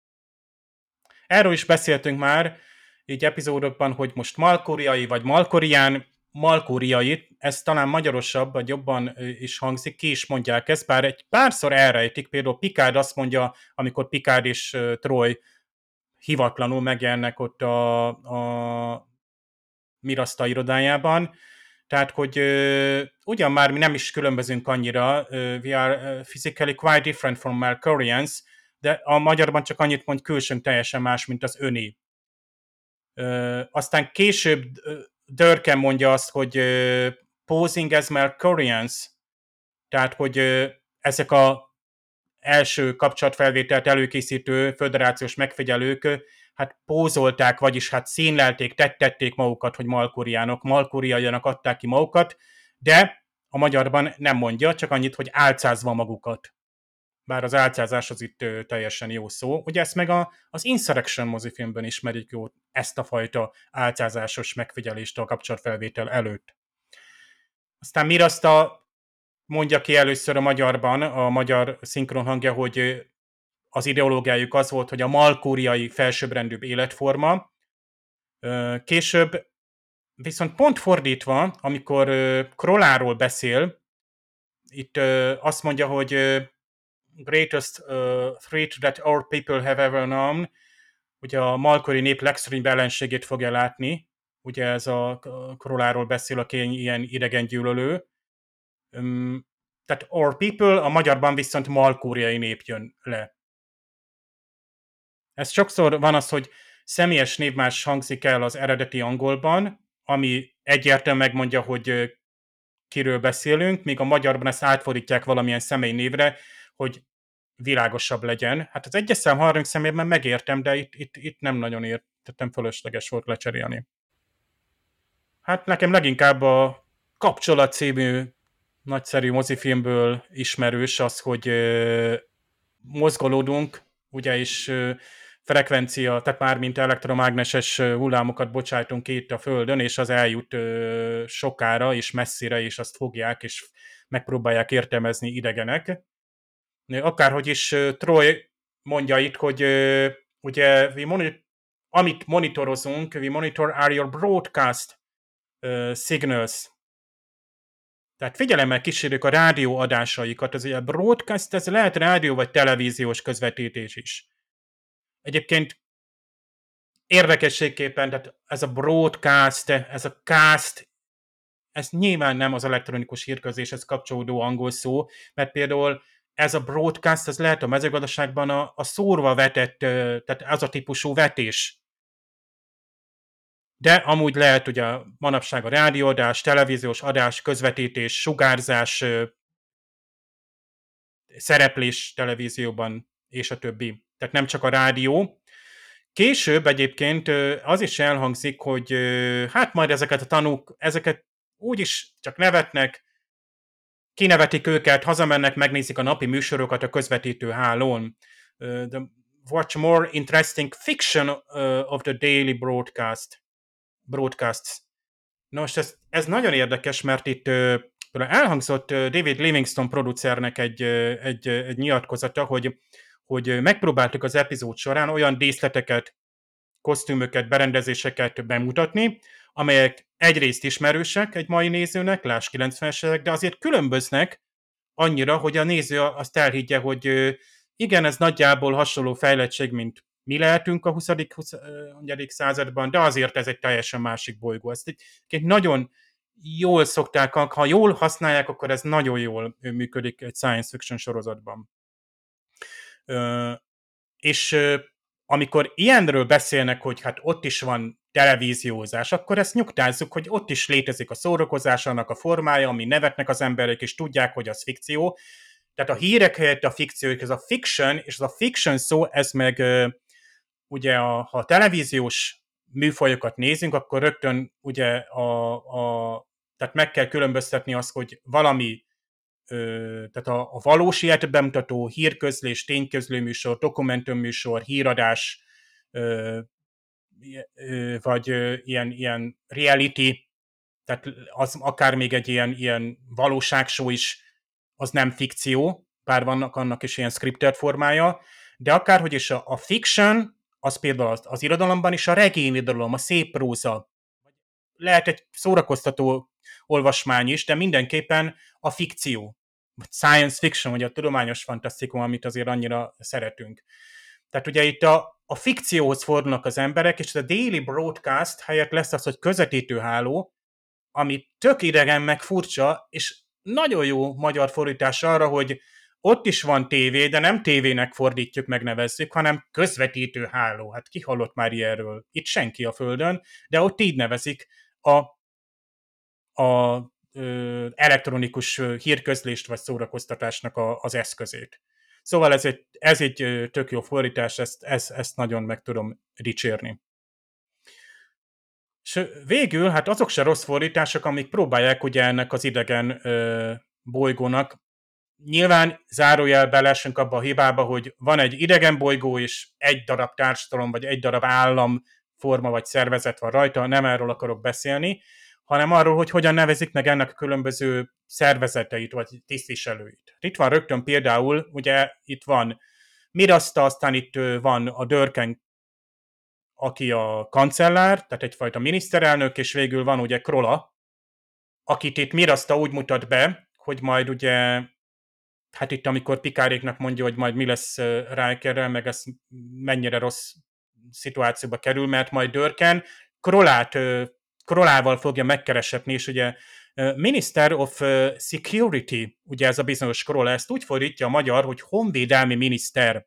Erről is beszéltünk már így epizódokban, hogy most malkóriai vagy malkorián, malkóriai, ez talán magyarosabb, vagy jobban is hangzik, ki is mondják ezt, bár egy párszor elrejtik, például Picard azt mondja, amikor Picard és Troy hivatlanul megjelennek ott a, a Mirasta irodájában. Tehát, hogy uh, ugyan már mi nem is különbözünk annyira, uh, we are physically quite different from Malkorians, de a magyarban csak annyit mond, külsőnk teljesen más, mint az öné. Uh, aztán később uh, Durkheim mondja azt, hogy uh, posing as Mercurians, tehát hogy uh, ezek a első kapcsolatfelvételt előkészítő föderációs megfigyelők hát pózolták, vagyis hát színlelték, tettették magukat, hogy malkuriánok, malkuriaianak adták ki magukat, de a magyarban nem mondja, csak annyit, hogy álcázva magukat. Bár az álcázás az itt ö, teljesen jó szó. Ugye ezt meg a, az Insurrection mozifilmben ismerik jó, ezt a fajta álcázásos megfigyelést a kapcsolatfelvétel előtt. Aztán Miraszta mondja ki először a magyarban, a magyar szinkron hangja, hogy az ideológiájuk az volt, hogy a malkóriai felsőbbrendűbb életforma. Később viszont pont fordítva, amikor Krolláról beszél, itt azt mondja, hogy greatest threat that our people have ever known, ugye a malkóri nép legszörnyűbb ellenségét fogja látni, ugye ez a Krolláról beszél, aki ilyen idegengyűlölő. Tehát our people, a magyarban viszont malkóriai nép jön le. Ez sokszor van az, hogy személyes névmás hangzik el az eredeti angolban, ami egyértelműen megmondja, hogy kiről beszélünk, míg a magyarban ezt átfordítják valamilyen személy névre, hogy világosabb legyen. Hát az egyes szám harmadik személyben megértem, de itt, itt, itt nem nagyon értettem, fölösleges volt lecserélni. Hát nekem leginkább a Kapcsolat című nagyszerű mozifilmből ismerős az, hogy mozgolódunk, ugye is frekvencia, tehát már mint elektromágneses hullámokat bocsájtunk ki itt a Földön, és az eljut sokára és messzire, és azt fogják, és megpróbálják értelmezni idegenek. Akárhogy is Troy mondja itt, hogy ugye we monitor, amit monitorozunk, we monitor are your broadcast uh, signals. Tehát figyelemmel kísérjük a rádió adásaikat. Az ugye broadcast, ez lehet rádió vagy televíziós közvetítés is. Egyébként érdekességképpen, tehát ez a broadcast, ez a cast, ez nyilván nem az elektronikus hírközléshez kapcsolódó angol szó, mert például ez a broadcast, ez lehet a mezőgazdaságban a, a szórva vetett, tehát az a típusú vetés. De amúgy lehet ugye manapság a rádióadás, televíziós adás, közvetítés, sugárzás, szereplés televízióban, és a többi. Tehát nem csak a rádió. Később egyébként az is elhangzik, hogy hát majd ezeket a tanúk, ezeket úgyis csak nevetnek, kinevetik őket, hazamennek, megnézik a napi műsorokat a közvetítő hálón. The watch more interesting fiction of the daily broadcast. broadcasts. Nos, ez, ez nagyon érdekes, mert itt elhangzott David Livingstone producernek egy, egy, egy nyilatkozata, hogy, hogy megpróbáltuk az epizód során olyan díszleteket, kosztümöket, berendezéseket bemutatni, amelyek egyrészt ismerősek egy mai nézőnek, láss kilencvenes évek, de azért különböznek annyira, hogy a néző azt elhiggye, hogy igen, ez nagyjából hasonló fejlettség, mint mi lehetünk a huszadik században, de azért ez egy teljesen másik bolygó. Ezt egy nagyon jól szokták, ha jól használják, akkor ez nagyon jól működik egy science fiction sorozatban. És amikor ilyenről beszélnek, hogy hát ott is van televíziózás, akkor ezt nyugtázzuk, hogy ott is létezik a szórakozás, annak a formája, ami nevetnek az emberek, és tudják, hogy az fikció. Tehát a hírek helyett a fikció, ez a fiction, és az a fiction szó, ez meg ugye a, ha a televíziós műfajokat nézünk, akkor rögtön ugye a, a tehát meg kell különböztetni azt, hogy valami Ö, tehát a, a valós életben bemutató hírközlés, tényközlőműsor, dokumentumműsor, híradás, ö, ö, vagy ö, ilyen, ilyen reality, tehát az akár még egy ilyen, ilyen valóságshow is, az nem fikció, bár vannak annak is ilyen scripted formája, de akárhogy is a, a fiction, az például az, az irodalomban is a regényirodalom, a szép próza, lehet egy szórakoztató olvasmány is, de mindenképpen a fikció, vagy science fiction, vagy a tudományos fantasztikum, amit azért annyira szeretünk. Tehát ugye itt a, a fikcióhoz fordulnak az emberek, és a daily broadcast helyett lesz az, hogy közvetítőháló, ami tök idegen, meg furcsa, és nagyon jó magyar fordítás arra, hogy ott is van tévé, de nem tévének fordítjuk, megnevezzük, hanem közvetítőháló. Hát ki hallott már ilyenről? Itt senki a Földön, de ott így nevezik a a ö, elektronikus hírközlést vagy szórakoztatásnak a, az eszközét. Szóval ez egy, ez egy tök jó fordítás, ezt, ezt, ezt nagyon meg tudom dicsérni. És végül, hát azok se rossz fordítások, amik próbálják ugye ennek az idegen ö, bolygónak. Nyilván zárójelbe lessünk abba a hibába, hogy van egy idegen bolygó, és egy darab társadalom, vagy egy darab államforma, vagy szervezet van rajta, nem erről akarok beszélni, hanem arról, hogy hogyan nevezik meg ennek a különböző szervezeteit, vagy tisztviselőit. Itt van rögtön például, ugye itt van Mirasta, aztán itt van a Dörken, aki a kancellár, tehát egyfajta miniszterelnök, és végül van ugye Krola, akit itt Mirasta úgy mutat be, hogy majd ugye, hát itt amikor Pikáréknak mondja, hogy majd mi lesz Rikerrel, meg ez mennyire rossz szituációba kerül, mert majd Dörken Krolát, Krolával fogja megkereshetni, és ugye Minister of Security, ugye ez a bizonyos Krola, ezt úgy fordítja a magyar, hogy honvédelmi miniszter.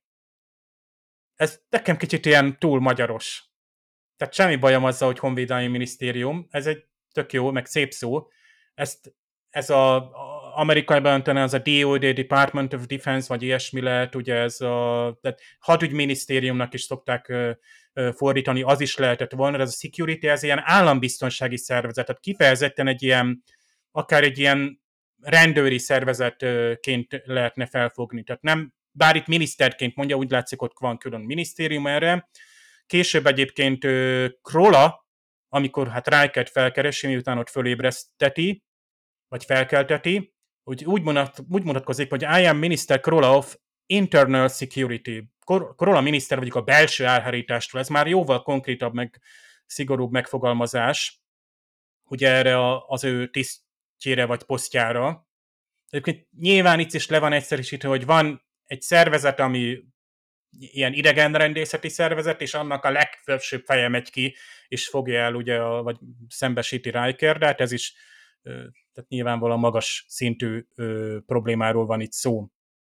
Ez nekem kicsit ilyen túl magyaros. Tehát semmi bajom azzal, hogy honvédelmi minisztérium, ez egy tök jó, meg szép szó. Ezt, ez a, a amerikaiban az a D O D, Department of Defense, vagy ilyesmi lehet, ugye ez a tehát hadügyminisztériumnak is szokták ö, ö, fordítani, az is lehetett volna, ez a security, ez ilyen állambiztonsági szervezet, tehát kifejezetten egy ilyen, akár egy ilyen rendőri szervezetként lehetne felfogni. Tehát nem, bár itt miniszterként mondja, úgy látszik, ott van külön minisztérium erre. Később egyébként Krola, amikor hát Rikert felkeresi, miután ott fölébreszteti, vagy felkelteti, úgy, úgy, mondat, úgy mutatkozik, hogy I am Minister Krola of Internal Security. Krola miniszter vagyok a belső elhárítástól. Ez már jóval konkrétabb, meg szigorúbb megfogalmazás, ugye erre a, az ő tisztjére vagy posztjára. Egyébként nyilván itt is le van egyszerűsítve, hogy van egy szervezet, ami ilyen idegenrendészeti szervezet, és annak a legfelsőbb feje megy ki, és fogja el, ugye, a, vagy szembesíti Riker, de hát ez is tehát nyilvánvalóan magas szintű ö, problémáról van itt szó.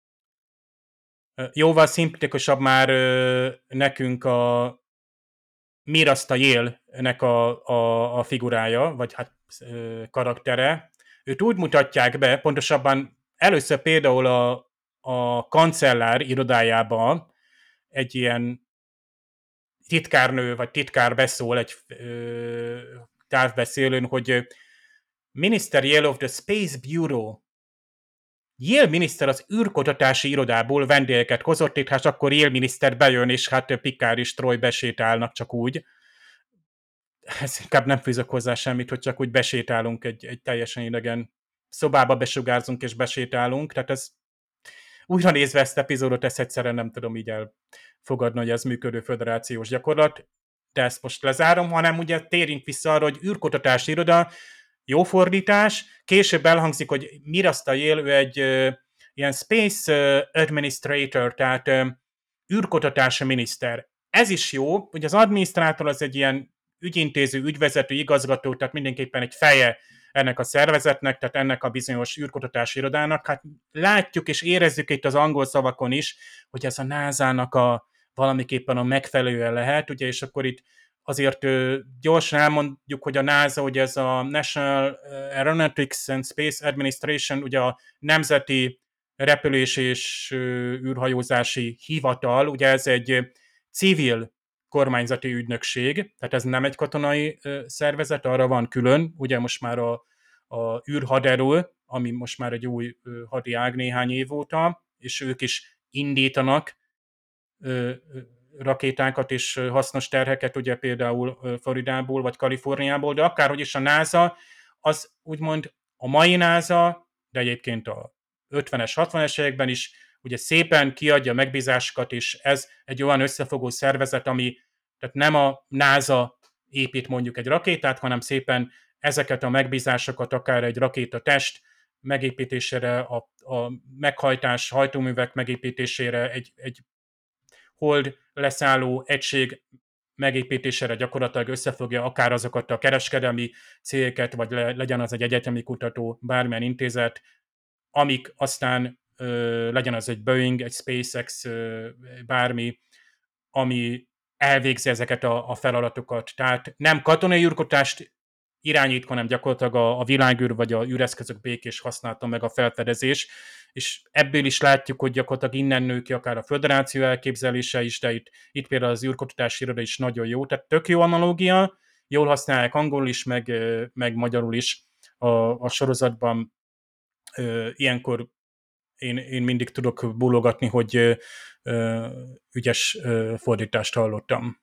Jóval szimplikusabb már ö, nekünk a Mirasta Yale-nek a, a, a figurája, vagy hát ö, karaktere. Őt úgy mutatják be, pontosabban először például a, a kancellár irodájában egy ilyen titkárnő, vagy titkár beszól egy ö, távbeszélőn, hogy Minister Yale of the Space Bureau. Yale miniszter az űrkutatási irodából vendégeket hozott itt, hát akkor Yale miniszter bejön, és hát Picard és Troy besétálnak csak úgy. Ez inkább nem fűzök hozzá semmit, hogy csak úgy besétálunk egy, egy teljesen idegen szobába, besugárzunk és besétálunk, tehát ez újra nézve ezt epizódot, ezt egyszerűen nem tudom így elfogadni, hogy ez működő föderációs gyakorlat, de ezt most lezárom, hanem ugye térjünk vissza arra, hogy űrkutatási iroda, jó fordítás, később elhangzik, hogy Mirasta Yale, ő egy uh, ilyen space uh, administrator, tehát uh, űrkutatási miniszter. Ez is jó, hogy az adminisztrátor az egy ilyen ügyintéző, ügyvezető, igazgató, tehát mindenképpen egy feje ennek a szervezetnek, tehát ennek a bizonyos űrkutatási irodának. Hát látjuk és érezzük itt az angol szavakon is, hogy ez a nászának a valamiképpen a megfelelően lehet, ugye, és akkor itt azért gyorsan elmondjuk, hogy a NASA, ugye ez a National Aeronautics and Space Administration, ugye a Nemzeti Repülés és űrhajózási hivatal, ugye ez egy civil kormányzati ügynökség, tehát ez nem egy katonai szervezet, arra van külön, ugye most már a, a űrhaderő, ami most már egy új hadi ág néhány év óta, és ők is indítanak rakétákat és hasznos terheket, ugye például Floridából vagy Kaliforniából, de akárhogy is a NASA, az úgymond a mai NASA, de egyébként a ötvenes, hatvanas években is ugye szépen kiadja megbízásokat, és ez egy olyan összefogó szervezet, ami tehát nem a NASA épít mondjuk egy rakétát, hanem szépen ezeket a megbízásokat akár egy rakétatest megépítésére, a, a meghajtás, hajtóművek megépítésére, egy, egy hold leszálló egység megépítésére gyakorlatilag összefogja akár azokat a kereskedelmi cégeket, vagy le, legyen az egy egyetemi kutató, bármilyen intézet, amik aztán ö, legyen az egy Boeing, egy SpaceX, ö, bármi, ami elvégzi ezeket a, a feladatokat. Tehát nem katonai űrkutatást irányít, hanem gyakorlatilag a, a világűr vagy a űreszközök békés használta meg a felfedezés, és ebből is látjuk, hogy gyakorlatilag innen nő ki akár a föderáció elképzelése is, de itt, itt például az űrkutatási iroda is nagyon jó, tehát tök jó analógia, jól használják angolul is, meg, meg magyarul is a, a sorozatban. Ilyenkor én, én mindig tudok bólogatni, hogy ügyes fordítást hallottam.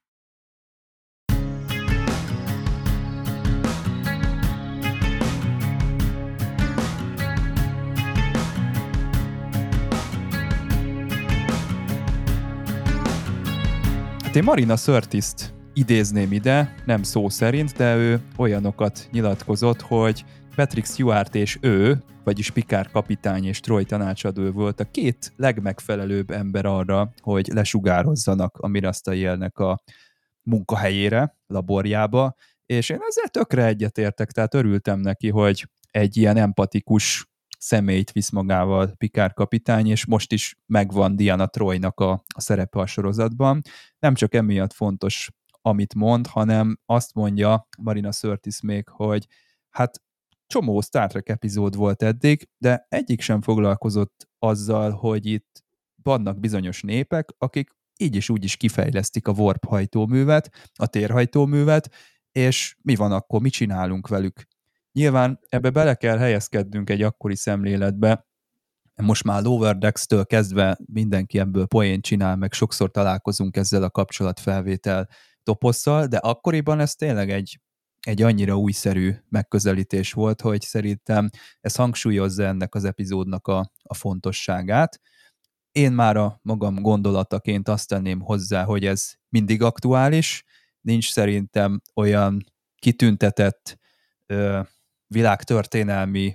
Hát én Marina Sirtist idézném ide, nem szó szerint, de ő olyanokat nyilatkozott, hogy Patrick Stewart és ő, vagyis Picard kapitány és Troy tanácsadó volt a két legmegfelelőbb ember arra, hogy lesugározzanak a Mirastajelnek a munkahelyére, laborjába, és én ezzel tökre egyetértek, tehát örültem neki, hogy egy ilyen empatikus személyt visz magával Picard kapitány, és most is megvan Diana Troynak a, a szerepe a sorozatban. Nem csak emiatt fontos, amit mond, hanem azt mondja Marina Sirtis még, hogy hát csomó Star Trek epizód volt eddig, de egyik sem foglalkozott azzal, hogy itt vannak bizonyos népek, akik így is úgy is kifejlesztik a warp hajtóművet, a térhajtóművet, és mi van akkor, mit csinálunk velük? Nyilván ebbe bele kell helyezkednünk egy akkori szemléletbe, most már Lower Decks-től kezdve mindenki ebből poént csinál, meg sokszor találkozunk ezzel a kapcsolatfelvétel toposszal, de akkoriban ez tényleg egy, egy annyira újszerű megközelítés volt, hogy szerintem ez hangsúlyozza ennek az epizódnak a, a fontosságát. Én már a magam gondolataként azt tenném hozzá, hogy ez mindig aktuális, nincs szerintem olyan kitüntetett ö, világtörténelmi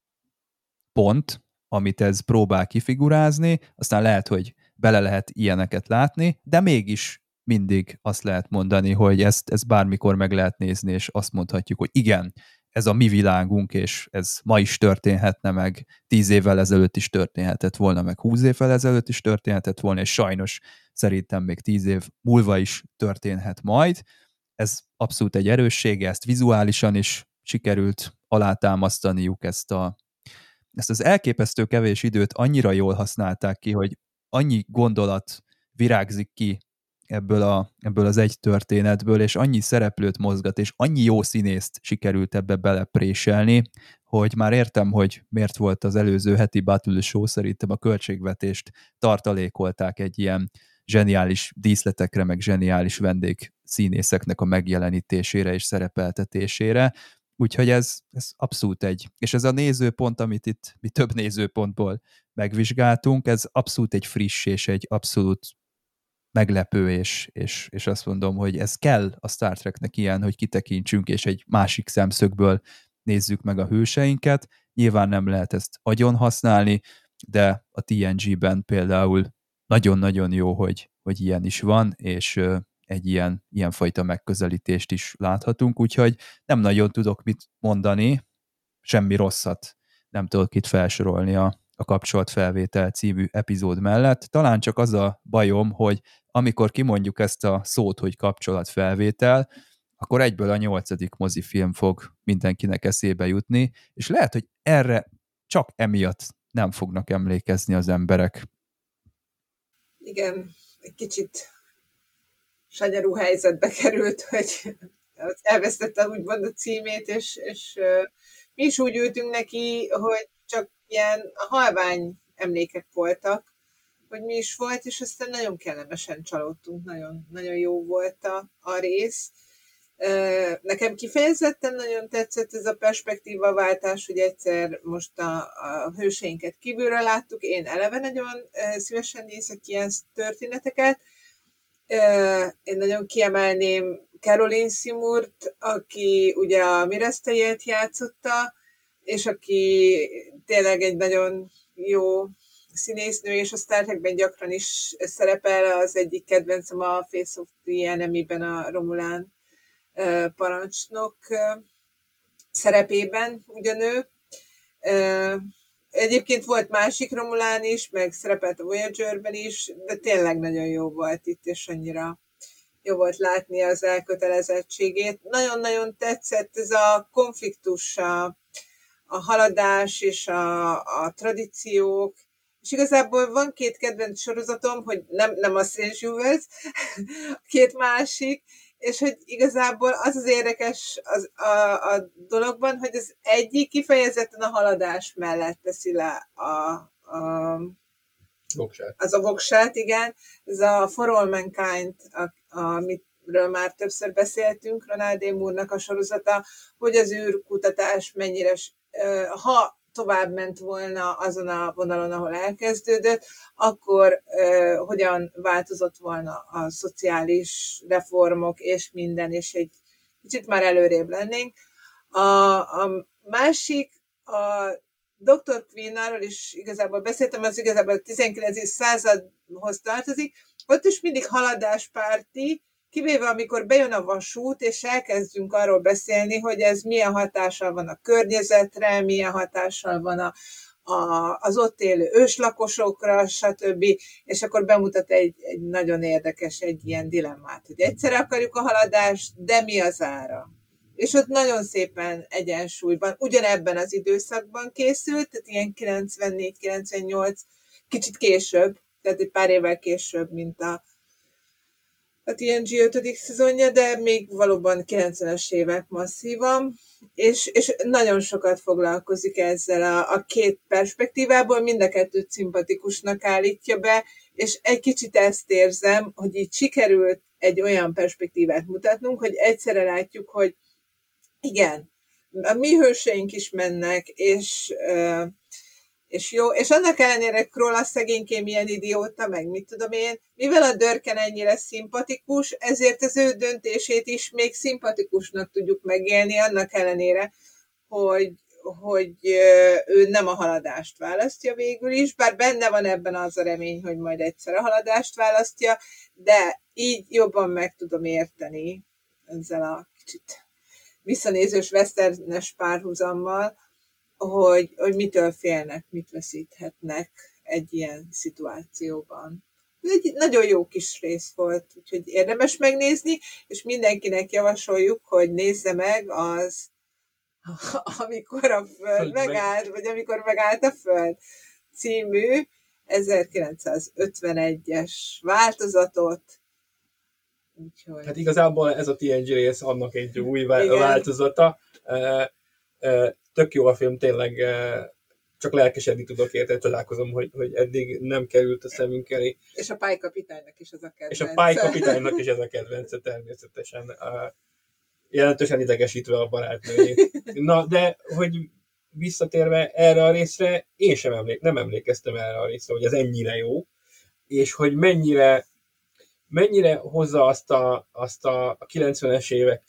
pont, amit ez próbál kifigurázni, aztán lehet, hogy bele lehet ilyeneket látni, de mégis mindig azt lehet mondani, hogy ezt, ezt bármikor meg lehet nézni, és azt mondhatjuk, hogy igen, ez a mi világunk, és ez ma is történhetne, meg tíz évvel ezelőtt is történhetett volna, meg húsz évvel ezelőtt is történhetett volna, és sajnos szerintem még tíz év múlva is történhet majd. Ez abszolút egy erőssége, ezt vizuálisan is sikerült alátámasztaniuk, ezt a ezt az elképesztő kevés időt annyira jól használták ki, hogy annyi gondolat virágzik ki ebből, a, ebből az egy történetből, és annyi szereplőt mozgat, és annyi jó színészt sikerült ebbe belepréselni, hogy már értem, hogy miért volt az előző heti Battle Show, szerintem a költségvetést tartalékolták egy ilyen zseniális díszletekre, meg zseniális vendég színészeknek a megjelenítésére és szerepeltetésére. Úgyhogy ez, ez abszolút egy, és ez a nézőpont, amit itt mi több nézőpontból megvizsgáltunk, ez abszolút egy friss és egy abszolút meglepő, és, és, és azt mondom, hogy ez kell a Star Treknek ilyen, hogy kitekintsünk, és egy másik szemszögből nézzük meg a hőseinket. Nyilván nem lehet ezt agyon használni, de a té en gé-ben például nagyon-nagyon jó, hogy, hogy ilyen is van, és egy ilyen, ilyen fajta megközelítést is láthatunk, úgyhogy nem nagyon tudok mit mondani, semmi rosszat nem tudok itt felsorolni a, a Kapcsolatfelvétel című epizód mellett. Talán csak az a bajom, hogy amikor kimondjuk ezt a szót, hogy kapcsolatfelvétel, akkor egyből a nyolcadik mozifilm fog mindenkinek eszébe jutni, és lehet, hogy erre csak emiatt nem fognak emlékezni az emberek. Igen, egy kicsit sanyarú helyzetbe került, hogy elvesztette úgymond a címét, és, és uh, mi is úgy ültünk neki, hogy csak ilyen halvány emlékek voltak, hogy mi is volt, és aztán nagyon kellemesen csalódtunk, nagyon, nagyon jó volt a, a rész. Uh, nekem kifejezetten nagyon tetszett ez a perspektívaváltás, hogy egyszer most a, a hőseinket kívülről láttuk, én eleve nagyon uh, szívesen nézek ilyen történeteket. Én nagyon kiemelném Caroline Simurt, aki ugye a Mirastajet játszotta, és aki tényleg egy nagyon jó színésznő, és a Star Trekben gyakran is szerepel, az egyik kedvencem a Face of the Enemy-ben a Romulán parancsnok szerepében ugyanő. Egyébként volt másik Romulán is, meg szerepelt a Voyager-ben is, de tényleg nagyon jó volt itt, és annyira jó volt látni az elkötelezettségét. Nagyon-nagyon tetszett ez a konfliktus, a, a haladás és a, a tradíciók, és igazából van két kedvenc sorozatom, hogy nem, nem a Strange Jewels, két másik, és hogy igazából az az érdekes az, a, a dologban, hogy az egyik kifejezetten a haladás mellett teszi le a, a Voksát. az a voksát, igen. Ez a For All Mankind, amiről már többször beszéltünk, Ronald D. Moore-nak a sorozata, hogy az űrkutatás mennyire, ha tovább ment volna azon a vonalon, ahol elkezdődött, akkor uh, hogyan változott volna a szociális reformok és minden, és egy kicsit már előrébb lennénk. A, a másik, a doktor Quinn, arról is igazából beszéltem, az igazából a tizenkilencedik századhoz tartozik, ott is mindig haladáspárti, kivéve amikor bejön a vasút, és elkezdünk arról beszélni, hogy ez milyen hatással van a környezetre, milyen hatással van a, a, az ott élő őslakosokra, stb. És akkor bemutat egy, egy nagyon érdekes, egy ilyen dilemmát, hogy egyszerre akarjuk a haladást, de mi az ára? És ott nagyon szépen egyensúlyban, ugyanebben az időszakban készült, tehát ilyen kilencvennégy kilencvennyolc, kicsit később, tehát egy pár évvel később, mint a a té en gé ötödik szezonja, de még valóban kilencvenes évek masszívan, és, és nagyon sokat foglalkozik ezzel a, a két perspektívából, mind a kettőt szimpatikusnak állítja be, és egy kicsit ezt érzem, hogy így sikerült egy olyan perspektívát mutatnunk, hogy egyszerre látjuk, hogy igen, a mi hőseink is mennek, és, és jó, és annak ellenére Kroll szegénykém ilyen idióta, meg mit tudom én, mivel a Dörken ennyire szimpatikus, ezért az ő döntését is még szimpatikusnak tudjuk megélni, annak ellenére, hogy, hogy ő nem a haladást választja végül is, bár benne van ebben az a remény, hogy majd egyszer a haladást választja, de így jobban meg tudom érteni ezzel a kicsit visszanézős westernes párhuzammal, hogy, hogy mitől félnek, mit veszíthetnek egy ilyen szituációban. Ez egy nagyon jó kis rész volt, úgyhogy érdemes megnézni, és mindenkinek javasoljuk, hogy nézze meg az, amikor a Föld megállt, vagy amikor megállt a Föld című ezerkilencszázötvenegyes változatot. Úgyhogy... Hát igazából ez a té en gé rész annak egy új változata. Tök jó a film, tényleg csak lelkesedni tudok érte, csodálkozom, hogy, hogy eddig nem került a szemünk elé. És a pálykapitánynak is ez a kedvence. És a pálykapitánynak is ez a kedvence természetesen. Jelentősen idegesítve a barátnőjét. Na, de hogy visszatérve erre a részre, én sem emlék, nem emlékeztem erre a részre, hogy ez ennyire jó, és hogy mennyire mennyire hozza azt a, azt a kilencvenes évek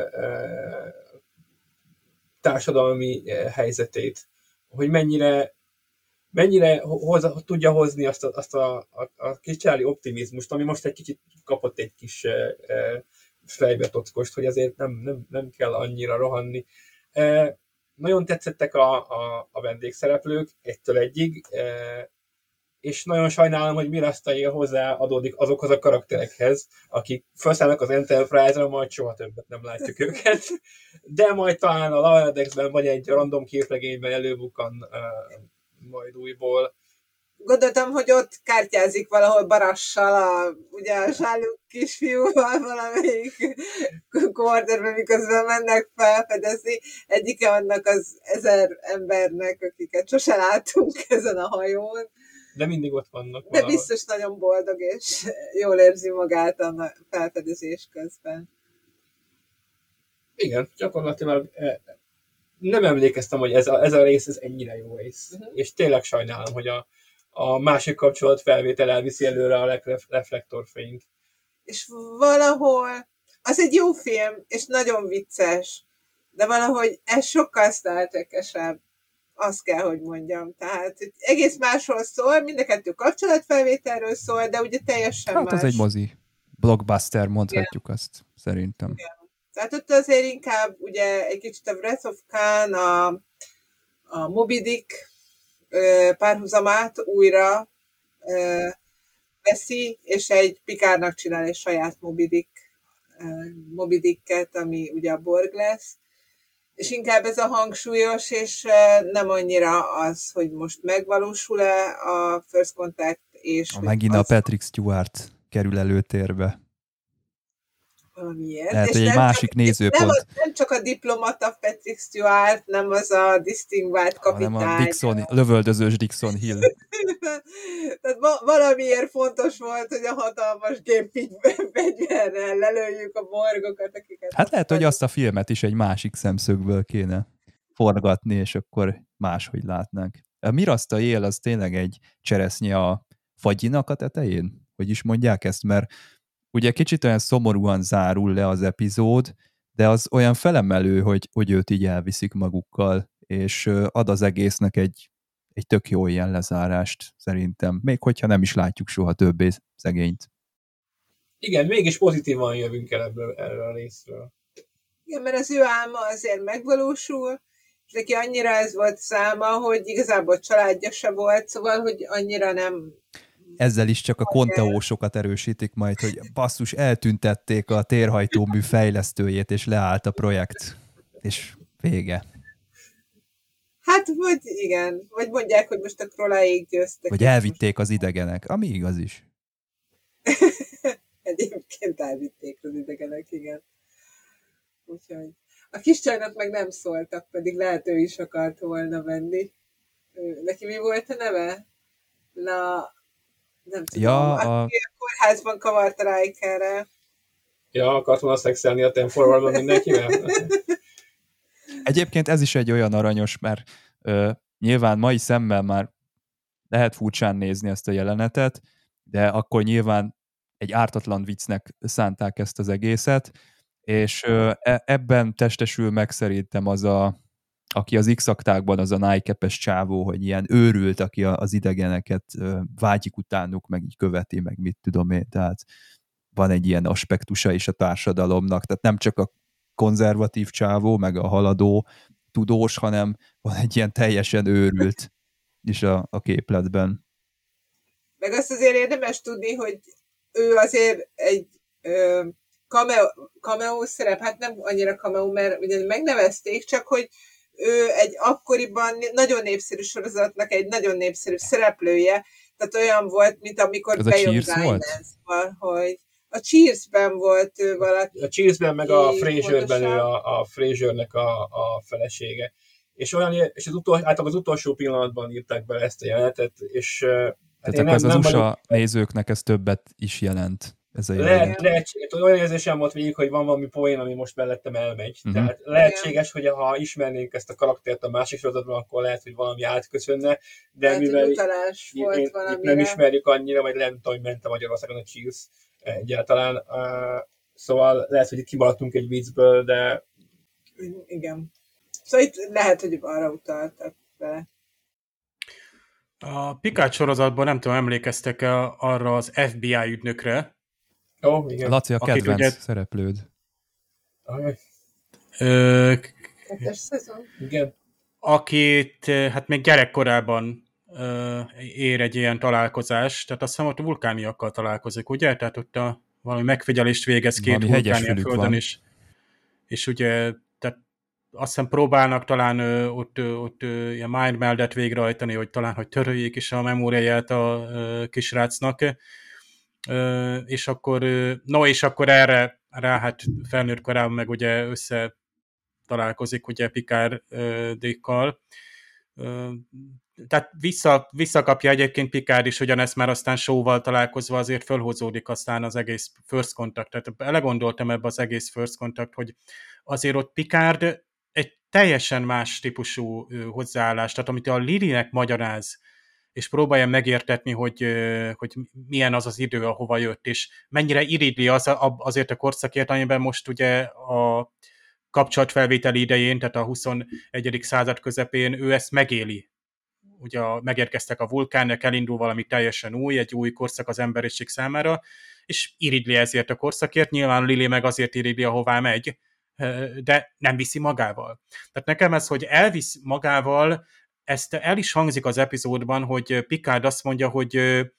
társadalmi helyzetét, hogy mennyire, mennyire hoza, tudja hozni azt a, azt a, a, a kis csáli optimizmust, ami most egy kicsit kapott egy kis e, e, fejbetockost, hogy azért nem, nem, nem kell annyira rohanni. E, nagyon tetszettek a, a, a vendégszereplők, egytől egyig, e, és nagyon sajnálom, hogy Mirastail hozzáadódik azokhoz a karakterekhez, akik felszállnak az Enterprise-ra, majd soha többet nem látjuk őket, de majd talán a Lower Decks-ben vagy egy random képregényben előbukkan uh, majd újból. Gondoltam, hogy ott kártyázik valahol Barassal, a, ugye a sáluk kisfiúval valamelyik quarterben, miközben mennek felfedezni. Egyike annak az ezer embernek, akiket sose látunk ezen a hajón. De mindig ott vannak. De valahol. biztos nagyon boldog, és jól érzi magát a felfedezés közben. Igen, gyakorlatilag nem emlékeztem, hogy ez a, ez a rész ez ennyire jó rész. Uh-huh. És tényleg sajnálom, hogy a, a másik kapcsolat felvétel elviszi előre a reflektorfényt. És valahol, az egy jó film, és nagyon vicces, de valahogy ez sokkal Star Trek-esebb. Azt kell, hogy mondjam. Tehát egész másról szól, mind a kettő kapcsolatfelvételről szól, de ugye teljesen hát más. Hát az egy mozi. Blockbuster, mondhatjuk igen. Azt, szerintem. Igen. Tehát ott azért inkább ugye egy kicsit a Wrath of Khan, a, a Moby Dick párhuzamát újra veszi, és egy Picardnak csinál egy saját Moby Dick, Moby Dicket, ami ugye a Borg lesz. És inkább ez a hangsúlyos, és nem annyira az, hogy most megvalósul-e a First Contact, és... Megint az... a Patrick Stewart kerül előtérbe. Valamiért. Lehet, és hogy egy másik csak, nézőpont. Nem, az, nem csak a diplomata Patrick Stewart, nem az a distinguált kapitány. Nem a Dixon, lövöldözős Dixon Hill. Tehát valamiért fontos volt, hogy a hatalmas gépfegyverrel lelőjük a borgokat, akiket... Hát lehet, hogy azt a filmet is egy másik szemszögből kéne forgatni, és akkor máshogy látnánk. A Mirasta él az tényleg egy cseresznye a fagyinak a tetején? Hogy is mondják ezt? Mert ugye kicsit olyan szomorúan zárul le az epizód, de az olyan felemelő, hogy, hogy őt így elviszik magukkal, és ad az egésznek egy, egy tök jó ilyen lezárást szerintem. Még hogyha nem is látjuk soha többé szegényt. Igen, mégis pozitívan jövünk el ebből, erről a részről. Igen, mert az ő álma azért megvalósul, és neki annyira ez volt száma, hogy igazából családja se volt, szóval, hogy annyira nem... Ezzel is csak a konteósokat erősítik majd, hogy basszus, eltüntették a térhajtómű fejlesztőjét, és leállt a projekt. És vége. Hát, vagy igen. Vagy mondják, hogy most a Kroláig győztek. Vagy elvitték az idegenek, ami igaz is. Egyébként elvitték az idegenek, igen. Úgyhogy a kis csajnak meg nem szóltak, pedig lehet ő is akart volna menni. Neki mi volt a neve? Na, nem tudom. Ja, a... a... a kórházban kavart a Rikerre. Ja, akart volna szexelni a Ten Forwardban mindenkivel? Egyébként ez is egy olyan aranyos, mert ö, nyilván mai szemmel már lehet furcsán nézni ezt a jelenetet, de akkor nyilván egy ártatlan viccnek szánták ezt az egészet, és ö, ebben testesül meg szerintem az a, aki az X-aktákban az a nájkepes csávó, hogy ilyen őrült, aki az idegeneket ö, vágyik utánuk, meg így követi, meg mit tudom én, tehát van egy ilyen aspektusa is a társadalomnak, tehát nem csak a konzervatív csávó, meg a haladó tudós, hanem van egy ilyen teljesen őrült is a, a képletben. Meg azt azért érdemes tudni, hogy ő azért egy ö, cameo, cameo szerep, hát nem annyira cameo, mert ugye megnevezték, csak hogy ő egy akkoriban nagyon népszerű sorozatnak egy nagyon népszerű szereplője, tehát olyan volt, mint amikor ez bejön Guidance-val, hogy a Cheers-ben volt ő valaki. A Cheers-ben meg a Frasierben ő a, a Frasiernek a, a felesége. És, olyan, és az, utol, általában az utolsó pillanatban írták be ezt a jelenetet, és tehát hát akkor az, az u es á vagyok, nézőknek ez többet is jelent. Ez a lehet, lehetséges, olyan érzésem volt végig, hogy van valami poén, ami most mellettem elmegy. Uh-huh. Tehát lehetséges, hogy ha ismernénk ezt a karaktert a másik sorozatban, akkor lehet, hogy valami átköszönne, de lehet, mivel utalás volt én, nem ismerjük annyira, vagy nem tudom, hogy ment a Magyarországon a Cheers egyáltalán. Uh, szóval lehet, hogy itt kimaradtunk egy viccből, de... Igen. Szóval itt lehet, hogy arra utaltak vele. A Picard sorozatban nem tudom, emlékeztek-e arra az ef bé i ügynökre? Ó, igen. Laci, a kedvenc ugye... szereplőd. Ö... Igen. Akit hát még gyerekkorában ö, ér egy ilyen találkozás, tehát azt hiszem ott vulkániakkal találkozik, ugye? Tehát ott a, valami megfigyelést végez két vulkánia földön is. És ugye tehát azt hiszem próbálnak talán ö, ott, ö, ott ö, ilyen mind meldet végrehajtani, hogy talán, hogy töröljék is a memóriáját a ö, kisrácnak. Ö, és akkor, ö, no, és akkor erre rá hát felnőtt korában meg ugye össze találkozik ugye Picard-dékkal. Tehát vissza, visszakapja egyébként Picard is, ugyanezt már aztán Shaw-val találkozva azért fölhozódik aztán az egész First Contact. Tehát elegondoltam ebbe az egész First Contact, hogy azért ott Picard egy teljesen más típusú hozzáállás, tehát amit a Lily-nek magyaráz, és próbálja megértetni, hogy, hogy milyen az az idő, ahova jött, és mennyire irigyli az, azért a korszakért, amiben most ugye a kapcsolatfelvételi idején, tehát a huszonegyedik század közepén ő ezt megéli. Ugye megérkeztek a vulkánok, elindul valami teljesen új, egy új korszak az emberiség számára, és irigyli ezért a korszakért, nyilván Lily meg azért irigyli, ahová megy, de nem viszi magával. Tehát nekem ez, hogy elvisz magával, ezt el is hangzik az epizódban, hogy Picard azt mondja, hogy,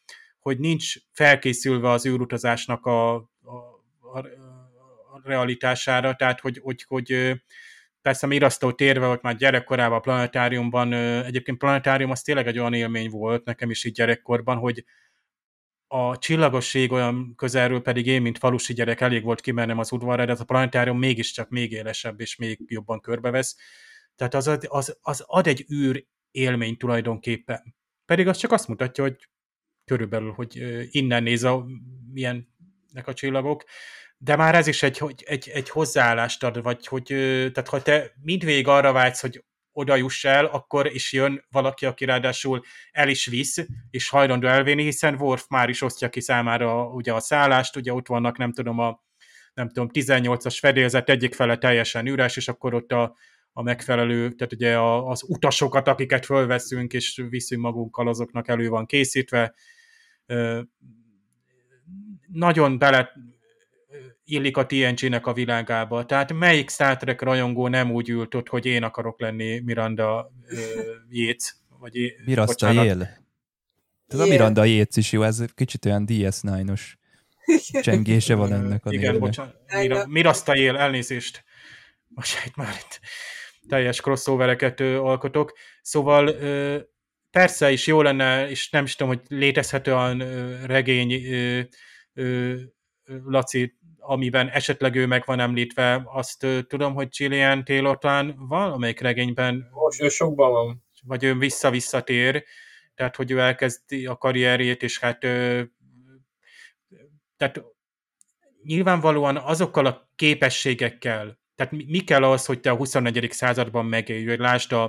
hogy nincs felkészülve az űrutazásnak a, a, a, a realitására, tehát hogy, hogy, hogy persze Mirasztó térve volt már gyerekkorában a planetáriumban, egyébként planetárium az tényleg egy olyan élmény volt nekem is így gyerekkorban, hogy a csillagosség olyan közelről pedig én, mint falusi gyerek, elég volt kimennem az udvarra, de az a planetárium mégiscsak még élesebb és még jobban körbevesz. Tehát az, az, az ad egy űr élmény tulajdonképpen. Pedig az csak azt mutatja, hogy körülbelül, hogy innen néz a milyennek a csillagok, de már ez is egy, egy, egy hozzáállást ad, vagy hogy, tehát ha te mindvégig arra vágysz, hogy oda juss el, akkor is jön valaki, aki ráadásul el is visz, és hajlandó elvinni, hiszen Worf már is osztja ki számára ugye a szállást, ugye ott vannak, nem tudom, a nem tudom, tizennyolcas fedélzet egyik fele teljesen üres, és akkor ott a, a megfelelő, tehát ugye a, az utasokat, akiket fölveszünk, és viszünk magunkkal, azoknak elő van készítve. Nagyon bele illik a té en gé-nek a világába. Tehát melyik Star Trek rajongó nem úgy ült ott, hogy én akarok lenni Miranda Yates, vagy Mirasta Yale. Ez a Miranda Yates is jó, ez kicsit olyan dé es kilenc-os csengése van ennek a igen, névnek. bocsánat. Mira, Mirasta Yale, elnézést. Most itt már itt teljes crossovereket ö, alkotok. Szóval ö, persze is jó lenne, és nem is tudom, hogy létezhet olyan ö, regény, ö, ö, Laci, amiben esetleg ő meg van említve, azt ö, tudom, hogy Gillian Taylor talán valamelyik regényben most sokban van. Vagy ő vissza-visszatér, tehát hogy ő elkezdi a karrierjét, és hát ö, tehát nyilvánvalóan azokkal a képességekkel, tehát mi, mi kell az, hogy te a huszonegyedik században megélj, hogy lásd a,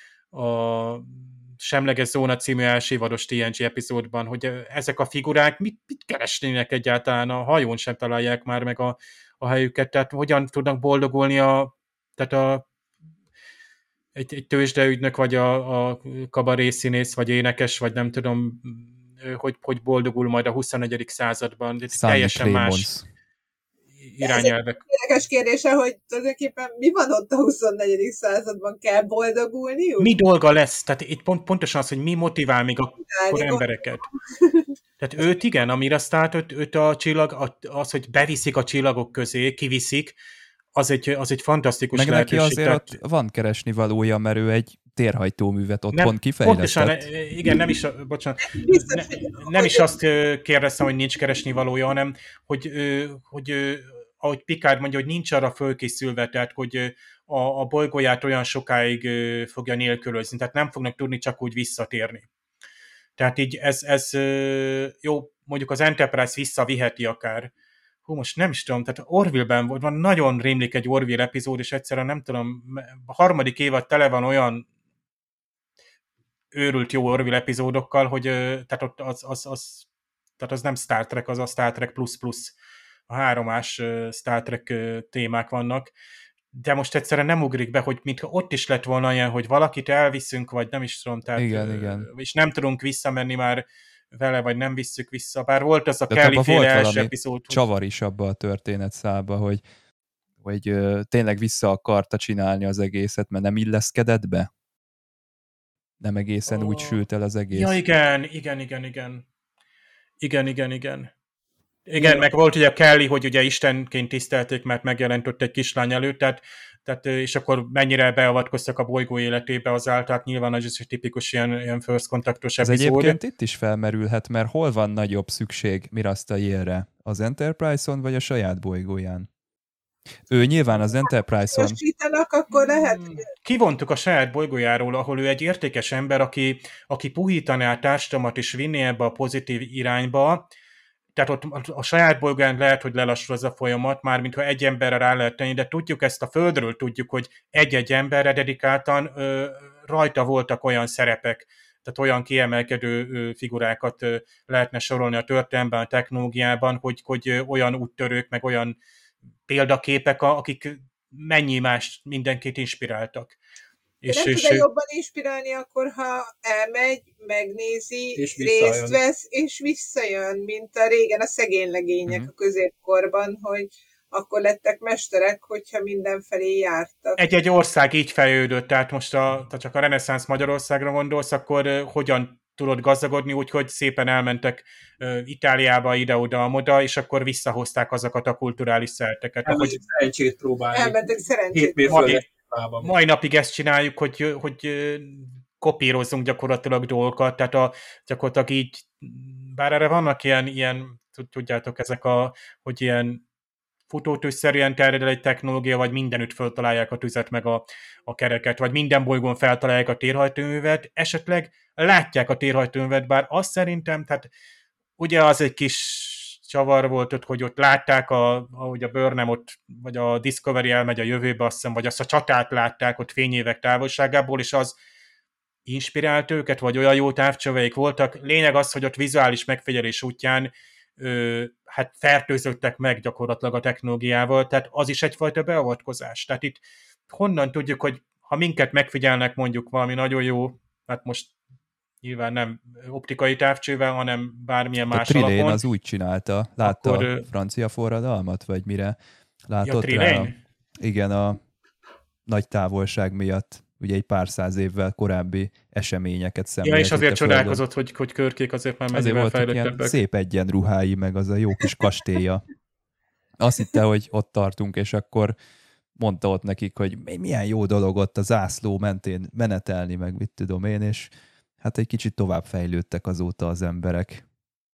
a Semleges Zóna című elsővados té en gé epizódban, hogy ezek a figurák mit, mit keresnének egyáltalán, a hajón sem találják már meg a, a helyüket, tehát hogyan tudnak boldogulni a, tehát a, egy, egy tőzsdeügynök, vagy a, a kabarészínész, vagy énekes, vagy nem tudom, hogy, hogy boldogul majd a huszonegyedik században. Teljesen más irányelvek. Ez egy érdekes kérdése, hogy tulajdonképpen mi van ott a huszonnegyedik században, kell boldogulniuk? Mi dolga lesz? Tehát itt pont, pontosan az, hogy mi motivál még a kor embereket. Tehát őt igen, amire aztán őt, őt a csillag, az, hogy beviszik a csillagok közé, kiviszik, az egy, az egy fantasztikus meg lehetőség. Meg neki azért tehát... ott van keresni valója, mert ő egy térhajtóművet otthon nem, kifejlesztett. Pontosan, igen, nem is, bocsánat, ne, nem is azt kérdeztem, hogy nincs keresni valója, hanem hogy, hogy ahogy Picard mondja, hogy nincs arra fölkészülve, tehát hogy a, a bolygóját olyan sokáig fogja nélkülözni, tehát nem fognak tudni csak úgy visszatérni. Tehát így ez, ez jó, mondjuk az Enterprise visszaviheti akár. Hú, most nem is tudom, tehát Orville-ben van, nagyon rémlik egy Orville epizód, és egyszerűen nem tudom, a harmadik évad tele van olyan őrült jó Orville epizódokkal, hogy tehát ott az, az, az, tehát az nem Star Trek, az a Star Trek plus plus. A háromás Star Trek témák vannak, de most egyszerűen nem ugrik be, hogy mintha ott is lett volna ilyen, hogy valakit elviszünk, vagy nem is tudom, tehát, igen, igen. és nem tudunk visszamenni már vele, vagy nem visszük vissza. Bár volt az a Kelly-féle első epizód. Csavar is abba a történetszálba, hogy, hogy uh, tényleg vissza akarta csinálni az egészet, mert nem illeszkedett be? Nem egészen oh. úgy sült el az egész. Ja, igen, igen, igen, igen. Igen, igen, igen. Igen, ja. Meg volt ugye Kelly, hogy ugye istenként tisztelték, mert megjelent ott egy kislány előtt, tehát, tehát, és akkor mennyire beavatkoztak a bolygó életébe azáltal, tehát nyilván az is egy tipikus ilyen, ilyen first contactos epizód. Ez egyébként itt is felmerülhet, mert hol van nagyobb szükség Mirasta Yale-re? Az Enterprise-on vagy a saját bolygóján? Ő nyilván az Enterprise-on... akkor lehet... Kivontuk a saját bolygójáról, ahol ő egy értékes ember, aki, aki puhítaná a társadalmat és vinné ebbe a pozitív irányba. Tehát ott a saját bolygón lehet, hogy lelassul ez a folyamat, már mintha egy emberre rá lehet tenni, de tudjuk ezt a Földről, tudjuk, hogy egy-egy emberre dedikáltan ö, rajta voltak olyan szerepek, tehát olyan kiemelkedő ö, figurákat ö, lehetne sorolni a történelemben, a technológiában, hogy, hogy ö, olyan úttörők, meg olyan példaképek, akik mennyi más mindenkit inspiráltak. De és nem tud jobban inspirálni akkor, ha elmegy, megnézi, részt vesz, és visszajön, mint a régen a szegény legények uh-huh. a középkorban, hogy akkor lettek mesterek, hogyha mindenfelé jártak. Egy-egy ország így fejlődött, tehát most a, tehát csak a reneszánsz Magyarországra gondolsz, akkor uh, hogyan tudott gazdagodni, úgyhogy szépen elmentek uh, Itáliába, ide-oda-amoda, és akkor visszahozták azokat a kulturális szelteket. Elmentek szerencsét próbálni. Elmentek szerencsét Hét mérföldet lábam. Mai napig ezt csináljuk, hogy, hogy kopírozzunk gyakorlatilag dolgokat, tehát a, gyakorlatilag így, bár erre vannak ilyen, ilyen, tudjátok, ezek a, hogy ilyen futótűzszerűen terjed egy technológia, vagy mindenütt feltalálják a tüzet, meg a, a kereket, vagy minden bolygón feltalálják a térhajtóművet, esetleg látják a térhajtóművet, bár azt szerintem, tehát ugye az egy kis csavar volt ott, hogy ott látták, a, ahogy a Burnham ott, vagy a Discovery elmegy a jövőbe, azt hiszem, vagy azt a csatát látták ott fényévek távolságából, és az inspirált őket, vagy olyan jó távcsöveik voltak. Lényeg az, hogy ott vizuális megfigyelés útján ö, hát fertőzöttek meg gyakorlatilag a technológiával, tehát az is egyfajta beavatkozás. Tehát itt honnan tudjuk, hogy ha minket megfigyelnek mondjuk valami nagyon jó, hát most nyilván nem optikai távcsővel, hanem bármilyen más alapon. A Trilén az úgy csinálta, látta akkor, a francia forradalmat, vagy mire látott ja, rá? Igen, a nagy távolság miatt, ugye egy pár száz évvel korábbi eseményeket szemlélték. Ja, és azért csodálkozott, hogy, hogy körkék azért már mennyivel fejlettebbek. Szép egyenruhái, meg az a jó kis kastélya. Azt hitte, hogy ott tartunk, és akkor mondta ott nekik, hogy milyen jó dolog ott a zászló mentén menetelni, meg mit tudom én, és hát egy kicsit tovább fejlődtek azóta az emberek.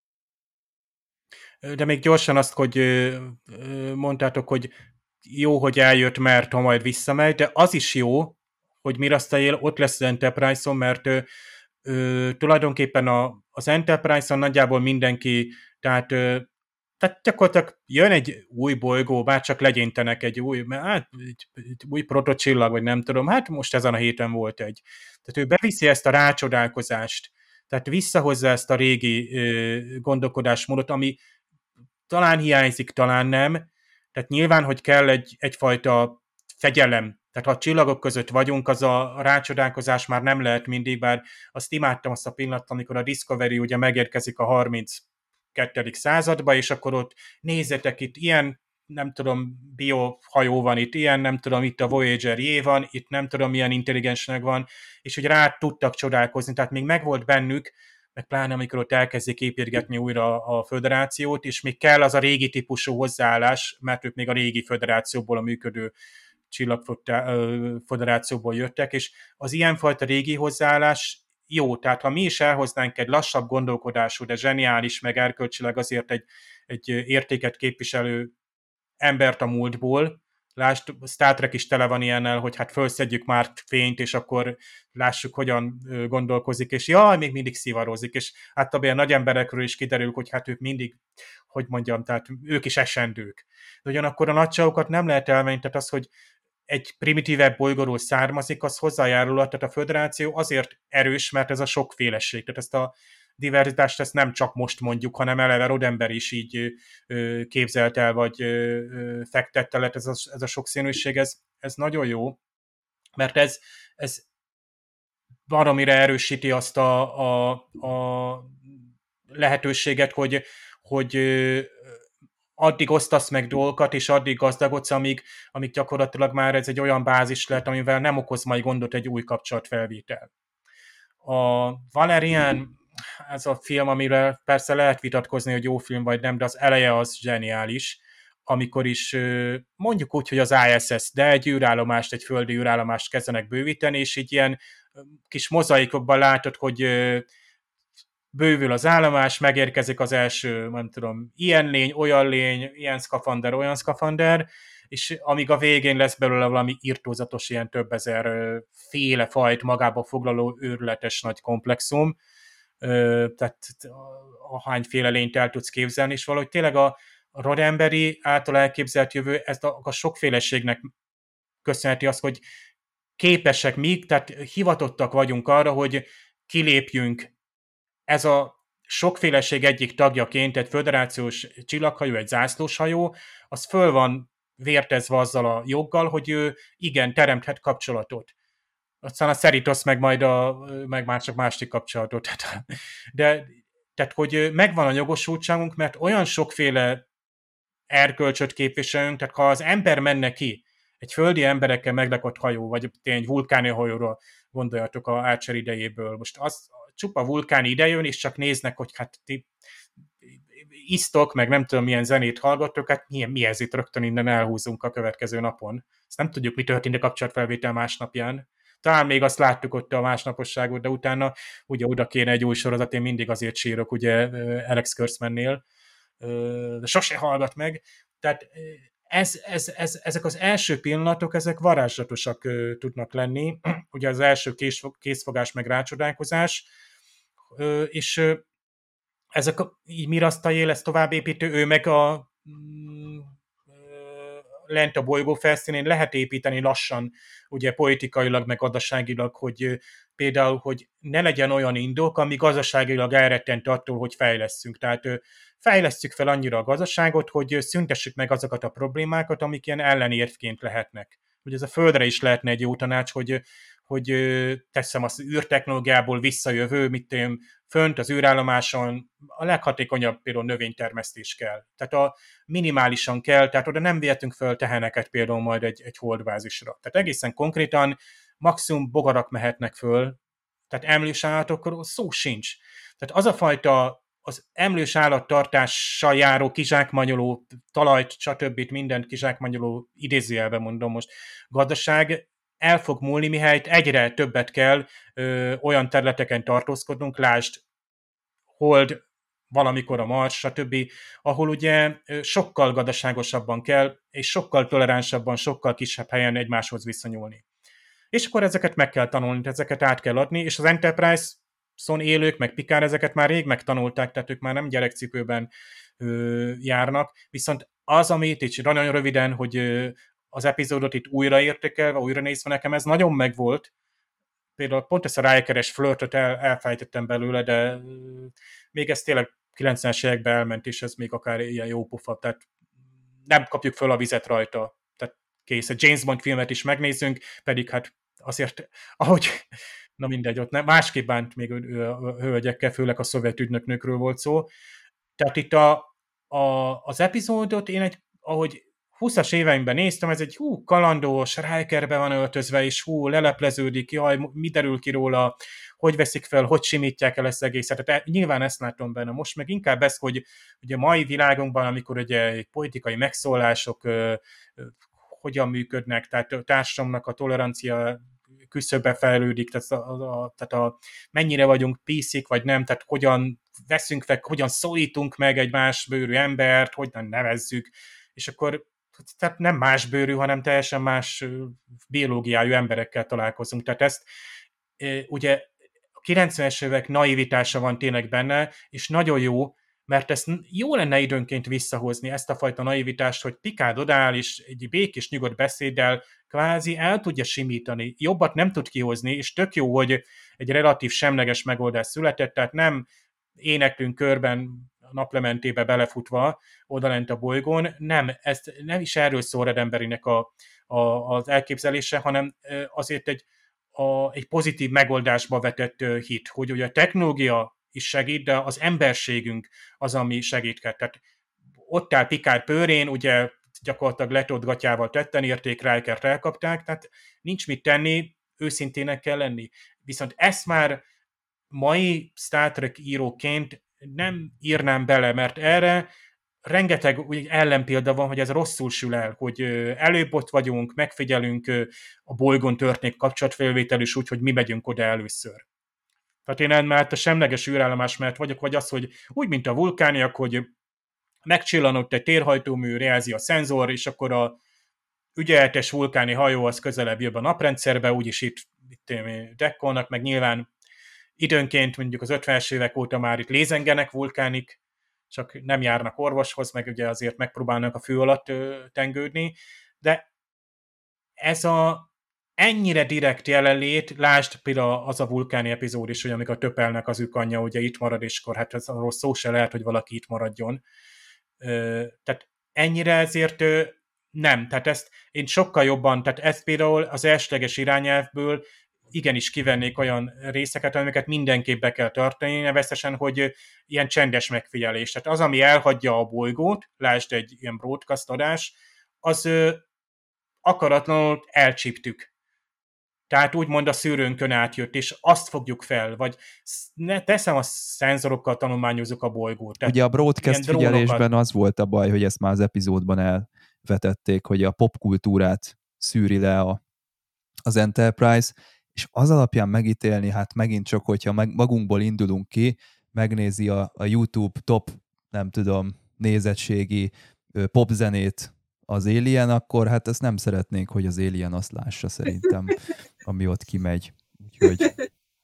De még gyorsan azt, hogy mondtátok, hogy jó, hogy eljött, mert ha majd visszamegy, de az is jó, hogy Mirastael ott lesz az Enterprise-on, mert ö, ö, tulajdonképpen a, az Enterprise-on nagyjából mindenki, tehát, ö, tehát gyakorlatilag jön egy új bolygó, bár csak legyintenek egy új, hát, egy, egy új protocsillag, vagy nem tudom, hát most ezen a héten volt egy. Tehát ő beviszi ezt a rácsodálkozást, tehát visszahozza ezt a régi ö, gondolkodásmódot, ami talán hiányzik, talán nem. Tehát nyilván, hogy kell egy, egyfajta fegyelem. Tehát ha a csillagok között vagyunk, az a rácsodálkozás már nem lehet mindig, bár azt imádtam azt a pillanat, amikor a Discovery ugye megérkezik a harminckettedik századba, és akkor ott nézzetek, itt ilyen, nem tudom, biohajó van itt, ilyen, nem tudom, itt a Voyager J van, itt nem tudom, milyen intelligensnek van, és hogy rá tudtak csodálkozni, tehát még megvolt bennük, meg pláne amikor ott elkezdik építgetni újra a föderációt, és még kell az a régi típusú hozzáállás, mert ők még a régi föderációból, a működő csillagföderációból jöttek, és az ilyenfajta régi hozzáállás jó, tehát ha mi is elhoznánk egy lassabb gondolkodású, de zseniális, meg erkölcsileg azért egy, egy értéket képviselő embert a múltból, lásd, Star Trek is tele van ilyennel, hogy hát felszedjük már fényt, és akkor lássuk, hogyan gondolkozik, és jaj, még mindig szivarozik, és hát ilyen nagy emberekről is kiderül, hogy hát ők mindig, hogy mondjam, tehát ők is esendők. De ugyanakkor a nagyságokat nem lehet elmenni, tehát az, hogy egy primitívebb bolygóról származik, az hozzájárulhat, tehát a föderáció azért erős, mert ez a sokféleség, tehát ezt a diverzitást ezt nem csak most mondjuk, hanem eleve Roddenberry is így ö, képzelt el, vagy ö, fektette le, ez a, ez a sokszínűség, ez, ez nagyon jó, mert ez, ez baromira erősíti azt a, a, a lehetőséget, hogy, hogy ö, addig osztasz meg dolgokat, és addig gazdagodsz, amíg, amíg gyakorlatilag már ez egy olyan bázis lett, amivel nem okoz majd gondot egy új kapcsolatfelvétel. A Valerian, ez a film, amiről persze lehet vitatkozni, hogy jó film vagy nem, de az eleje az zseniális, amikor is mondjuk úgy, hogy az I S S, de egy űrállomást, egy földi űrállomást kezdenek bővíteni, és így ilyen kis mozaikokban látod, hogy bővül az állomás, megérkezik az első, nem tudom, ilyen lény, olyan lény, ilyen szkafander, olyan szkafander, és amíg a végén lesz belőle valami irtózatos, ilyen több ezer féle fajt magába foglaló őrületes nagy komplexum, tehát ahányféle lényt el tudsz képzelni, és valahogy tényleg a Roddenberry által elképzelt jövő, ezt a, a sokféleségnek köszönheti azt, hogy képesek mi, tehát hivatottak vagyunk arra, hogy kilépjünk. Ez a sokféleség egyik tagjaként egy föderációs csillaghajó, egy zászlós hajó, az föl van vértezve azzal a joggal, hogy ő igen, teremthet kapcsolatot. Aztán a Cerritos meg majd a, meg már csak másik kapcsolatot. De, tehát, hogy megvan a jogosultságunk, mert olyan sokféle erkölcsöt képviselünk, tehát ha az ember menne ki, egy földi emberekkel meglakott hajó, vagy egy vulkáni hajóról gondoljatok a Archer idejéből, most az csupa vulkán idejön, és csak néznek, hogy hát ti isztok, meg nem tudom, milyen zenét hallgatok, hát mi, mi ez itt rögtön innen elhúzunk a következő napon. Ezt nem tudjuk, mi történt a kapcsolatfelvétel másnapján. Talán még azt láttuk ott a másnaposságot, de utána ugye oda kéne egy új sorozat, én mindig azért sírok, ugye Alex Kurtzmannél, de sose hallgat meg. Tehát ez, ez, ez, ezek az első pillanatok, ezek varázslatosak tudnak lenni. Ugye az első készfogás meg rácsodálkozás, és ezek a, így Mirasztajé lesz továbbépítő, ő meg a mm, lent a bolygó felszínén lehet építeni lassan, ugye politikailag, meg gazdaságilag, hogy például, hogy ne legyen olyan indok, ami gazdaságilag elrettent attól, hogy fejlesszünk. Tehát fejlesszük fel annyira a gazdaságot, hogy szüntessük meg azokat a problémákat, amik ilyen ellenérvként lehetnek. Ugye ez a Földre is lehetne egy jó tanács, hogy, hogy teszem az űrtechnológiából visszajövő, mit én, fönt az űrállomáson a leghatékonyabb például növénytermesztés kell. Tehát a minimálisan kell, tehát oda nem vihetünk föl teheneket például majd egy, egy holdbázisra. Tehát egészen konkrétan maximum bogarak mehetnek föl, tehát emlős állatokról szó sincs. Tehát az a fajta az emlős állattartással járó kizsákmányoló talajt, stb. Mindent kizsákmányoló, idézőjelben mondom most, gazdaság el fog múlni, mihelyt egyre többet kell ö, olyan területeken tartózkodnunk, lásd hold, valamikor a Mars, stb., ahol ugye sokkal gazdaságosabban kell, és sokkal toleránsabban, sokkal kisebb helyen egymáshoz viszonyulni. És akkor ezeket meg kell tanulni, ezeket át kell adni, és az Enterprise-on élők, meg Picard ezeket már rég megtanulták, tehát ők már nem gyerekcipőben ö, járnak, viszont az, amit itt nagyon röviden, hogy ö, az epizódot itt újraértékelve, újra nézve nekem ez nagyon megvolt. Például pont ezt a Riker-es flirtot el, elfejtettem belőle, de még ez tényleg kilencvenes években elment, és ez még akár ilyen jó pofa, tehát nem kapjuk föl a vizet rajta. Tehát kész, egy James Bond filmet is megnézzünk, pedig hát azért, ahogy, na mindegy, ott nem, másképp bánt még a hölgyekkel, főleg a szovjet ügynöknőkről volt szó. Tehát itt a, a, az epizódot én egy, ahogy húszas éveimben néztem, ez egy hú, kalandos, Rikerbe van öltözve, és hú, lelepleződik, jaj, mi derül ki róla, hogy veszik fel, hogy simítják el ezt egészet. Tehát nyilván ezt látom benne. Most meg inkább ez, hogy ugye a mai világunkban, amikor ugye politikai megszólások ö, ö, hogyan működnek, tehát a társadalomnak a tolerancia küszöbbe fejlődik, tehát, a, a, tehát a, mennyire vagyunk píszik, vagy nem, tehát hogyan veszünk fel, hogyan szólítunk meg egy másbőrű embert, hogyan nevezzük, és akkor tehát nem másbőrű, hanem teljesen más biológiájú emberekkel találkozunk. Tehát ezt ugye a kilencvenes évek naivitása van tényleg benne, és nagyon jó, mert ezt jó lenne időnként visszahozni, ezt a fajta naivitást, hogy Picard odáll, és egy békés nyugodt beszéddel kvázi el tudja simítani. Jobbat nem tud kihozni, és tök jó, hogy egy relatív semleges megoldás született, tehát nem éneklünk körben a naplementébe belefutva odalent a bolygón, nem, ezt nem is erről szól Roddenberrynek a, a, az elképzelése, hanem azért egy, a, egy pozitív megoldásba vetett hit, hogy ugye a technológia is segít, de az emberségünk az, ami segíthet. Tehát ott áll Picard pőrén, ugye gyakorlatilag letott gatyával tetten érték, Rikert elkapták, tehát nincs mit tenni, őszintének kell lenni. Viszont ezt már mai Star Trek íróként nem írnám bele, mert erre rengeteg ellenpélda van, hogy ez rosszul sül el, hogy előbb ott vagyunk, megfigyelünk a bolygón történik kapcsolatfelvétel is úgy, hogy mi megyünk oda először. Tehát én emmellett a semleges űrállomás mellett vagyok, vagy az, hogy úgy, mint a vulkániak, hogy megcsillanott egy térhajtómű, jelzi a szenzor, és akkor a ügyeletes vulkáni hajó az közelebb jön a naprendszerbe, úgyis itt, itt dekkolnak, meg nyilván időnként mondjuk az ötvenes évek óta már itt lézengenek vulkánik, csak nem járnak orvoshoz, meg ugye azért megpróbálnak a fű alatt ö, tengődni, de ez a ennyire direkt jelenlét, lásd például az a vulkáni epizód is, hogy amikor töpelnek az ükanyja, ugye itt marad, és akkor hát arról szó se lehet, hogy valaki itt maradjon. Ö, tehát ennyire ezért ö, nem, tehát ezt én sokkal jobban, tehát ezt például az elsőleges irányelvből igenis kivennék olyan részeket, amiket mindenképp be kell tartani, nevezetesen, hogy ilyen csendes megfigyelés. Tehát az, ami elhagyja a bolygót, lásd egy ilyen broadcast adás, az ö, akaratlanul elcsíptük. Tehát úgymond a szűrőnkön átjött, és azt fogjuk fel, vagy ne, teszem a szenzorokkal tanulmányozzuk a bolygót. Tehát ugye a broadcast figyelésben drónokat... az volt a baj, hogy ezt már az epizódban elvetették, hogy a popkultúrát szűri le a, az Enterprise, és az alapján megítélni, hát megint csak, hogyha meg, magunkból indulunk ki, megnézi a, a YouTube top, nem tudom, nézettségi popzenét az Alien, akkor hát ezt nem szeretnénk, hogy az Alien azt lássa szerintem, ami ott kimegy. Úgyhogy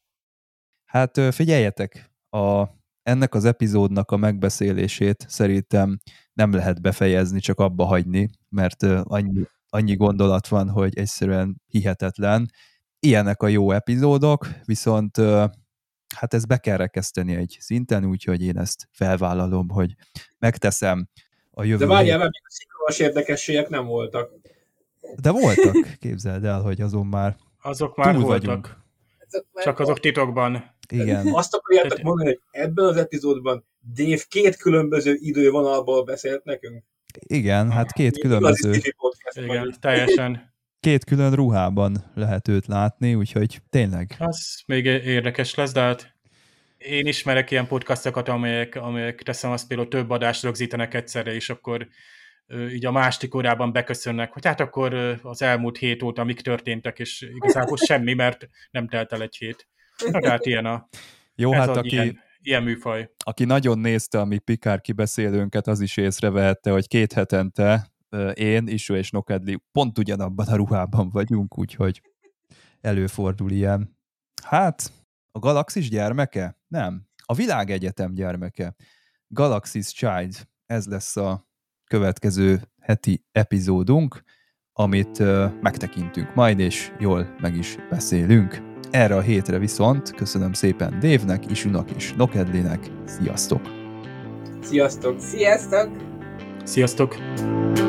hát figyeljetek, a, ennek az epizódnak a megbeszélését szerintem nem lehet befejezni, csak abba hagyni, mert annyi, annyi gondolat van, hogy egyszerűen hihetetlen. Ilyenek a jó epizódok, viszont hát ezt be kell rekeszteni egy szinten, úgyhogy én ezt felvállalom, hogy megteszem a jövő. De várjál, mert a szinkronos érdekességek nem voltak. De voltak, képzeld el, hogy azon már azok már túl voltak. vagyunk. Azok már Csak azok titokban. Igen. Azt akarjátok Tehát- mondani, hogy ebben az epizódban Dave két különböző idővonalból beszélt nekünk? Igen, hát két Igazi különböző, sci-fi podcast Igen, vagyunk. teljesen. két külön ruhában lehet őt látni, úgyhogy tényleg. Az még érdekes lesz, de hát én ismerek ilyen podcastokat, amelyek, amelyek teszem azt például több adást rögzítenek egyszerre, és akkor ö, így a másik órában beköszönnek, hogy hát akkor ö, az elmúlt hét óta mik történtek, és igazából semmi, mert nem telt el egy hét. Na, tehát ilyen a, Jó, ez hát a aki, ilyen, ilyen műfaj. aki nagyon nézte a mi Picard kibeszélőnket, az is észrevehette, hogy két hetente ö, én, Isu és Nokedli pont ugyanabban a ruhában vagyunk, úgyhogy előfordul ilyen. Hát, a Galaxis gyermeke? Nem. A Világegyetem gyermeke. Galaxis Child. Ez lesz a következő heti epizódunk, amit ö, megtekintünk majd, és jól meg is beszélünk. Erre a hétre viszont köszönöm szépen Dave-nek, Isunak és Nokedlinek. Sziasztok! Sziasztok! Sziasztok! Sziasztok!